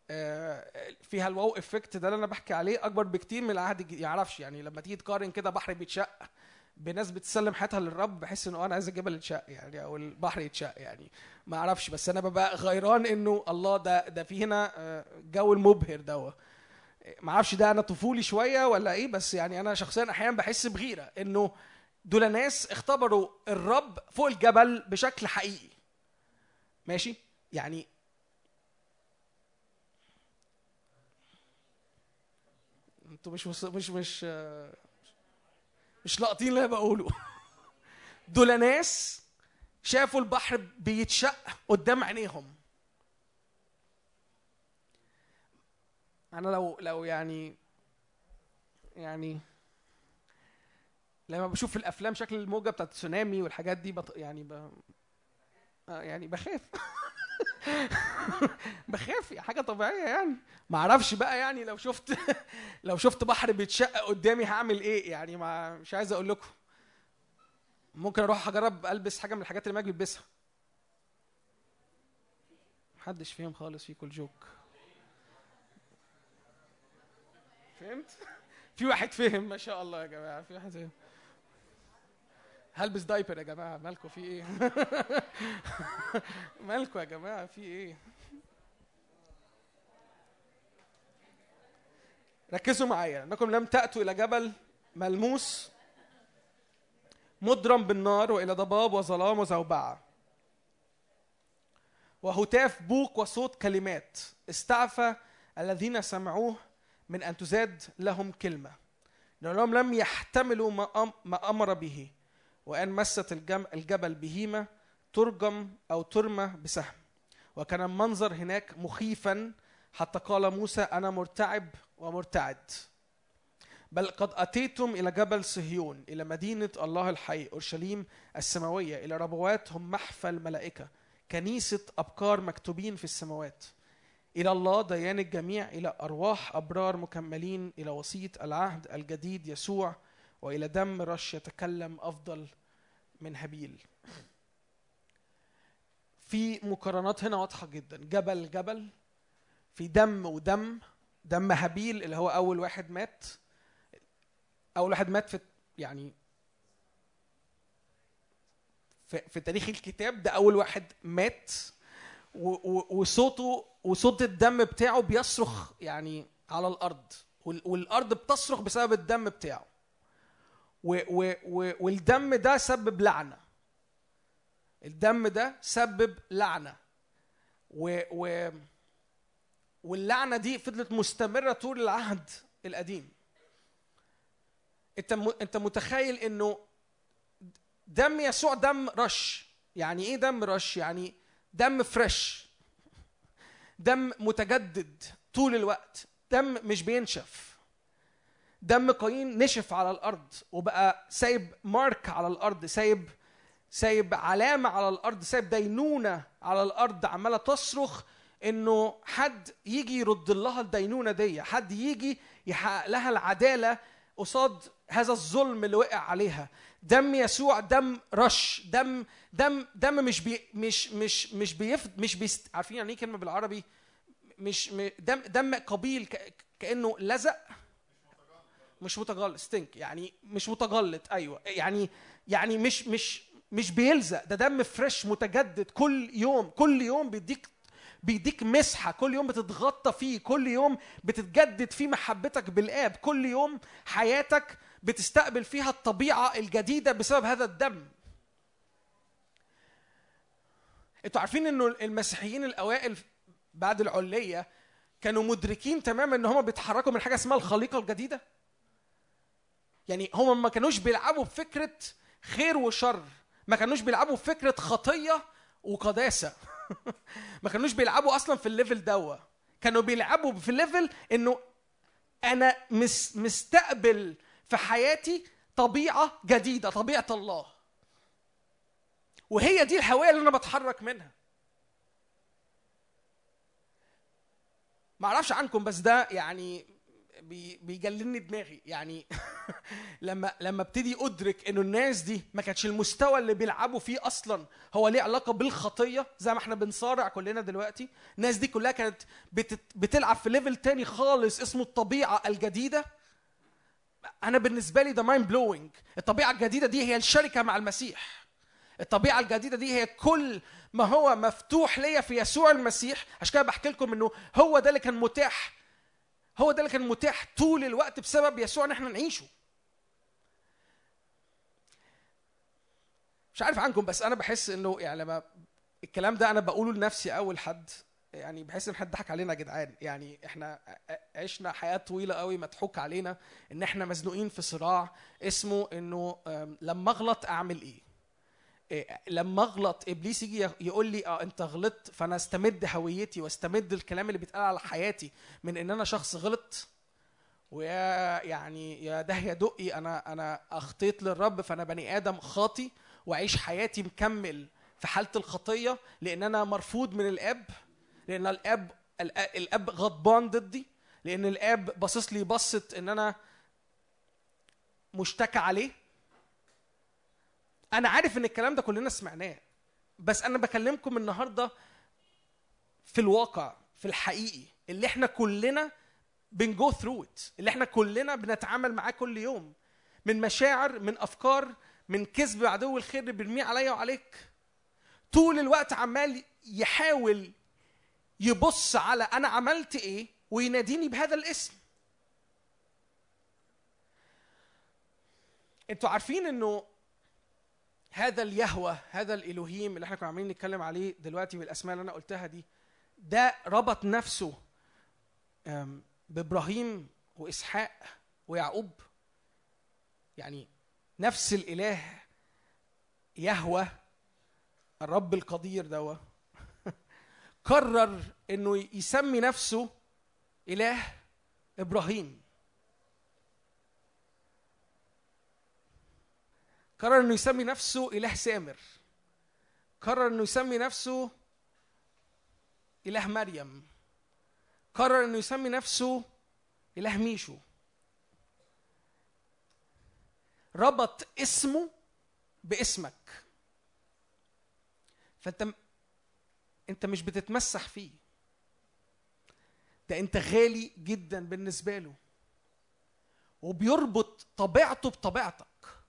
فيها الواو إفكت ده اللي أنا بحكي عليه أكبر بكتير من العهد الجديد. يعرفش يعني لما تيجي تقارن كده بحر بيتشق بناس بتسلم حياتها للرب، بحس انه انا عايز الجبل يتشق يعني، او البحر يتشق يعني. ما اعرفش، بس انا ببقى غيران انه الله ده في هنا جو المبهر ده. ما اعرفش ده انا طفولي شويه ولا ايه، بس يعني انا شخصيا احيانا بحس بغيره انه دول ناس اختبروا الرب فوق الجبل بشكل حقيقي. ماشي يعني انتوا مش لاقطين اللي انا بقوله. دول ناس شافوا البحر بيتشق قدام عينيهم. انا لو يعني لما بشوف في الافلام شكل الموجه بتاعت التسونامي والحاجات دي يعني بخاف. بخاف، حاجه طبيعيه يعني. ما اعرفش بقى يعني لو شفت بحر بيتشق قدامي هعمل ايه يعني. مش عايز اقول لكم. ممكن اروح اجرب البس حاجه من الحاجات اللي ماجد بيلبسها. محدش فيهم خالص فيكم الجوك. فهمت؟ في واحد فهم ما شاء الله يا جماعه. في واحد فهم. هلبس دايبر يا جماعه، مالكم في ايه؟ مالكم يا جماعه في ايه؟ ركزوا معايا. انكم لم تأتوا الى جبل ملموس مضرم بالنار والى ضباب وظلام وزوبعه وهتاف بوق وصوت كلمات، استعفى الذين سمعوه من ان تزاد لهم كلمه، لانهم لم يحتملوا ما امر به، وان مست الجبل بهيمه ترجم او ترمى بسهم. وكان المنظر هناك مخيفا حتى قال موسى: انا مرتعب ومرتعد. بل قد أتيتم إلى جبل صهيون، إلى مدينة الله الحي، أورشليم السماوية، إلى ربوات هم محفى الملائكة، كنيسة أبكار مكتوبين في السماوات، إلى الله ديان الجميع، إلى أرواح أبرار مكملين، إلى وسيط العهد الجديد يسوع، وإلى دم رش يتكلم أفضل من هابيل. في مقارنات هنا واضحة جدا، جبل جبل، في دم ودم. دم هابيل اللي هو أول واحد مات، في يعني في تاريخ الكتاب، ده أول واحد مات، وصوته وصوت الدم بتاعه بيصرخ يعني على الأرض، والأرض بتصرخ بسبب الدم بتاعه، والدم ده سبب لعنة. الدم ده سبب لعنة، واللعنة دي فضلت مستمرة طول العهد القديم. انت متخيل انه دم يسوع دم رش؟ يعني ايه دم رش؟ يعني دم فريش، دم متجدد طول الوقت، دم مش بينشف. دم قايين نشف على الارض وبقى سايب مارك على الارض، سايب علامة على الارض، سايب دينونة على الارض عمالة تصرخ انه حد يجي يرد لها الدينونة دي، حد يجي يحقق لها العدالة قصاد هذا الظلم اللي وقع عليها. دم يسوع دم رش، دم مش عارفين يعني ايه كلمة بالعربي؟ مش دم قبيل، كأنه لزق، مش متغلط، ستينك، يعني مش متغلط، ايوه، يعني مش بيلزق، ده دم فريش متجدد كل يوم بيديك مسحة، كل يوم بتتغطى فيه، كل يوم بتتجدد فيه محبتك بالآب، كل يوم حياتك بتستقبل فيها الطبيعة الجديدة بسبب هذا الدم. انتوا عارفين انه المسيحيين الأوائل بعد العلية كانوا مدركين تماما ان هم بيتحركوا من حاجة اسمها الخليقة الجديدة. يعني هم ما كانوش بيلعبوا بفكرة خير وشر، ما كانوش بيلعبوا بفكرة خطية وقداسة ما كانوش بيلعبوا أصلا في الليفل دوا، كانوا بيلعبوا في الليفل إنه أنا مستقبل في حياتي طبيعة جديدة، طبيعة الله، وهي دي الهوية اللي أنا بتحرك منها. ما أعرفش عنكم بس ده يعني بيجللني دماغي يعني لما ابتدي ادرك انه الناس دي ما كانتش المستوى اللي بيلعبوا فيه اصلا هو ليه علاقه بالخطيه زي ما احنا بنصارع كلنا دلوقتي. الناس دي كلها كانت بتلعب في ليفل تاني خالص اسمه الطبيعه الجديده. انا بالنسبه لي ده مايند بلوينج. الطبيعه الجديده دي هي الشركه مع المسيح. الطبيعه الجديده دي هي كل ما هو مفتوح ليا في يسوع المسيح. عشان كده بحكي لكم انه هو ده اللي كان متاح طول الوقت بسبب يسوع ان احنا نعيشه. مش عارف عنكم بس انا بحس انه يعني لما الكلام ده انا بقوله لنفسي اول حد، يعني بحس ان حد ضحك علينا يا جدعان. يعني احنا عشنا حياة طويلة قوي مضحوك علينا ان احنا مزنوقين في صراع اسمه انه لما اغلط اعمل ايه. لما اغلط ابليس يجي يقول لي انت غلطت، فانا استمد هويتي واستمد الكلام اللي بيتقال على حياتي من ان انا شخص غلط، ويا يعني يا ده يا دقي انا اخطيت للرب فانا بني ادم خاطي، واعيش حياتي مكمل في حالة الخطية لان انا مرفوض من الاب، لان الاب غضبان ضدي، لان الاب باصص لي بصة ان انا مشتكى عليه. انا عارف ان الكلام ده كلنا سمعناه، بس انا بكلمكم النهارده في الواقع، في الحقيقي اللي احنا كلنا بنجو ثرو ات، اللي احنا كلنا بنتعامل معاه كل يوم، من مشاعر، من افكار، من كذب عدو الخير اللي بيرميه عليا وعليك طول الوقت، عمال يحاول يبص على انا عملت ايه ويناديني بهذا الاسم. انتوا عارفين انه هذا اليهوه، هذا الالوهيم اللي احنا كنا عاملين نتكلم عليه دلوقتي بالاسماء اللي انا قلتها دي، ده ربط نفسه بإبراهيم وإسحاق ويعقوب. يعني نفس الإله يهوه الرب القدير دوا قرر إنه يسمي نفسه إله إبراهيم، قرر إنه يسمي نفسه إله سامر، قرر إنه يسمي نفسه إله مريم، قرر انه يسمي نفسه إله ميشو. ربط اسمه باسمك، فانت مش بتتمسح فيه، ده انت غالي جدا بالنسبة له، وبيربط طبيعته بطبيعتك،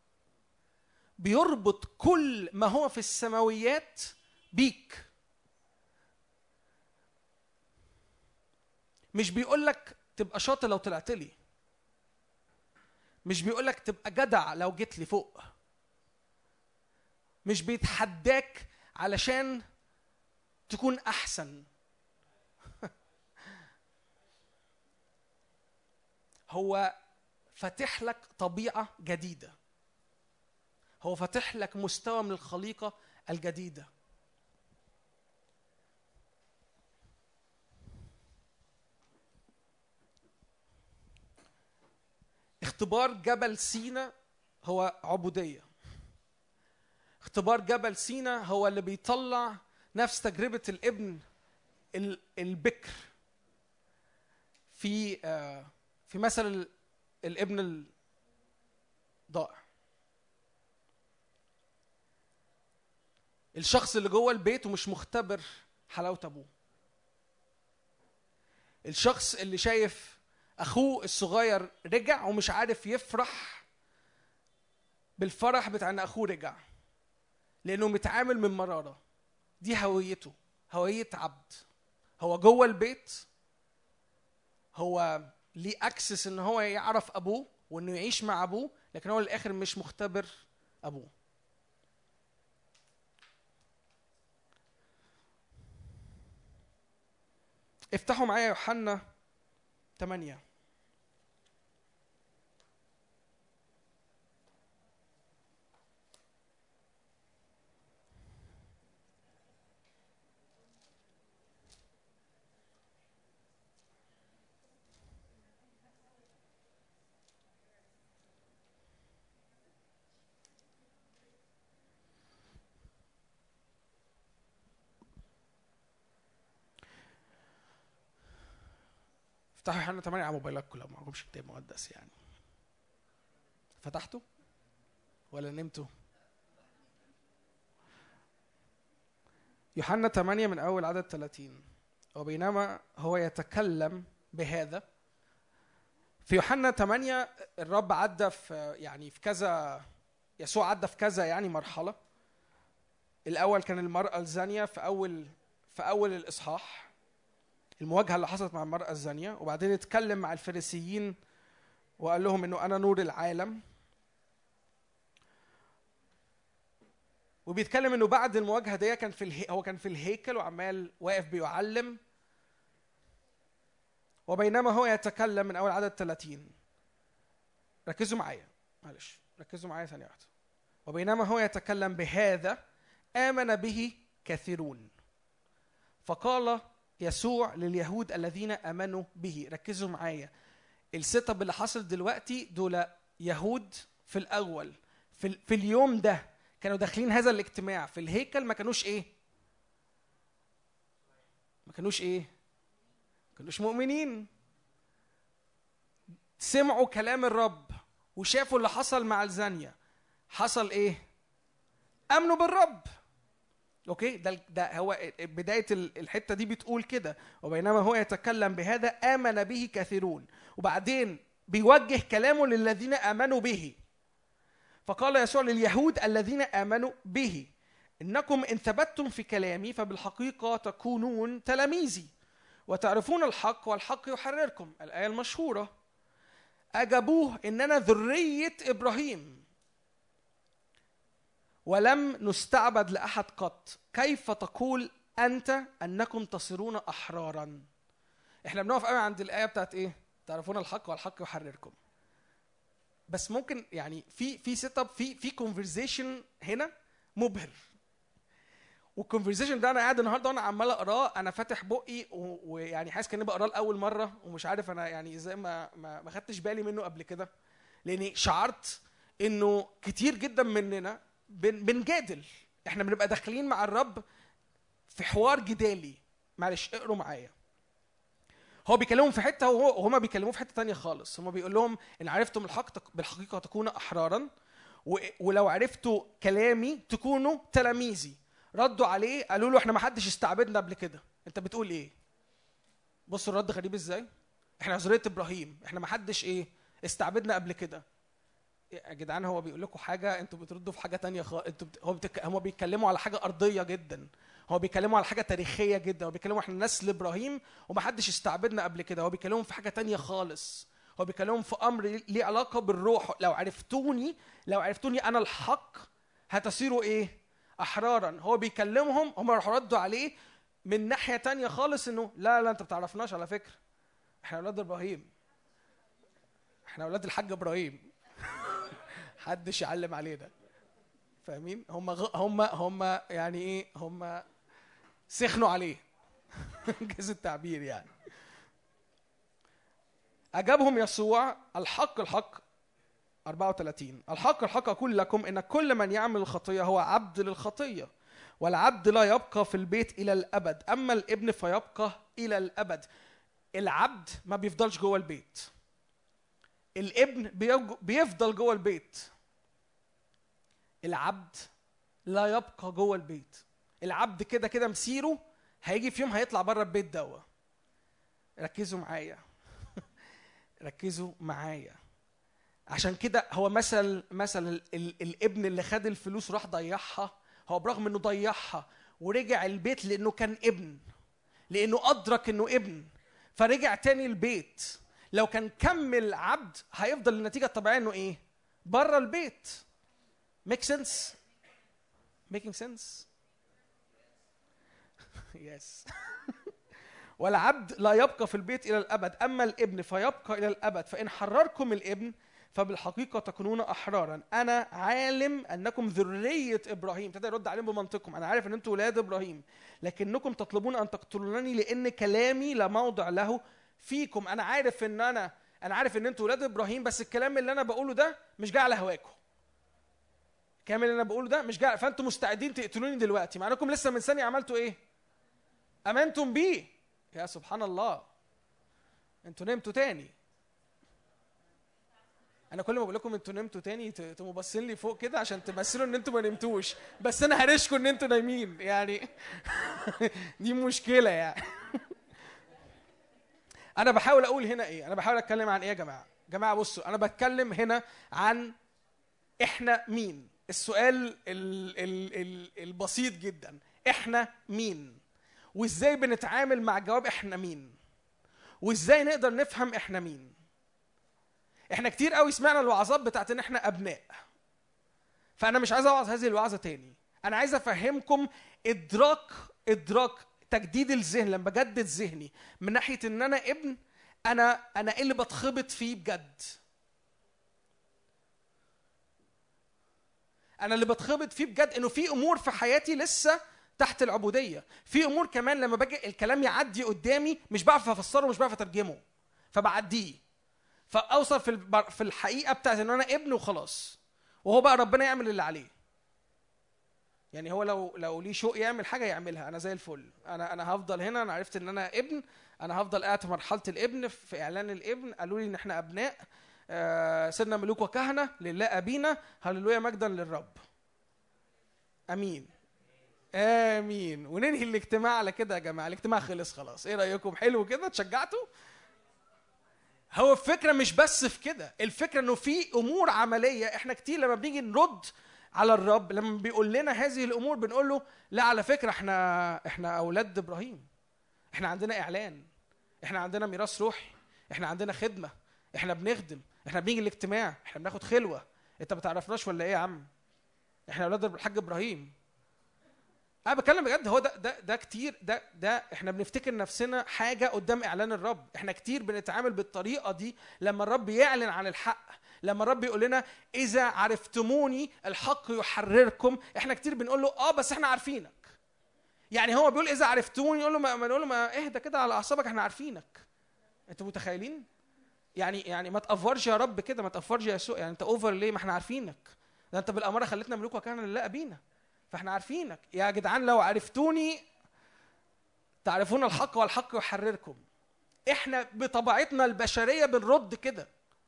بيربط كل ما هو في السماويات بيك. مش بيقولك تبقى شاطر لو طلعت لي، مش بيقولك تبقى جدع لو جيت لي فوق، مش بيتحداك علشان تكون أحسن. هو فتح لك طبيعة جديدة، هو فتح لك مستوى من الخليقة الجديدة. اختبار جبل سينا هو عبودية. اختبار جبل سينا هو اللي بيطلع نفس تجربة الابن البكر في مثل الابن الضائع. الشخص اللي جوه البيت ومش مختبر حلاوة أبوه، الشخص اللي شايف أخوه الصغير رجع ومش عارف يفرح بالفرح بتاع أن أخوه رجع لأنه متعامل من مرارة. دي هويته، هوية عبد. هو جوه البيت، هو ليه أكسس إن هو يعرف أبوه وإنه يعيش مع أبوه، لكن هو للآخر مش مختبر أبوه. افتحوا معايا يوحنا 8. افتحوا يوحنا 8 على موبايلاتكم لو معكمش كتاب مقدس. يعني فتحتوا ولا نمتوا؟ يوحنا 8 من أول عدد 30. وبينما هو يتكلم بهذا، في يوحنا 8 الرب عدى في كذا، يسوع عدى في كذا يعني مرحلة. الأول كان المرأة الزانية في أول الإصحاح، المواجهة اللي حصلت مع المرأة الزانية، وبعدين اتكلم مع الفريسيين وقال لهم إنه أنا نور العالم. وبيتكلم إنه بعد المواجهة دي هو كان في الهيكل وعمال واقف بيعلم. وبينما هو يتكلم من أول عدد 30. ركزوا معايا، معلش ركزوا معايا ثانية واحدة. وبينما هو يتكلم بهذا آمن به كثيرون، فقال يسوع لليهود الذين آمنوا به. ركزوا معايا، السيت اب اللي حصل دلوقتي دول يهود في الأول في اليوم ده كانوا داخلين هذا الاجتماع في الهيكل، ما كانوش مؤمنين. سمعوا كلام الرب وشافوا اللي حصل مع الزانية. حصل امنوا بالرب. اوكي، ده هو بداية الحتة دي بتقول كده. وبينما هو يتكلم بهذا آمن به كثيرون، وبعدين بيوجه كلامه للذين آمنوا به. فقال يسوع لليهود الذين آمنوا به إنكم إن ثبتتم في كلامي فبالحقيقة تكونون تلاميذي وتعرفون الحق والحق يحرركم. الآية المشهورة. أجابوه إننا ذرية إبراهيم ولم نستعبد لأحد قط، كيف تقول أنت أنكم تصيرون أحرارا؟ إحنا بنقف قوي عند الآية بتاعت تعرفون الحق والحق يحرركم. بس ممكن يعني في سيت اب في كونفرزيشن هنا مبهر. والكونفرزيشن ده انا قاعد النهارده وانا عمال اقراه، انا فاتح بقي ويعني حاسس كاني بقراه لاول مره، ومش عارف انا يعني ازاي ما خدتش بالي منه قبل كده، لاني شعرت انه كتير جدا مننا بنجادل. احنا بنبقى داخلين مع الرب في حوار جدالي. معلش اقروا معايا. هو بيكلمهم في حته وهما بيكلموه في حته تانية خالص. هما بيقول لهم ان عرفتم الحق بالحقيقه تكون احرارا، ولو عرفتوا كلامي تكونوا تلاميذي. ردوا عليه قالوا له احنا ما حدش استعبدنا قبل كده، انت بتقول ايه؟ بصوا الرد غريب ازاي. احنا ذريه ابراهيم، احنا ما حدش ايه استعبدنا قبل كده. يا جدعان هو بيقول لكم حاجه انتوا بتردوا في حاجه تانية هم بيتكلموا على حاجه ارضيه جدا، هو بيتكلموا على حاجه تاريخيه جدا، هو بيتكلموا احنا نسل ابراهيم وما حدش استعبدنا قبل كده. هو بيتكلموا في حاجه تانية خالص، هو بيتكلموا في امر ليه علاقه بالروح. لو عرفتوني انا الحق هتصيروا ايه؟ احرارا. هو بيكلمهم، هم راحوا ردوا عليه من ناحيه تانية خالص انه لا انت بتعرفناش على فكره، احنا اولاد ابراهيم، احنا اولاد الحاج ابراهيم حدش يعلم علينا. فاهمين؟ هم يعني ايه، هم سخنوا عليه جاز التعبير يعني. اجابهم يسوع الحق 34 الحق اقول لكم ان كل من يعمل الخطيه هو عبد للخطيه، والعبد لا يبقى في البيت الى الابد، اما الابن فيبقى الى الابد. العبد ما بيفضلش جوه البيت، الابن بيفضل جوه البيت. العبد لا يبقى جوه البيت. العبد كده كده مسيره هيجي في يوم هيطلع بره البيت دوا. ركزوا معايا عشان كده هو مثل الابن اللي خد الفلوس راح ضيعها. هو برغم انه ضيعها ورجع البيت لانه كان ابن، لانه ادرك انه ابن فرجع تاني البيت. لو كان كمل عبد هيفضل النتيجه الطبيعيه انه ايه؟ بره البيت. make sense making sense yes والعبد لا يبقى في البيت الى الابد، اما الابن فيبقى الى الابد. فان حرركم الابن فبالحقيقه تكونون احرارا. انا عالم انكم ذريه ابراهيم. ابتدى يرد عليهم بمنطقهم، انا عارف ان انتم ولاد ابراهيم، لكنكم تطلبون ان تقتلونني لان كلامي لا موضع له فيكم. انا عارف ان انتم ولاد ابراهيم، بس الكلام اللي انا بقوله ده مش جاي على هواكم. الكلام اللي انا بقوله ده مش جاي، فانتم مستعدين تقتلوني دلوقتي مع انكم لسه من ثانيه عملتوا ايه؟ امنتم بيه. يا سبحان الله، انتوا نمتوا تاني. انا كل ما بقول لكم انتوا نمتوا تاني تقوموا باصين لي فوق كده عشان تمثلوا ان انتوا ما نمتوش، بس انا هرشكم ان انتوا نايمين يعني دي مشكله يعني انا بحاول اقول هنا ايه، انا بحاول اتكلم عن ايه يا جماعه بصوا، انا بتكلم هنا عن احنا مين. السؤال البسيط جدا، احنا مين؟ وازاي بنتعامل مع جواب احنا مين؟ وازاي نقدر نفهم احنا مين؟ احنا كتير قوي سمعنا الوعظات بتاعت ان احنا ابناء، فانا مش عايز اوعظ هذه الوعظه تاني. انا عايز افهمكم ادراك تجديد الذهن. لما بجدد ذهني من ناحيه ان انا ابن، انا ايه اللي بتخبط فيه بجد؟ انا اللي بتخبط فيه بجد انه في امور في حياتي لسه تحت العبوديه، في امور كمان لما باجي الكلام يعدي قدامي مش بعرف افسره ومش بعرف اترجمه فبعديه، فاوصل في الحقيقه بتاعت ان انا ابن وخلاص، وهو بقى ربنا يعمل اللي عليه. يعني هو لو ليه شوق يعمل حاجه يعملها، انا زي الفل، انا هفضل هنا، انا عرفت ان انا ابن، انا هفضل قاعد في مرحله الابن، في اعلان الابن، قالوا لي ان احنا ابناء، صرنا ملوك وكهنه لله ابينا، هللويا مجدا للرب. امين امين. وننهي الاجتماع على كده يا جماعه. الاجتماع خلص خلاص، ايه رايكم؟ حلو كده؟ اتشجعتوا؟ هو الفكره مش بس في كده، الفكره انه في امور عمليه. احنا كتير لما بنيجي نرد على الرب لما بيقول لنا هذه الامور بنقول له لا على فكره احنا اولاد ابراهيم، احنا عندنا اعلان، احنا عندنا ميراث روحي، احنا عندنا خدمه، احنا بنخدم، احنا بنيجي الاجتماع، احنا بناخد خلوه. انت ما تعرفناش ولا ايه يا عم؟ احنا اولاد الحاج ابراهيم. انا بتكلم بجد. هو ده كتير، ده احنا بنفتكر نفسنا حاجه قدام اعلان الرب. احنا كتير بنتعامل بالطريقه دي لما الرب يعلن عن الحق، لما الرب يقول لنا اذا عرفتموني الحق يحرركم. احنا كتير بنقول له بس احنا عارفينك. يعني هو بيقول اذا عرفتموني، نقول له ما اهدى كده على اعصابك، احنا عارفينك. انتوا متخيلين؟ يعني ما تأفورش يا رب كده، ما تأفورش يا يسوع، يعني انت اوفر ليه؟ ما احنا عارفينك، ده انت بالاماره خليتنا ملوك وكهنه لله ابينا، فاحنا عارفينك يا جدعان. لو عرفتوني تعرفون الحق والحق يحرركم. احنا بطبيعتنا البشريه بنرد كده.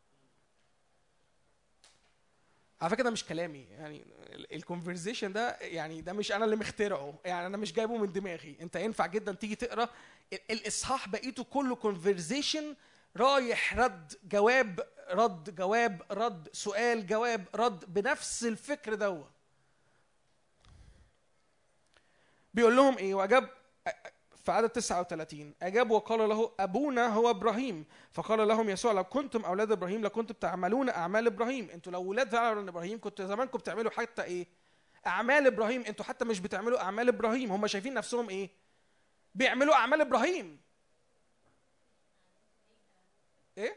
على فكره ده مش كلامي، يعني الكونفرزيشن ده يعني ده مش انا اللي مخترعه، يعني انا مش جايبه من دماغي. انت ينفع جدا تيجي تقرا الاصحاح بقيته كله كونفرزيشن، رايح رد جواب رد جواب رد سؤال جواب رد بنفس الفكر دوت. بيقول لهم ايه؟ واجاب في عدد 39 اجاب وقال له ابونا هو ابراهيم. فقال لهم يسوع لو كنتم اولاد ابراهيم لكنتم تعملون اعمال ابراهيم. انتوا لو اولاد فعلا ابراهيم كنتوا زمانكم بتعملوا حتى ايه؟ اعمال ابراهيم. انتوا حتى مش بتعملوا اعمال ابراهيم، هم شايفين نفسهم ايه؟ بيعملوا اعمال ابراهيم. ايه؟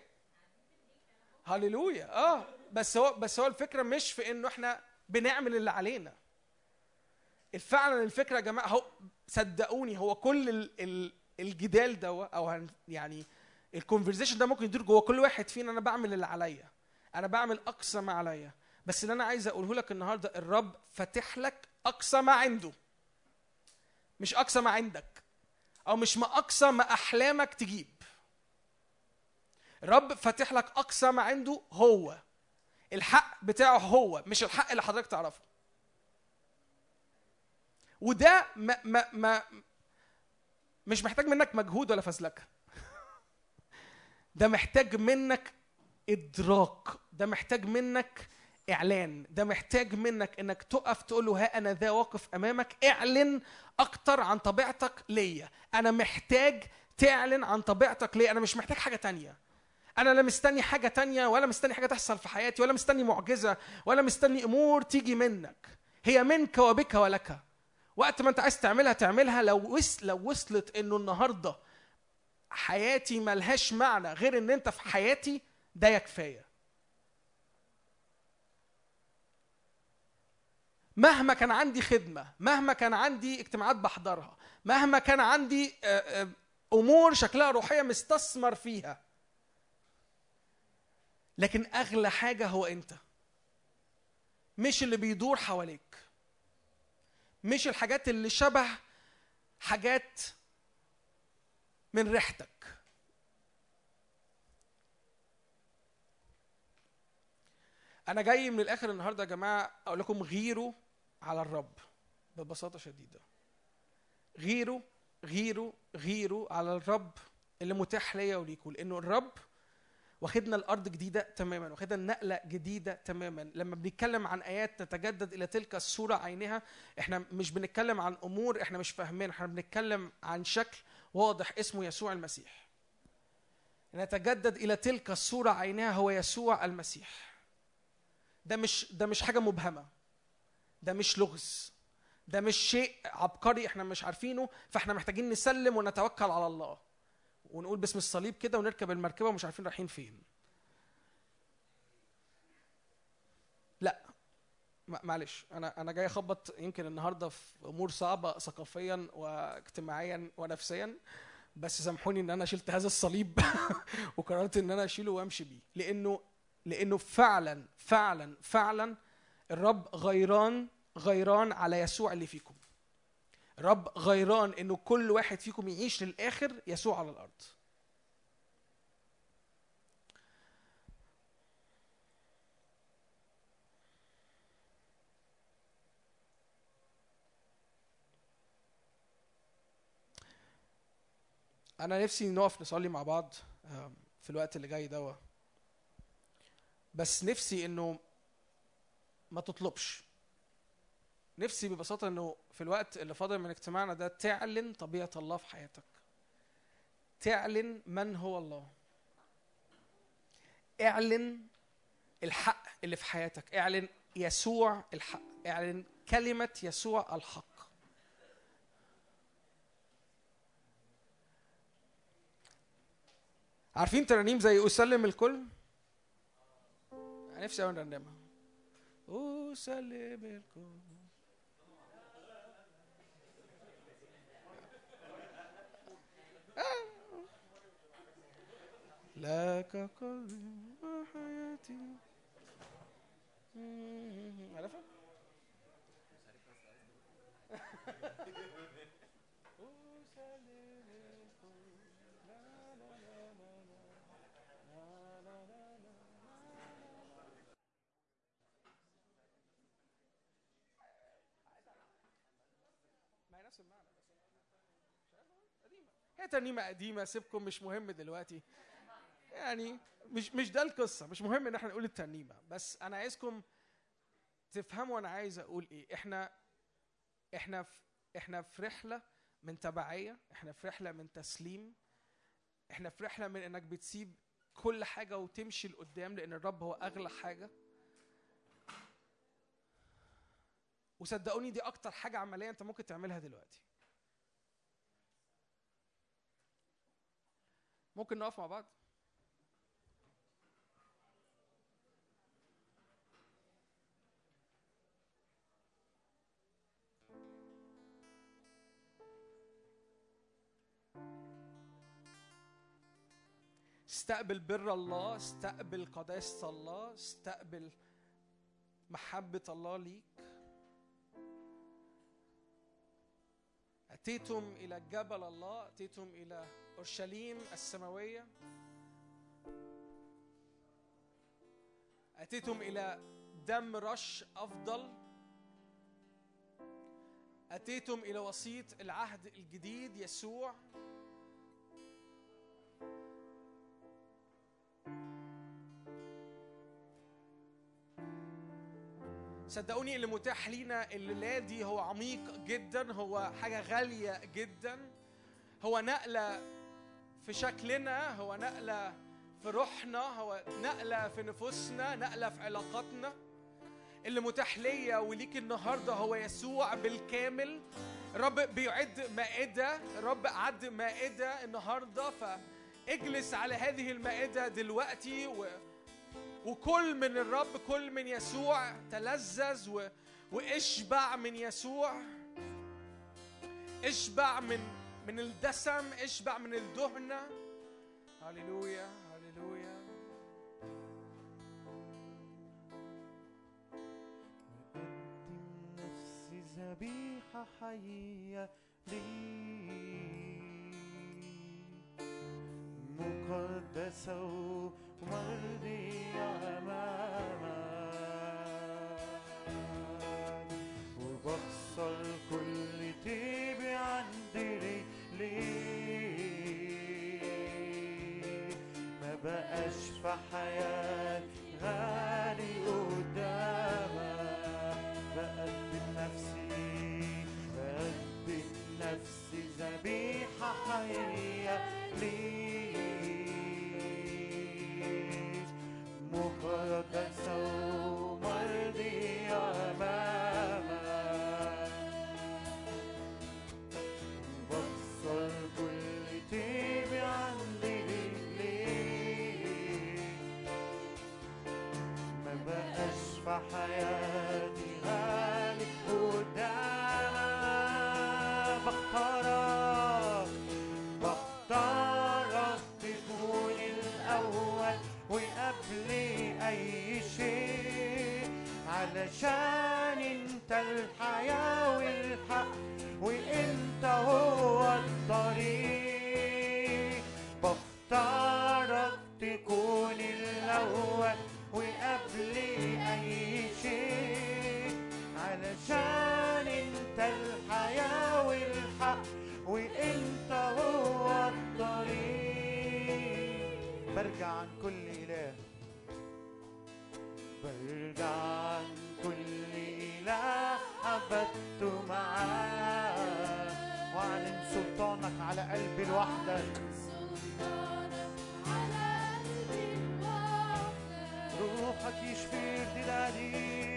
هللويا. بس هو الفكره مش في انه احنا بنعمل اللي علينا. فعلا الفكره يا جماعه، هو صدقوني هو كل الجدال ده او يعني الكونفرزيشن ده ممكن يدور جوه كل واحد فينا. انا بعمل اللي عليا، انا بعمل اقصى ما عليا، بس اللي انا عايز اقوله لك النهارده الرب فاتح لك اقصى ما عنده، مش اقصى ما عندك، او مش ما اقصى ما احلامك تجيب. الرب فاتح لك اقصى ما عنده، هو الحق بتاعه، هو مش الحق اللي حضرتك تعرفه. وده ما مش محتاج منك مجهود ولا فزلكه، ده محتاج منك ادراك، ده محتاج منك اعلان، ده محتاج منك انك تقف تقول له ها انا ذا واقف امامك، اعلن اكتر عن طبيعتك ليا. انا محتاج تعلن عن طبيعتك ليا، انا مش محتاج حاجه تانية. انا لا مستني حاجه تانية، ولا مستني حاجه تحصل في حياتي، ولا مستني معجزه، ولا مستني امور تيجي منك. هي منك وبك ولك. وقت ما انت عايز تعملها. لو وصلت انه النهارده حياتي ملهاش معنى غير ان انت في حياتي، ده يكفايه. مهما كان عندي خدمه، مهما كان عندي اجتماعات بحضرها، مهما كان عندي امور شكلها روحيه مستثمر فيها، لكن اغلى حاجه هو انت، مش اللي بيدور حواليك، مش الحاجات اللي شبه حاجات من ريحتك. أنا جاي من الآخر النهاردة يا جماعة أقول لكم غيروا على الرب ببساطة شديدة. غيروا غيروا غيروا على الرب اللي متاح ليا وليكم، لأنه الرب واخدنا الأرض جديدة تماما، واخدنا نقلة جديدة تماما. لما بنتكلم عن آيات تتجدد إلى تلك الصورة عينها، إحنا مش بنتكلم عن أمور إحنا مش فاهمين، إحنا بنتكلم عن شكل واضح اسمه يسوع المسيح. نتجدد إلى تلك الصورة عينها هو يسوع المسيح. ده مش حاجة مبهمة، ده مش لغز، ده مش شيء عبقري احنا مش عارفينه، فاحنا محتاجين نسلم ونتوكل على الله ونقول باسم الصليب كده ونركب المركبة ومش عارفين رايحين فين. لا معلش، انا جاي اخبط يمكن النهارده في امور صعبة ثقافيا واجتماعيا ونفسيا، بس سامحوني ان انا شلت هذا الصليب وقررت ان انا اشيله وامشي بيه، لانه فعلا فعلا فعلا الرب غيران على يسوع اللي فيكم. الرب غيران انه كل واحد فيكم يعيش للاخر يسوع على الارض. انا نفسي نقف نصلي مع بعض في الوقت اللي جاي ده، بس نفسي انه ما تطلبش. نفسي ببساطة انه في الوقت اللي فاضل من اجتماعنا ده تعلن طبيعة الله في حياتك، تعلن من هو الله، اعلن الحق اللي في حياتك، اعلن يسوع الحق، اعلن كلمة يسوع الحق. عارفين ترانيم زي أسلم الكل؟ نفسي أوي نرنمها أسلم الكل لك قلبي وحياتي. عارفها؟ نفس المعنى قديمة. هي ترنيمة قديمة، سيبكم، مش مهم دلوقتي يعني، مش ده القصة، مش مهم ان احنا نقول الترنيمة، بس انا عايزكم تفهموا انا عايز اقول ايه. احنا في رحلة من تبعية، احنا في رحلة من تسليم، احنا في رحلة من انك بتسيب كل حاجة وتمشي لقدام، لان الرب هو اغلى حاجة. وصدقوني دي اكتر حاجة عملية انت ممكن تعملها دلوقتي. ممكن نقف مع بعض؟ استقبل بر الله، استقبل قداسة الله، استقبل محبة الله ليك. أتيتم إلى جبل الله، أتيتم إلى أورشليم السماوية، أتيتم إلى دم رش أفضل، أتيتم إلى وسيط العهد الجديد يسوع. صدقوني اللي متاح لينا الليلة دي هو عميق جدا، هو حاجة غالية جدا، هو نقلة في شكلنا، هو نقلة في روحنا، هو نقلة في نفوسنا، نقلة في علاقاتنا. اللي متاح ليا وليك النهاردة هو يسوع بالكامل. الرب بيعد مائدة، الرب أعد مائدة النهاردة، فاجلس على هذه المائدة دلوقتي وكل من الرب، كل من يسوع، تلذذ واشبع من يسوع، اشبع من الدسم، اشبع من الدهنة. هاليلويا هاليلويا. أقدم نفسي ذبيحة حية ليك، مقدسة ومرضية أمامك، وبخسر كل تيبي عندي ليك، ما بقاش في حياتي غالي قدامك. بقدم نفسي ذبيحة حية ليك، مقدسة ومرضية أمامك، وبكسر كل تيبي عندي ليك، ما بقاش في حياتي غالي قدامك. بختارك تكون الأول وقبل أي شيء، علشان انت الحياة والحق وانت هو الطريق. بختارك تكون الأول وقبل أي شيء، علشان انت الحياة والحق وانت هو الطريق. برجع عن كل إله، برجع عن كل إله عبدت معاه، واعلن سلطانك على قلبي لوحدك. روحك يشفي ارتدادي،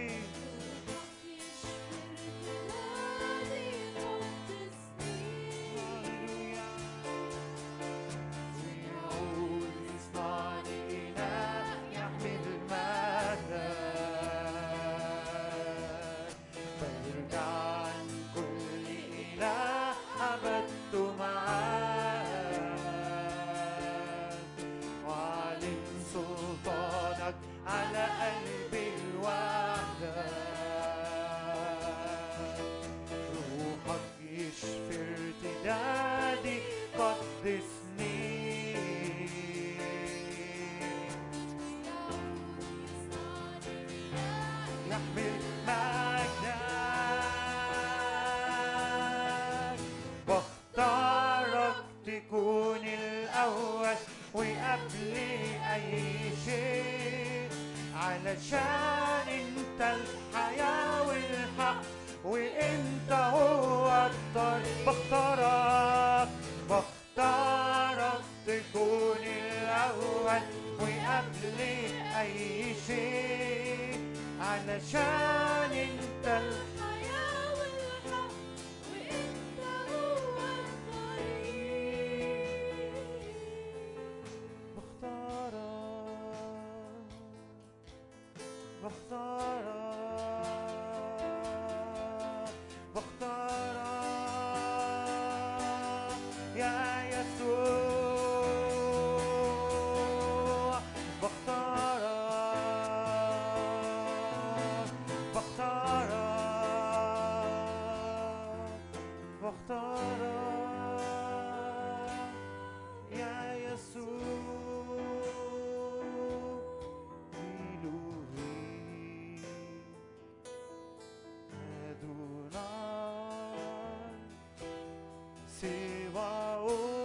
يحمل مجدك. بختارك تكون الأول وقبل أي شيء، علشان انت الحياة والحق وانت هو الطريق. بختارك تكون الأول وقبل أي شيء، علشان انت الحياة والحق وانت هو الطريق. بختارك يا يسوع. بختارك يا يسوع. إلهي أدوناي سواه.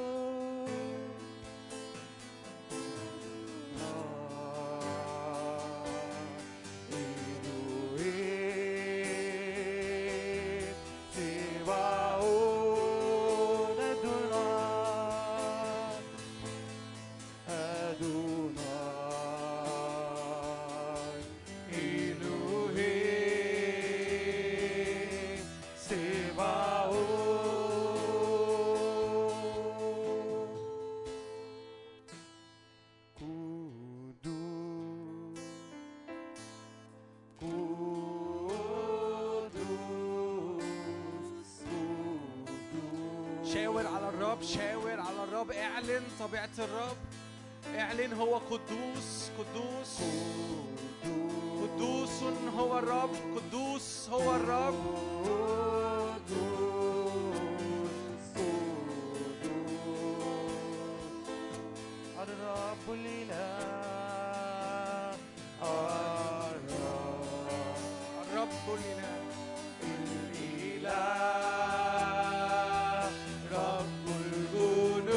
شاور على الرب، شاور على الرب، اعلن طبيعة الرب، اعلن هو قدوس قدوس قدوس هو الرب، قدوس هو الرب. الرب الإله، الرب الإله، الإله رب الجنود.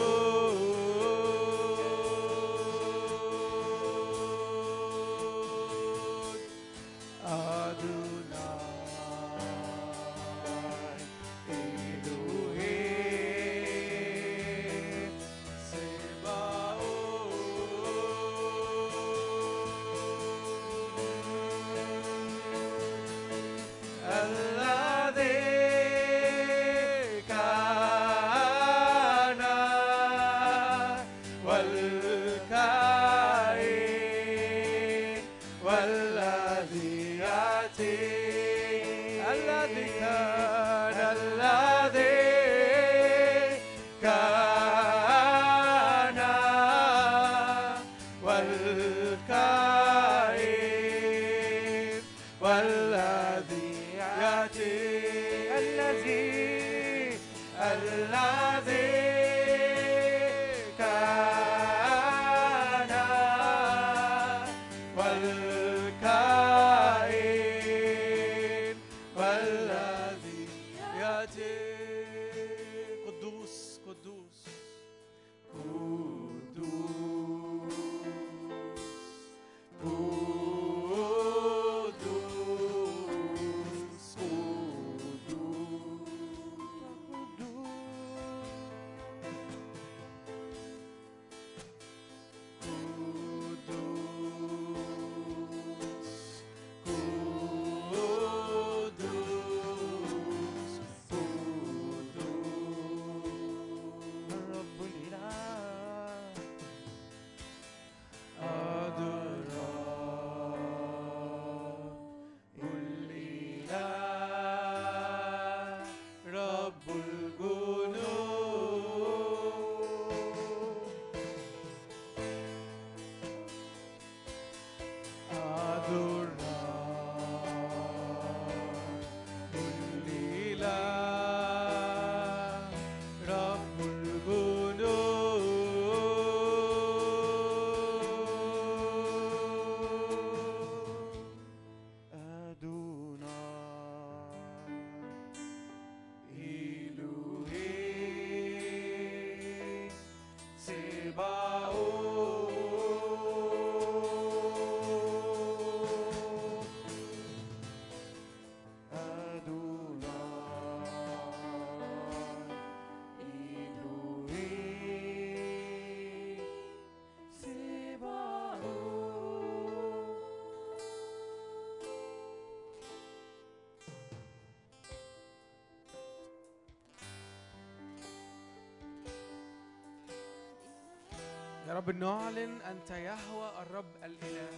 رب نعلن أنت يهوى الرب الإله،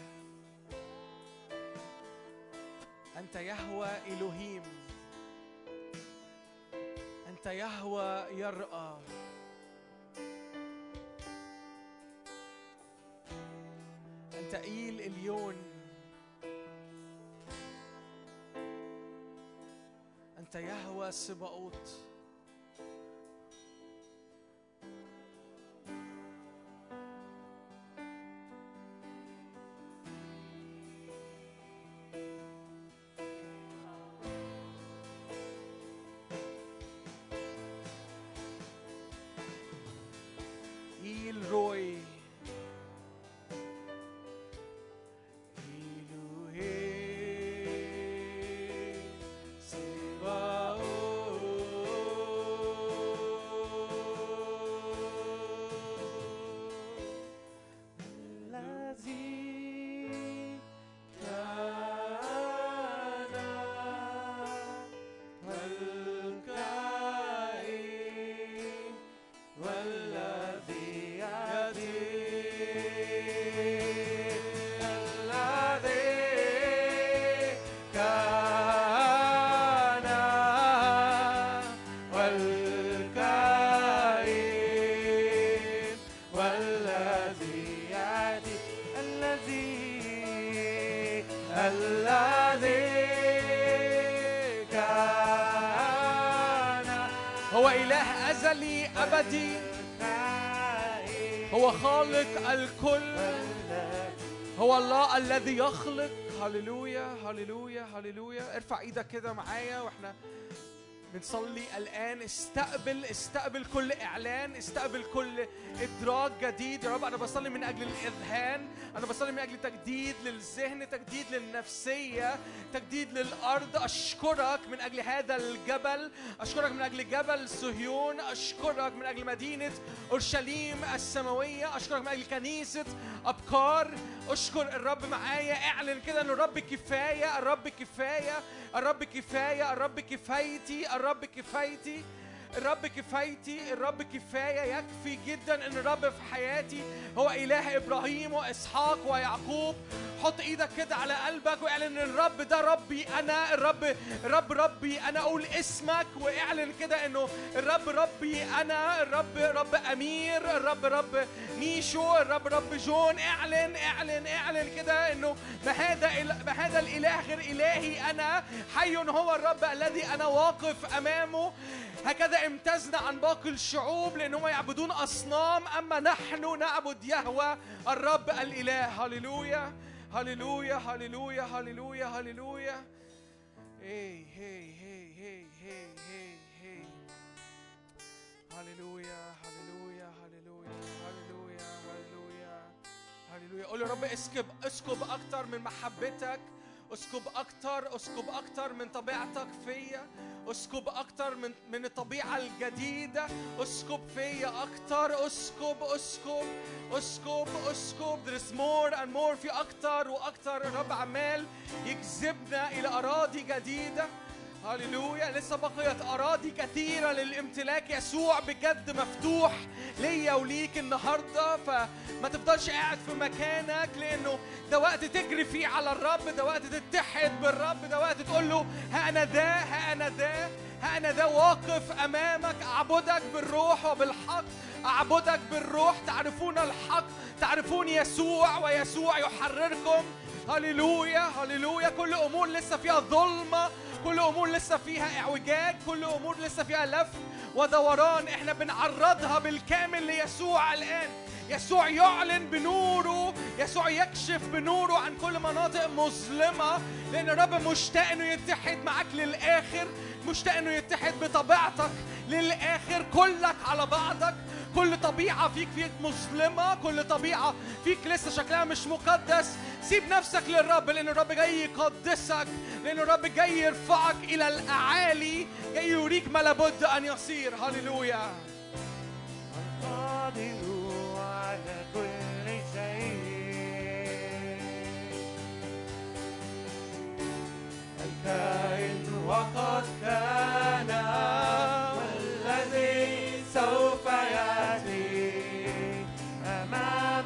أنت يهوى إلهيم، أنت يهوى يرأى، أنت إيل إليون، أنت يهوى سباؤوت. هو إله أزلي أبدي، هو خالق الكل، هو الله الذي يخلق. هللويا هللويا هللويا. ارفع ايدك كده معايا واحنا بنصلي الآن. استقبل كل إعلان، استقبل كل إدراك جديد. يا رب أنا بصلي من أجل الإذهان، أنا بصلي من أجل تجديد للذهن، تجديد للنفسية، تجديد للأرض. أشكرك من أجل هذا الجبل، أشكرك من أجل جبل صهيون، أشكرك من أجل مدينة أورشليم السماوية، أشكرك من أجل كنيسة أبكار. أشكر الرب معايا. اعلن كده أن الرب كفاية، الرب كفاية، الرب كفاية، الرب كفايتي، الرب كفايتي، الرب كفايتي، الرب كفاية. يكفي جدا ان الرب في حياتي هو إله إبراهيم وإسحاق ويعقوب. حط ايدك كده على قلبك واعلن ان الرب ده ربي انا، الرب ربي انا. اقول اسمك واعلن كده انه الرب ربي انا، الرب رب امير، الرب رب ميشو، الرب رب جون. اعلن كده انه ما هذا الاله غير الهي. انا حي هو الرب الذي انا واقف امامه. هكذا امتزنا عن باقي الشعوب لأنهم يعبدون أصنام، أما نحن نعبد يهوه الرب الإله. هللويا هللويا هللويا هللويا هللويا. هي هي هي هي هي هي هي. هللويا هللويا هللويا هللويا هللويا هللويا. قول يا رب اسكب أكتر من محبتك، اسكب أكتر من طبيعتك فيا، اسكب أكتر من الطبيعة الجديدة، اسكب فيا أكتر، اسكب. There is more and more، في أكتر وأكتر. الرب عمال يجذبنا إلى أراضي جديدة. هللويا. لسه بقيت أراضي كثيرة للامتلاك. يسوع بجد مفتوح ليا وليك النهاردة، فما تفضلش قاعد في مكانك، لأنه ده وقت تجري فيه على الرب، ده وقت تتحد بالرب، ده وقت تقول له ها أنا ذا واقف أمامك. أعبدك بالروح وبالحق، أعبدك بالروح. تعرفون الحق، تعرفون يسوع، ويسوع يحرركم. هللويا هللويا. كل أمور لسه فيها ظلمة، كل أمور لسه فيها اعوجاج، كل أمور لسه فيها لف ودوران، احنا بنعرضها بالكامل ليسوع الآن. يسوع يعلن بنوره، يسوع يكشف بنوره عن كل مناطق مظلمة، لأن الرب مشتاق إنه يتحد معك للآخر، مشتاق إنه يتحد بطبيعتك للآخر، كلك على بعضك. كل طبيعة فيك مظلمة، كل طبيعة فيك لسه شكلها مش مقدس. سيب نفسك للرب، لأن الرب جاي يقدسك، لأن الرب جاي يرفعك إلى الأعالي، جاي يوريك ما لابد أن يصير. هللويا. القادر على كل شيء، الكائن وقد كان، والذي سوف يأتي أمام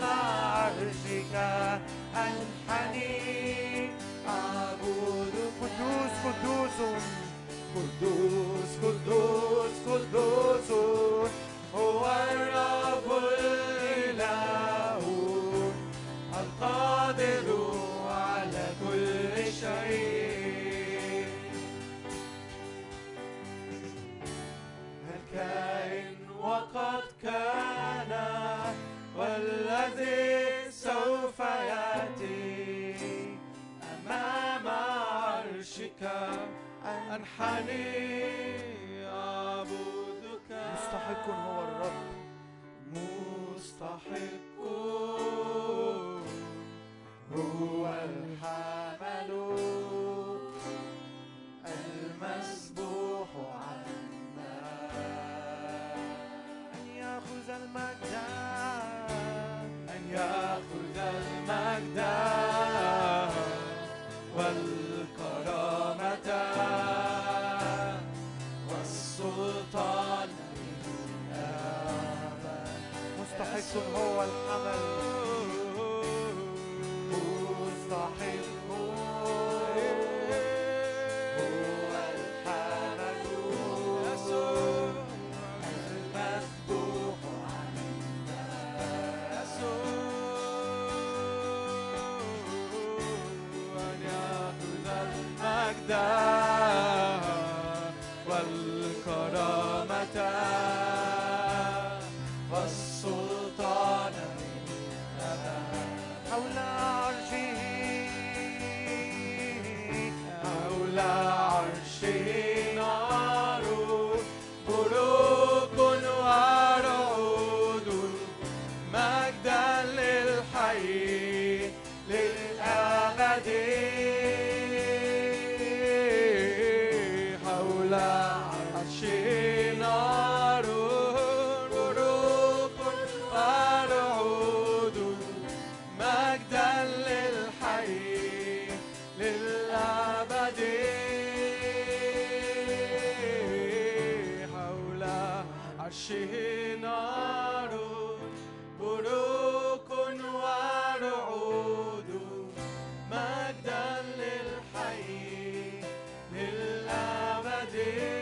عرشك أنحني أعبدك. مستحق هو الرب، مستحق هو الحمل المسبوح عنا أن يأخذ المجد، أن يأخذ المجد والكرامة والسلطان للأبد. مستحق هو الحمل، مستحق والكرامة والسلطان حول عرشه، حول عرشه نار بروق ورعود مجدا للحي للأبد. حول عرشه نار بروق ورعود مجدا للحي للأبد. حول عرشه نار بروق ورعود مجدا للحي للأبد.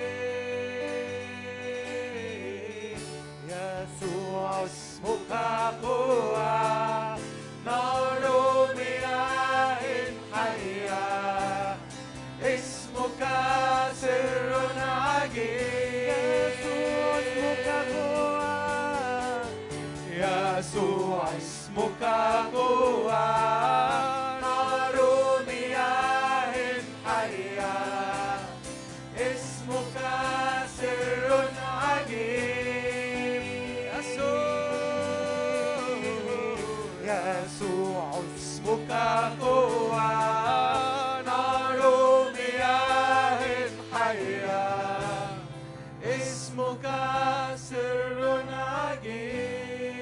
يسوع اسمك قوة نار مياه حية، اسمك سر عجيب. يسوع اسمك قوة نار مياه حية، اسمك سر عجيب. يسوع اسمك قوة نار مياه حية، اسمك سر عجيب.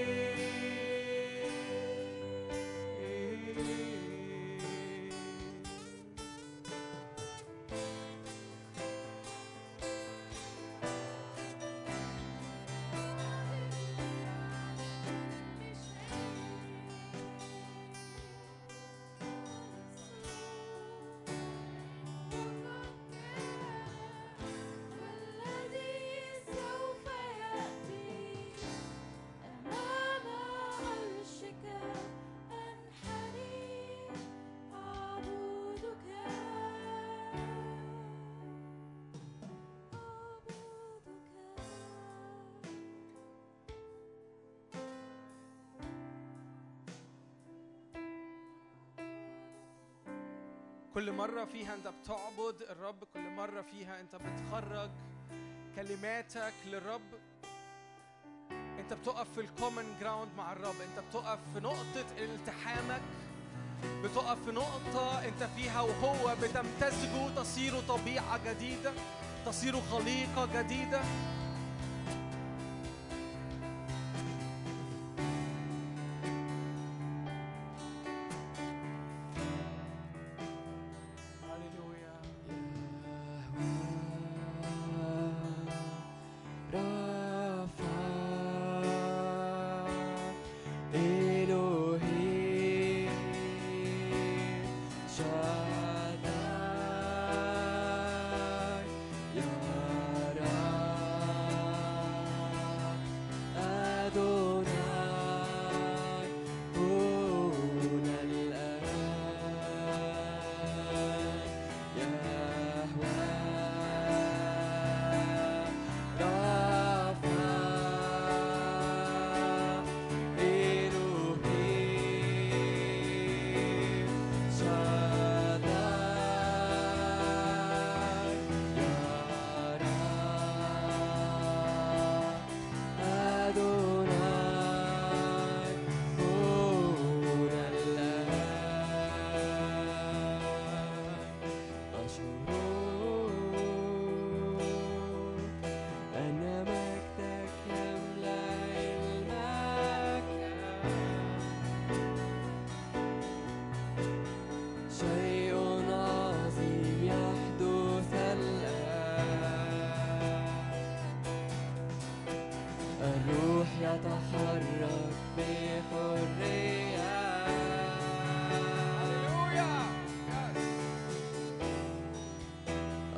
كل مرة فيها أنت بتعبد الرب، كل مرة فيها أنت بتخرج كلماتك للرب، أنت بتقف في الكومن جراوند مع الرب، أنت بتقف في نقطة التحامك، بتقف في نقطة أنت فيها وهو بتمتزجوا، تصيروا طبيعة جديدة، تصيروا خليقة جديدة.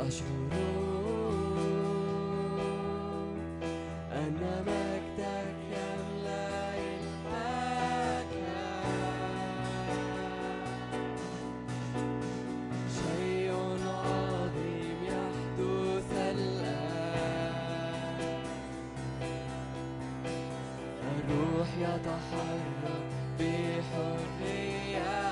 أشعر أن مجدك يملأ المكان. شيء عظيم يحدث الآن. الروح يتحرك بحرية.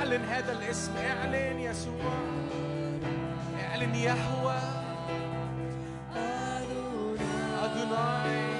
اعلن هذا الاسم، اعلن يسوع، اعلن يهوه أدوناي.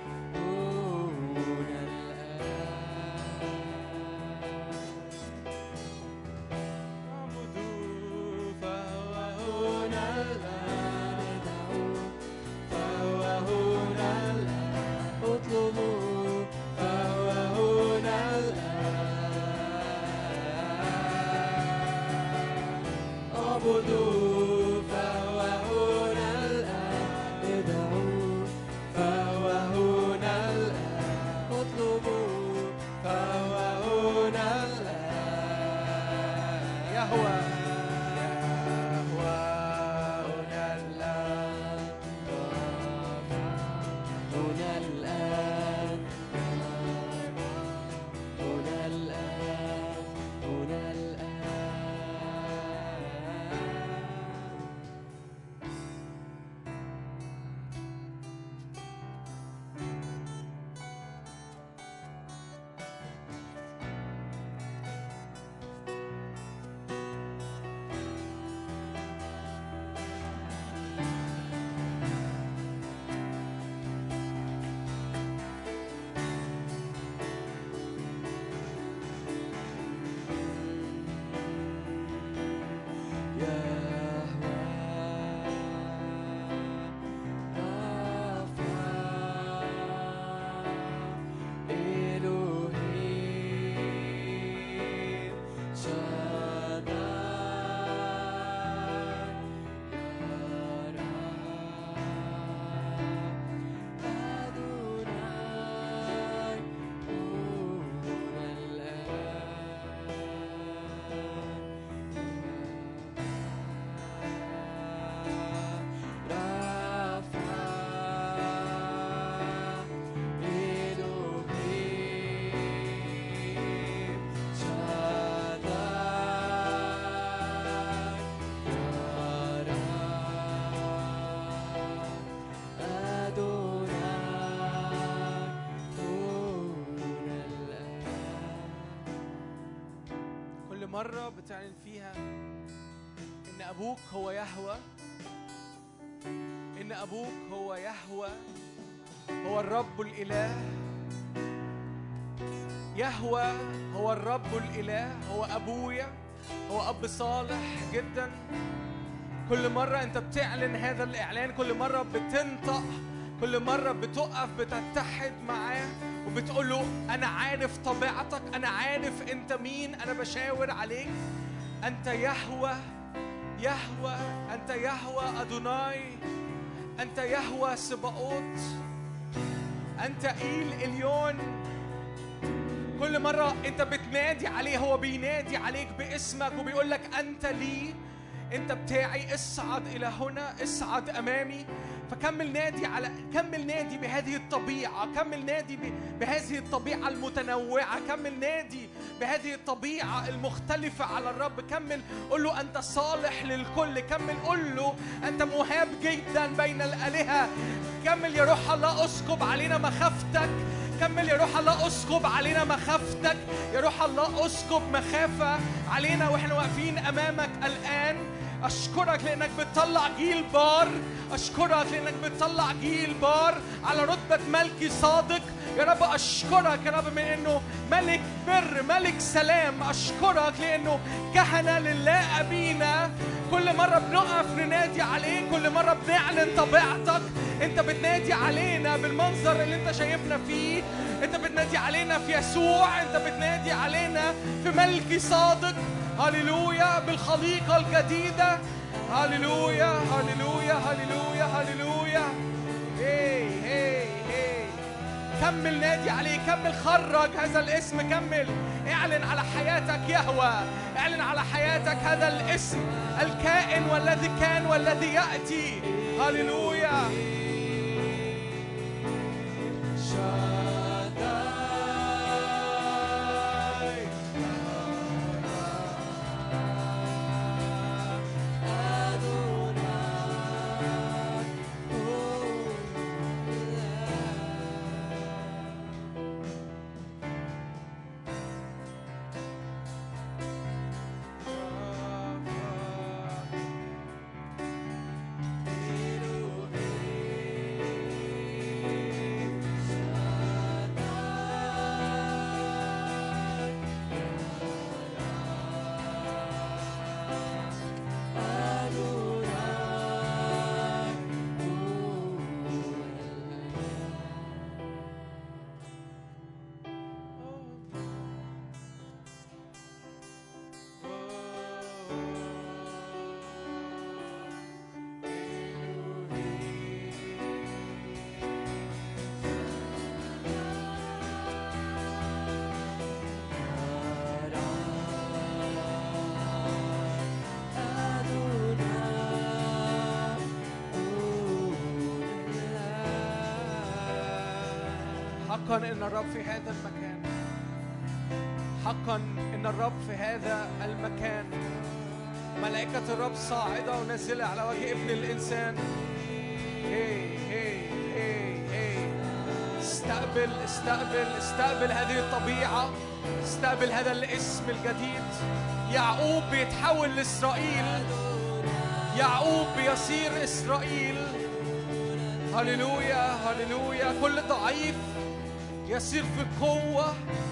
مرة بتعلن فيها إن أبوك هو يهوه، إن أبوك هو يهوه، هو الرب الإله. يهوه هو الرب الإله، هو أبويا، هو أب صالح جدا. كل مرة أنت بتعلن هذا الإعلان، كل مرة بتنطق، كل مرة بتقف بتتحد معاه وبتقول له أنا عارف طبيعتك، أنا عارف أنت مين، أنا بشاور عليك. أنت يهوه، يهوه، أنت يهوه أدوناي، أنت يهوه سباوت، أنت إيل إليون. كل مرة أنت بتنادي عليه هو بينادي عليك باسمك وبيقول لك أنت لي، أنت بتاعي، اصعد إلى هنا، اصعد أمامي. فكمل نادي كمل نادي بهذه الطبيعة، كمل نادي بهذه الطبيعة المتنوعة، كمل نادي بهذه الطبيعة المختلفة على الرب. كمل قل له أنت صالح للكل، كمل قل له أنت مهاب جدا بين الآلهة. كمل يا روح الله اسكب علينا مخافتك، كمل يا روح الله اسكب علينا مخافتك، يا روح الله اسكب مخافة علينا واحنا واقفين أمامك الآن. أشكرك لأنك بتطلع جيل بار، أشكرك لأنك بتطلع جيل بار على رتبة ملكي صادق. يا رب أشكرك يا رب من أنه ملك بر، ملك سلام. أشكرك لأنه كهنة لله أبينا. كل مرة بنقف ننادي عليه، كل مرة بنعلن طبيعتك. أنت بتنادي علينا بالمنظر اللي أنت شايفنا فيه، أنت بتنادي علينا في يسوع، أنت بتنادي علينا في ملكي صادق. هاليلويا، بالخليقة الجديدة. هاليلويا هاليلويا هاليلويا هاليلويا. هي هي هي. كمل نادي عليه، كمل خرج هذا الاسم، كمل اعلن على حياتك يهوه، اعلن على حياتك هذا الاسم الكائن والذي كان والذي يأتي. هاليلويا. حقا إن الرب في هذا المكان، حقا إن الرب في هذا المكان. ملائكة الرب صاعدة ونازلة على وجه ابن الإنسان. هي هي هي هي استقبل استقبل استقبل هذه الطبيعة، استقبل هذا الاسم الجديد. يعقوب بيتحول لإسرائيل، يعقوب بيصير إسرائيل. هللويا هللويا. كل ضعيف يصير في قوة.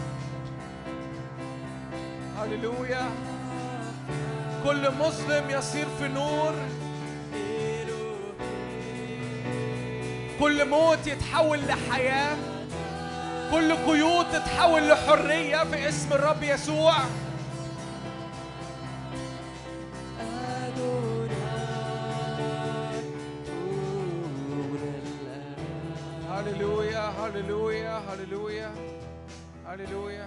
هللويا. كل مظلم يصير في نور، كل موت يتحول لحياة، كل قيود تتحول لحرية في اسم الرب يسوع. هللويا هللويا هللويا هللويا.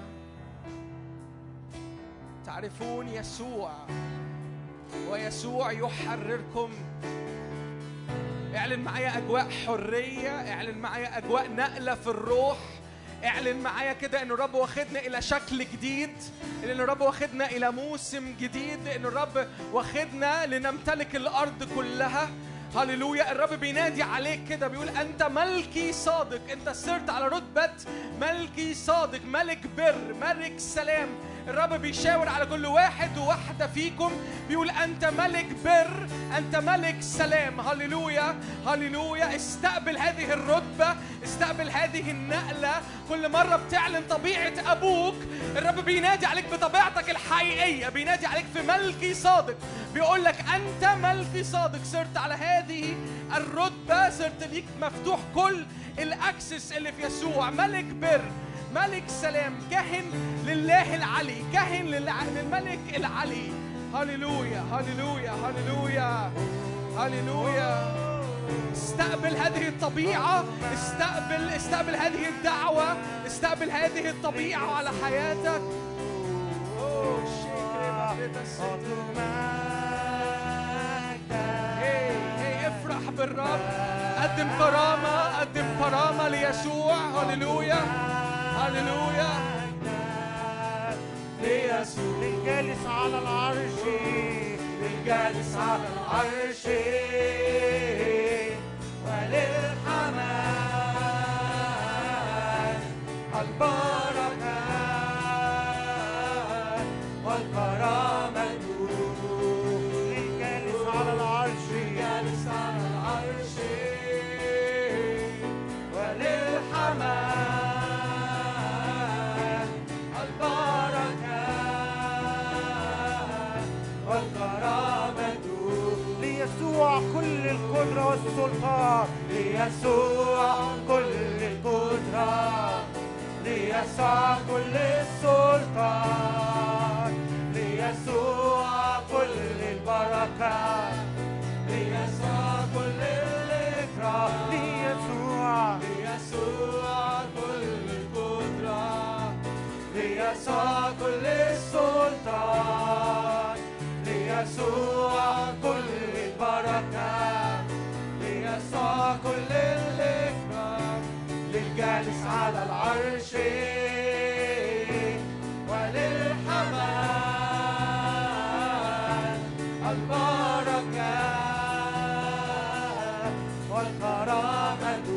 تعرفون يسوع ويسوع يحرركم. اعلن معايا أجواء حرية، اعلن معايا أجواء نقلة في الروح. اعلن معايا كده إن الرب واخدنا إلى شكل جديد، إن الرب واخدنا إلى موسم جديد، إن الرب واخدنا لنمتلك الأرض كلها. هللويا. الرب بينادي عليك كده، بيقول أنت ملكي صادق. أنت صرت على رتبة ملكي صادق، ملك بر، ملك سلام. الرب بيشاور على كل واحد وواحدة فيكم، بيقول أنت ملك بر، أنت ملك سلام. هللويا هللويا. استقبل هذه الرتبة، استقبل هذه النقلة. كل مرة بتعلن طبيعة أبوك، الرب بينادي عليك بطبيعتك الحقيقية، بينادي عليك في ملكي صادق. بيقول لك أنت ملكي صادق، صرت على هذه الرتبة، صرت ليك مفتوح كل الأكسس اللي في يسوع. ملك بر، ملك سلام، كاهن لله العلي، كاهن للملك العلي. هللويا هللويا هللويا هللويا. استقبل هذه الطبيعة، استقبل هذه الدعوة، استقبل هذه الطبيعة على حياتك. هي افرح بالرب. قدم كرامة، قدم كرامة ليسوع. هللويا هللويا. ليسوع الجالس على العرش، الجالس على العرش، وللحمد البركة والكرامة. الجالس على العرش، الجالس على العرش، وللحمد ليسوع كل القدرة والسلطان، ليسوع كل القدرة، ليسوع كل السلطان، ليسوع كل البركة، ليسوع كل الإكرام، ليسوع كل القدرة، ليسوع كل السلطان، ليسوع كل البركة، ليسوع كل الإكرام. للجالس على العرش وللحمد البركة والكرامة.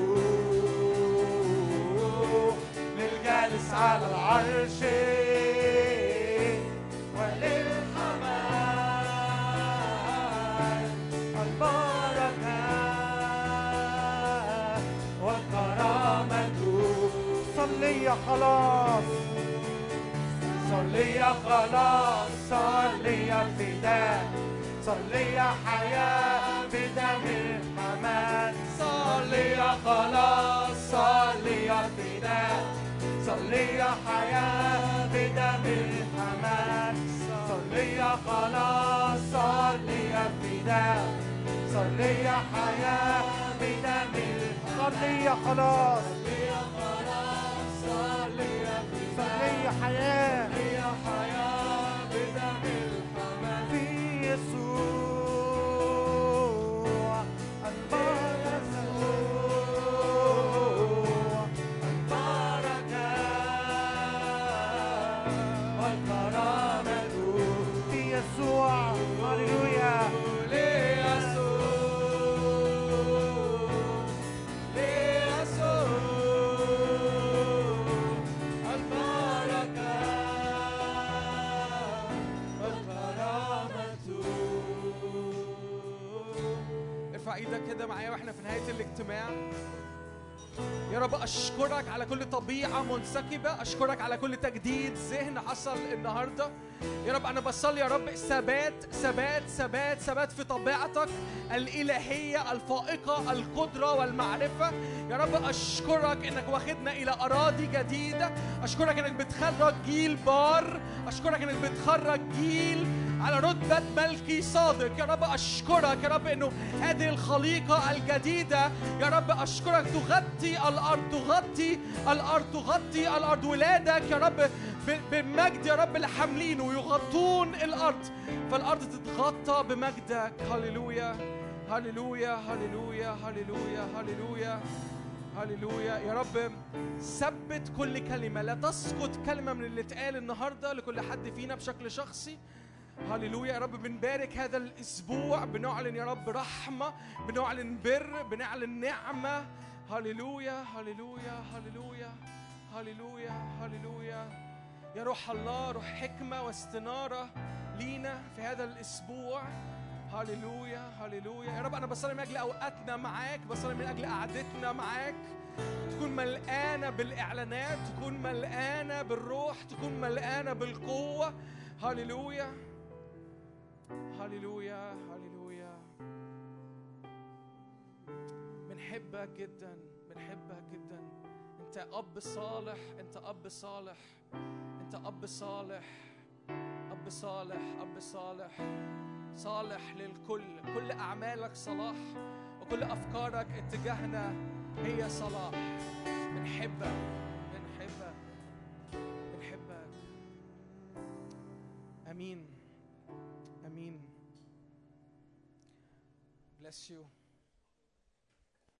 للجالس على العرش صلي خلاص، صلي خلاص، صلي فداء، صلي حياة بدم الحمام. صلي خلاص، صلي فداء، صلي حياة بدم الحمام. صلي خلاص، صلي فداء، صلي حياة بدم الحمام. صلي خلاص، صلي حياة بدم الحمام. في يسوع البركة، البركة ايدك كده معايا واحنا في نهاية الاجتماع. يا رب أشكرك على كل طبيعة منسكبة، أشكرك على كل تجديد ذهن حصل النهاردة. يا رب أنا بصلي يا رب ثبات ثبات ثبات ثبات في طبيعتك الإلهية الفائقة القدرة والمعرفة. يا رب أشكرك إنك واخدنا إلى أراضي جديدة، أشكرك إنك بتخرج جيل بار، أشكرك إنك بتخرج جيل على رتبة ملكي صادق. يا رب أشكرك يا رب إنه هذه الخليقة الجديدة يا رب أشكرك تغطي الأرض، تغطي الأرض، تغطي الأرض. ولادك يا رب بمجد يا رب اللي حاملينه يغطون الأرض، فالأرض تتغطى بمجدك. هللويا هللويا هللويا هللويا هللويا هللويا. يا رب ثبت كل كلمة، لا تسقط كلمة من اللي اتقال النهاردة لكل حد فينا بشكل شخصي. هللويا يا رب. بنبارك هذا الأسبوع، بنعلن يا رب رحمة، بنعلن بر، بنعلن نعمة. هللويا هللويا هللويا هللويا هللويا. يا روح الله، روح حكمة واستنارة لينا في هذا الأسبوع. هللويا هللويا. يا رب أنا بصلي من أجل أوقاتنا معاك، بصلي من أجل قعدتنا معاك تكون ملقانة بالإعلانات، تكون ملقانة بالروح، تكون ملقانة بالقوة. هللويا هللويا هللويا. بنحبك جدا، بنحبك جدا. أنت أب صالح، أنت أب صالح، أنت أب صالح، أب صالح، أب صالح، صالح للكل. كل أعمالك صلاح، وكل أفكارك اتجاهنا هي صلاح. بنحبك بنحبك بنحبك. آمين آمين. Bless you.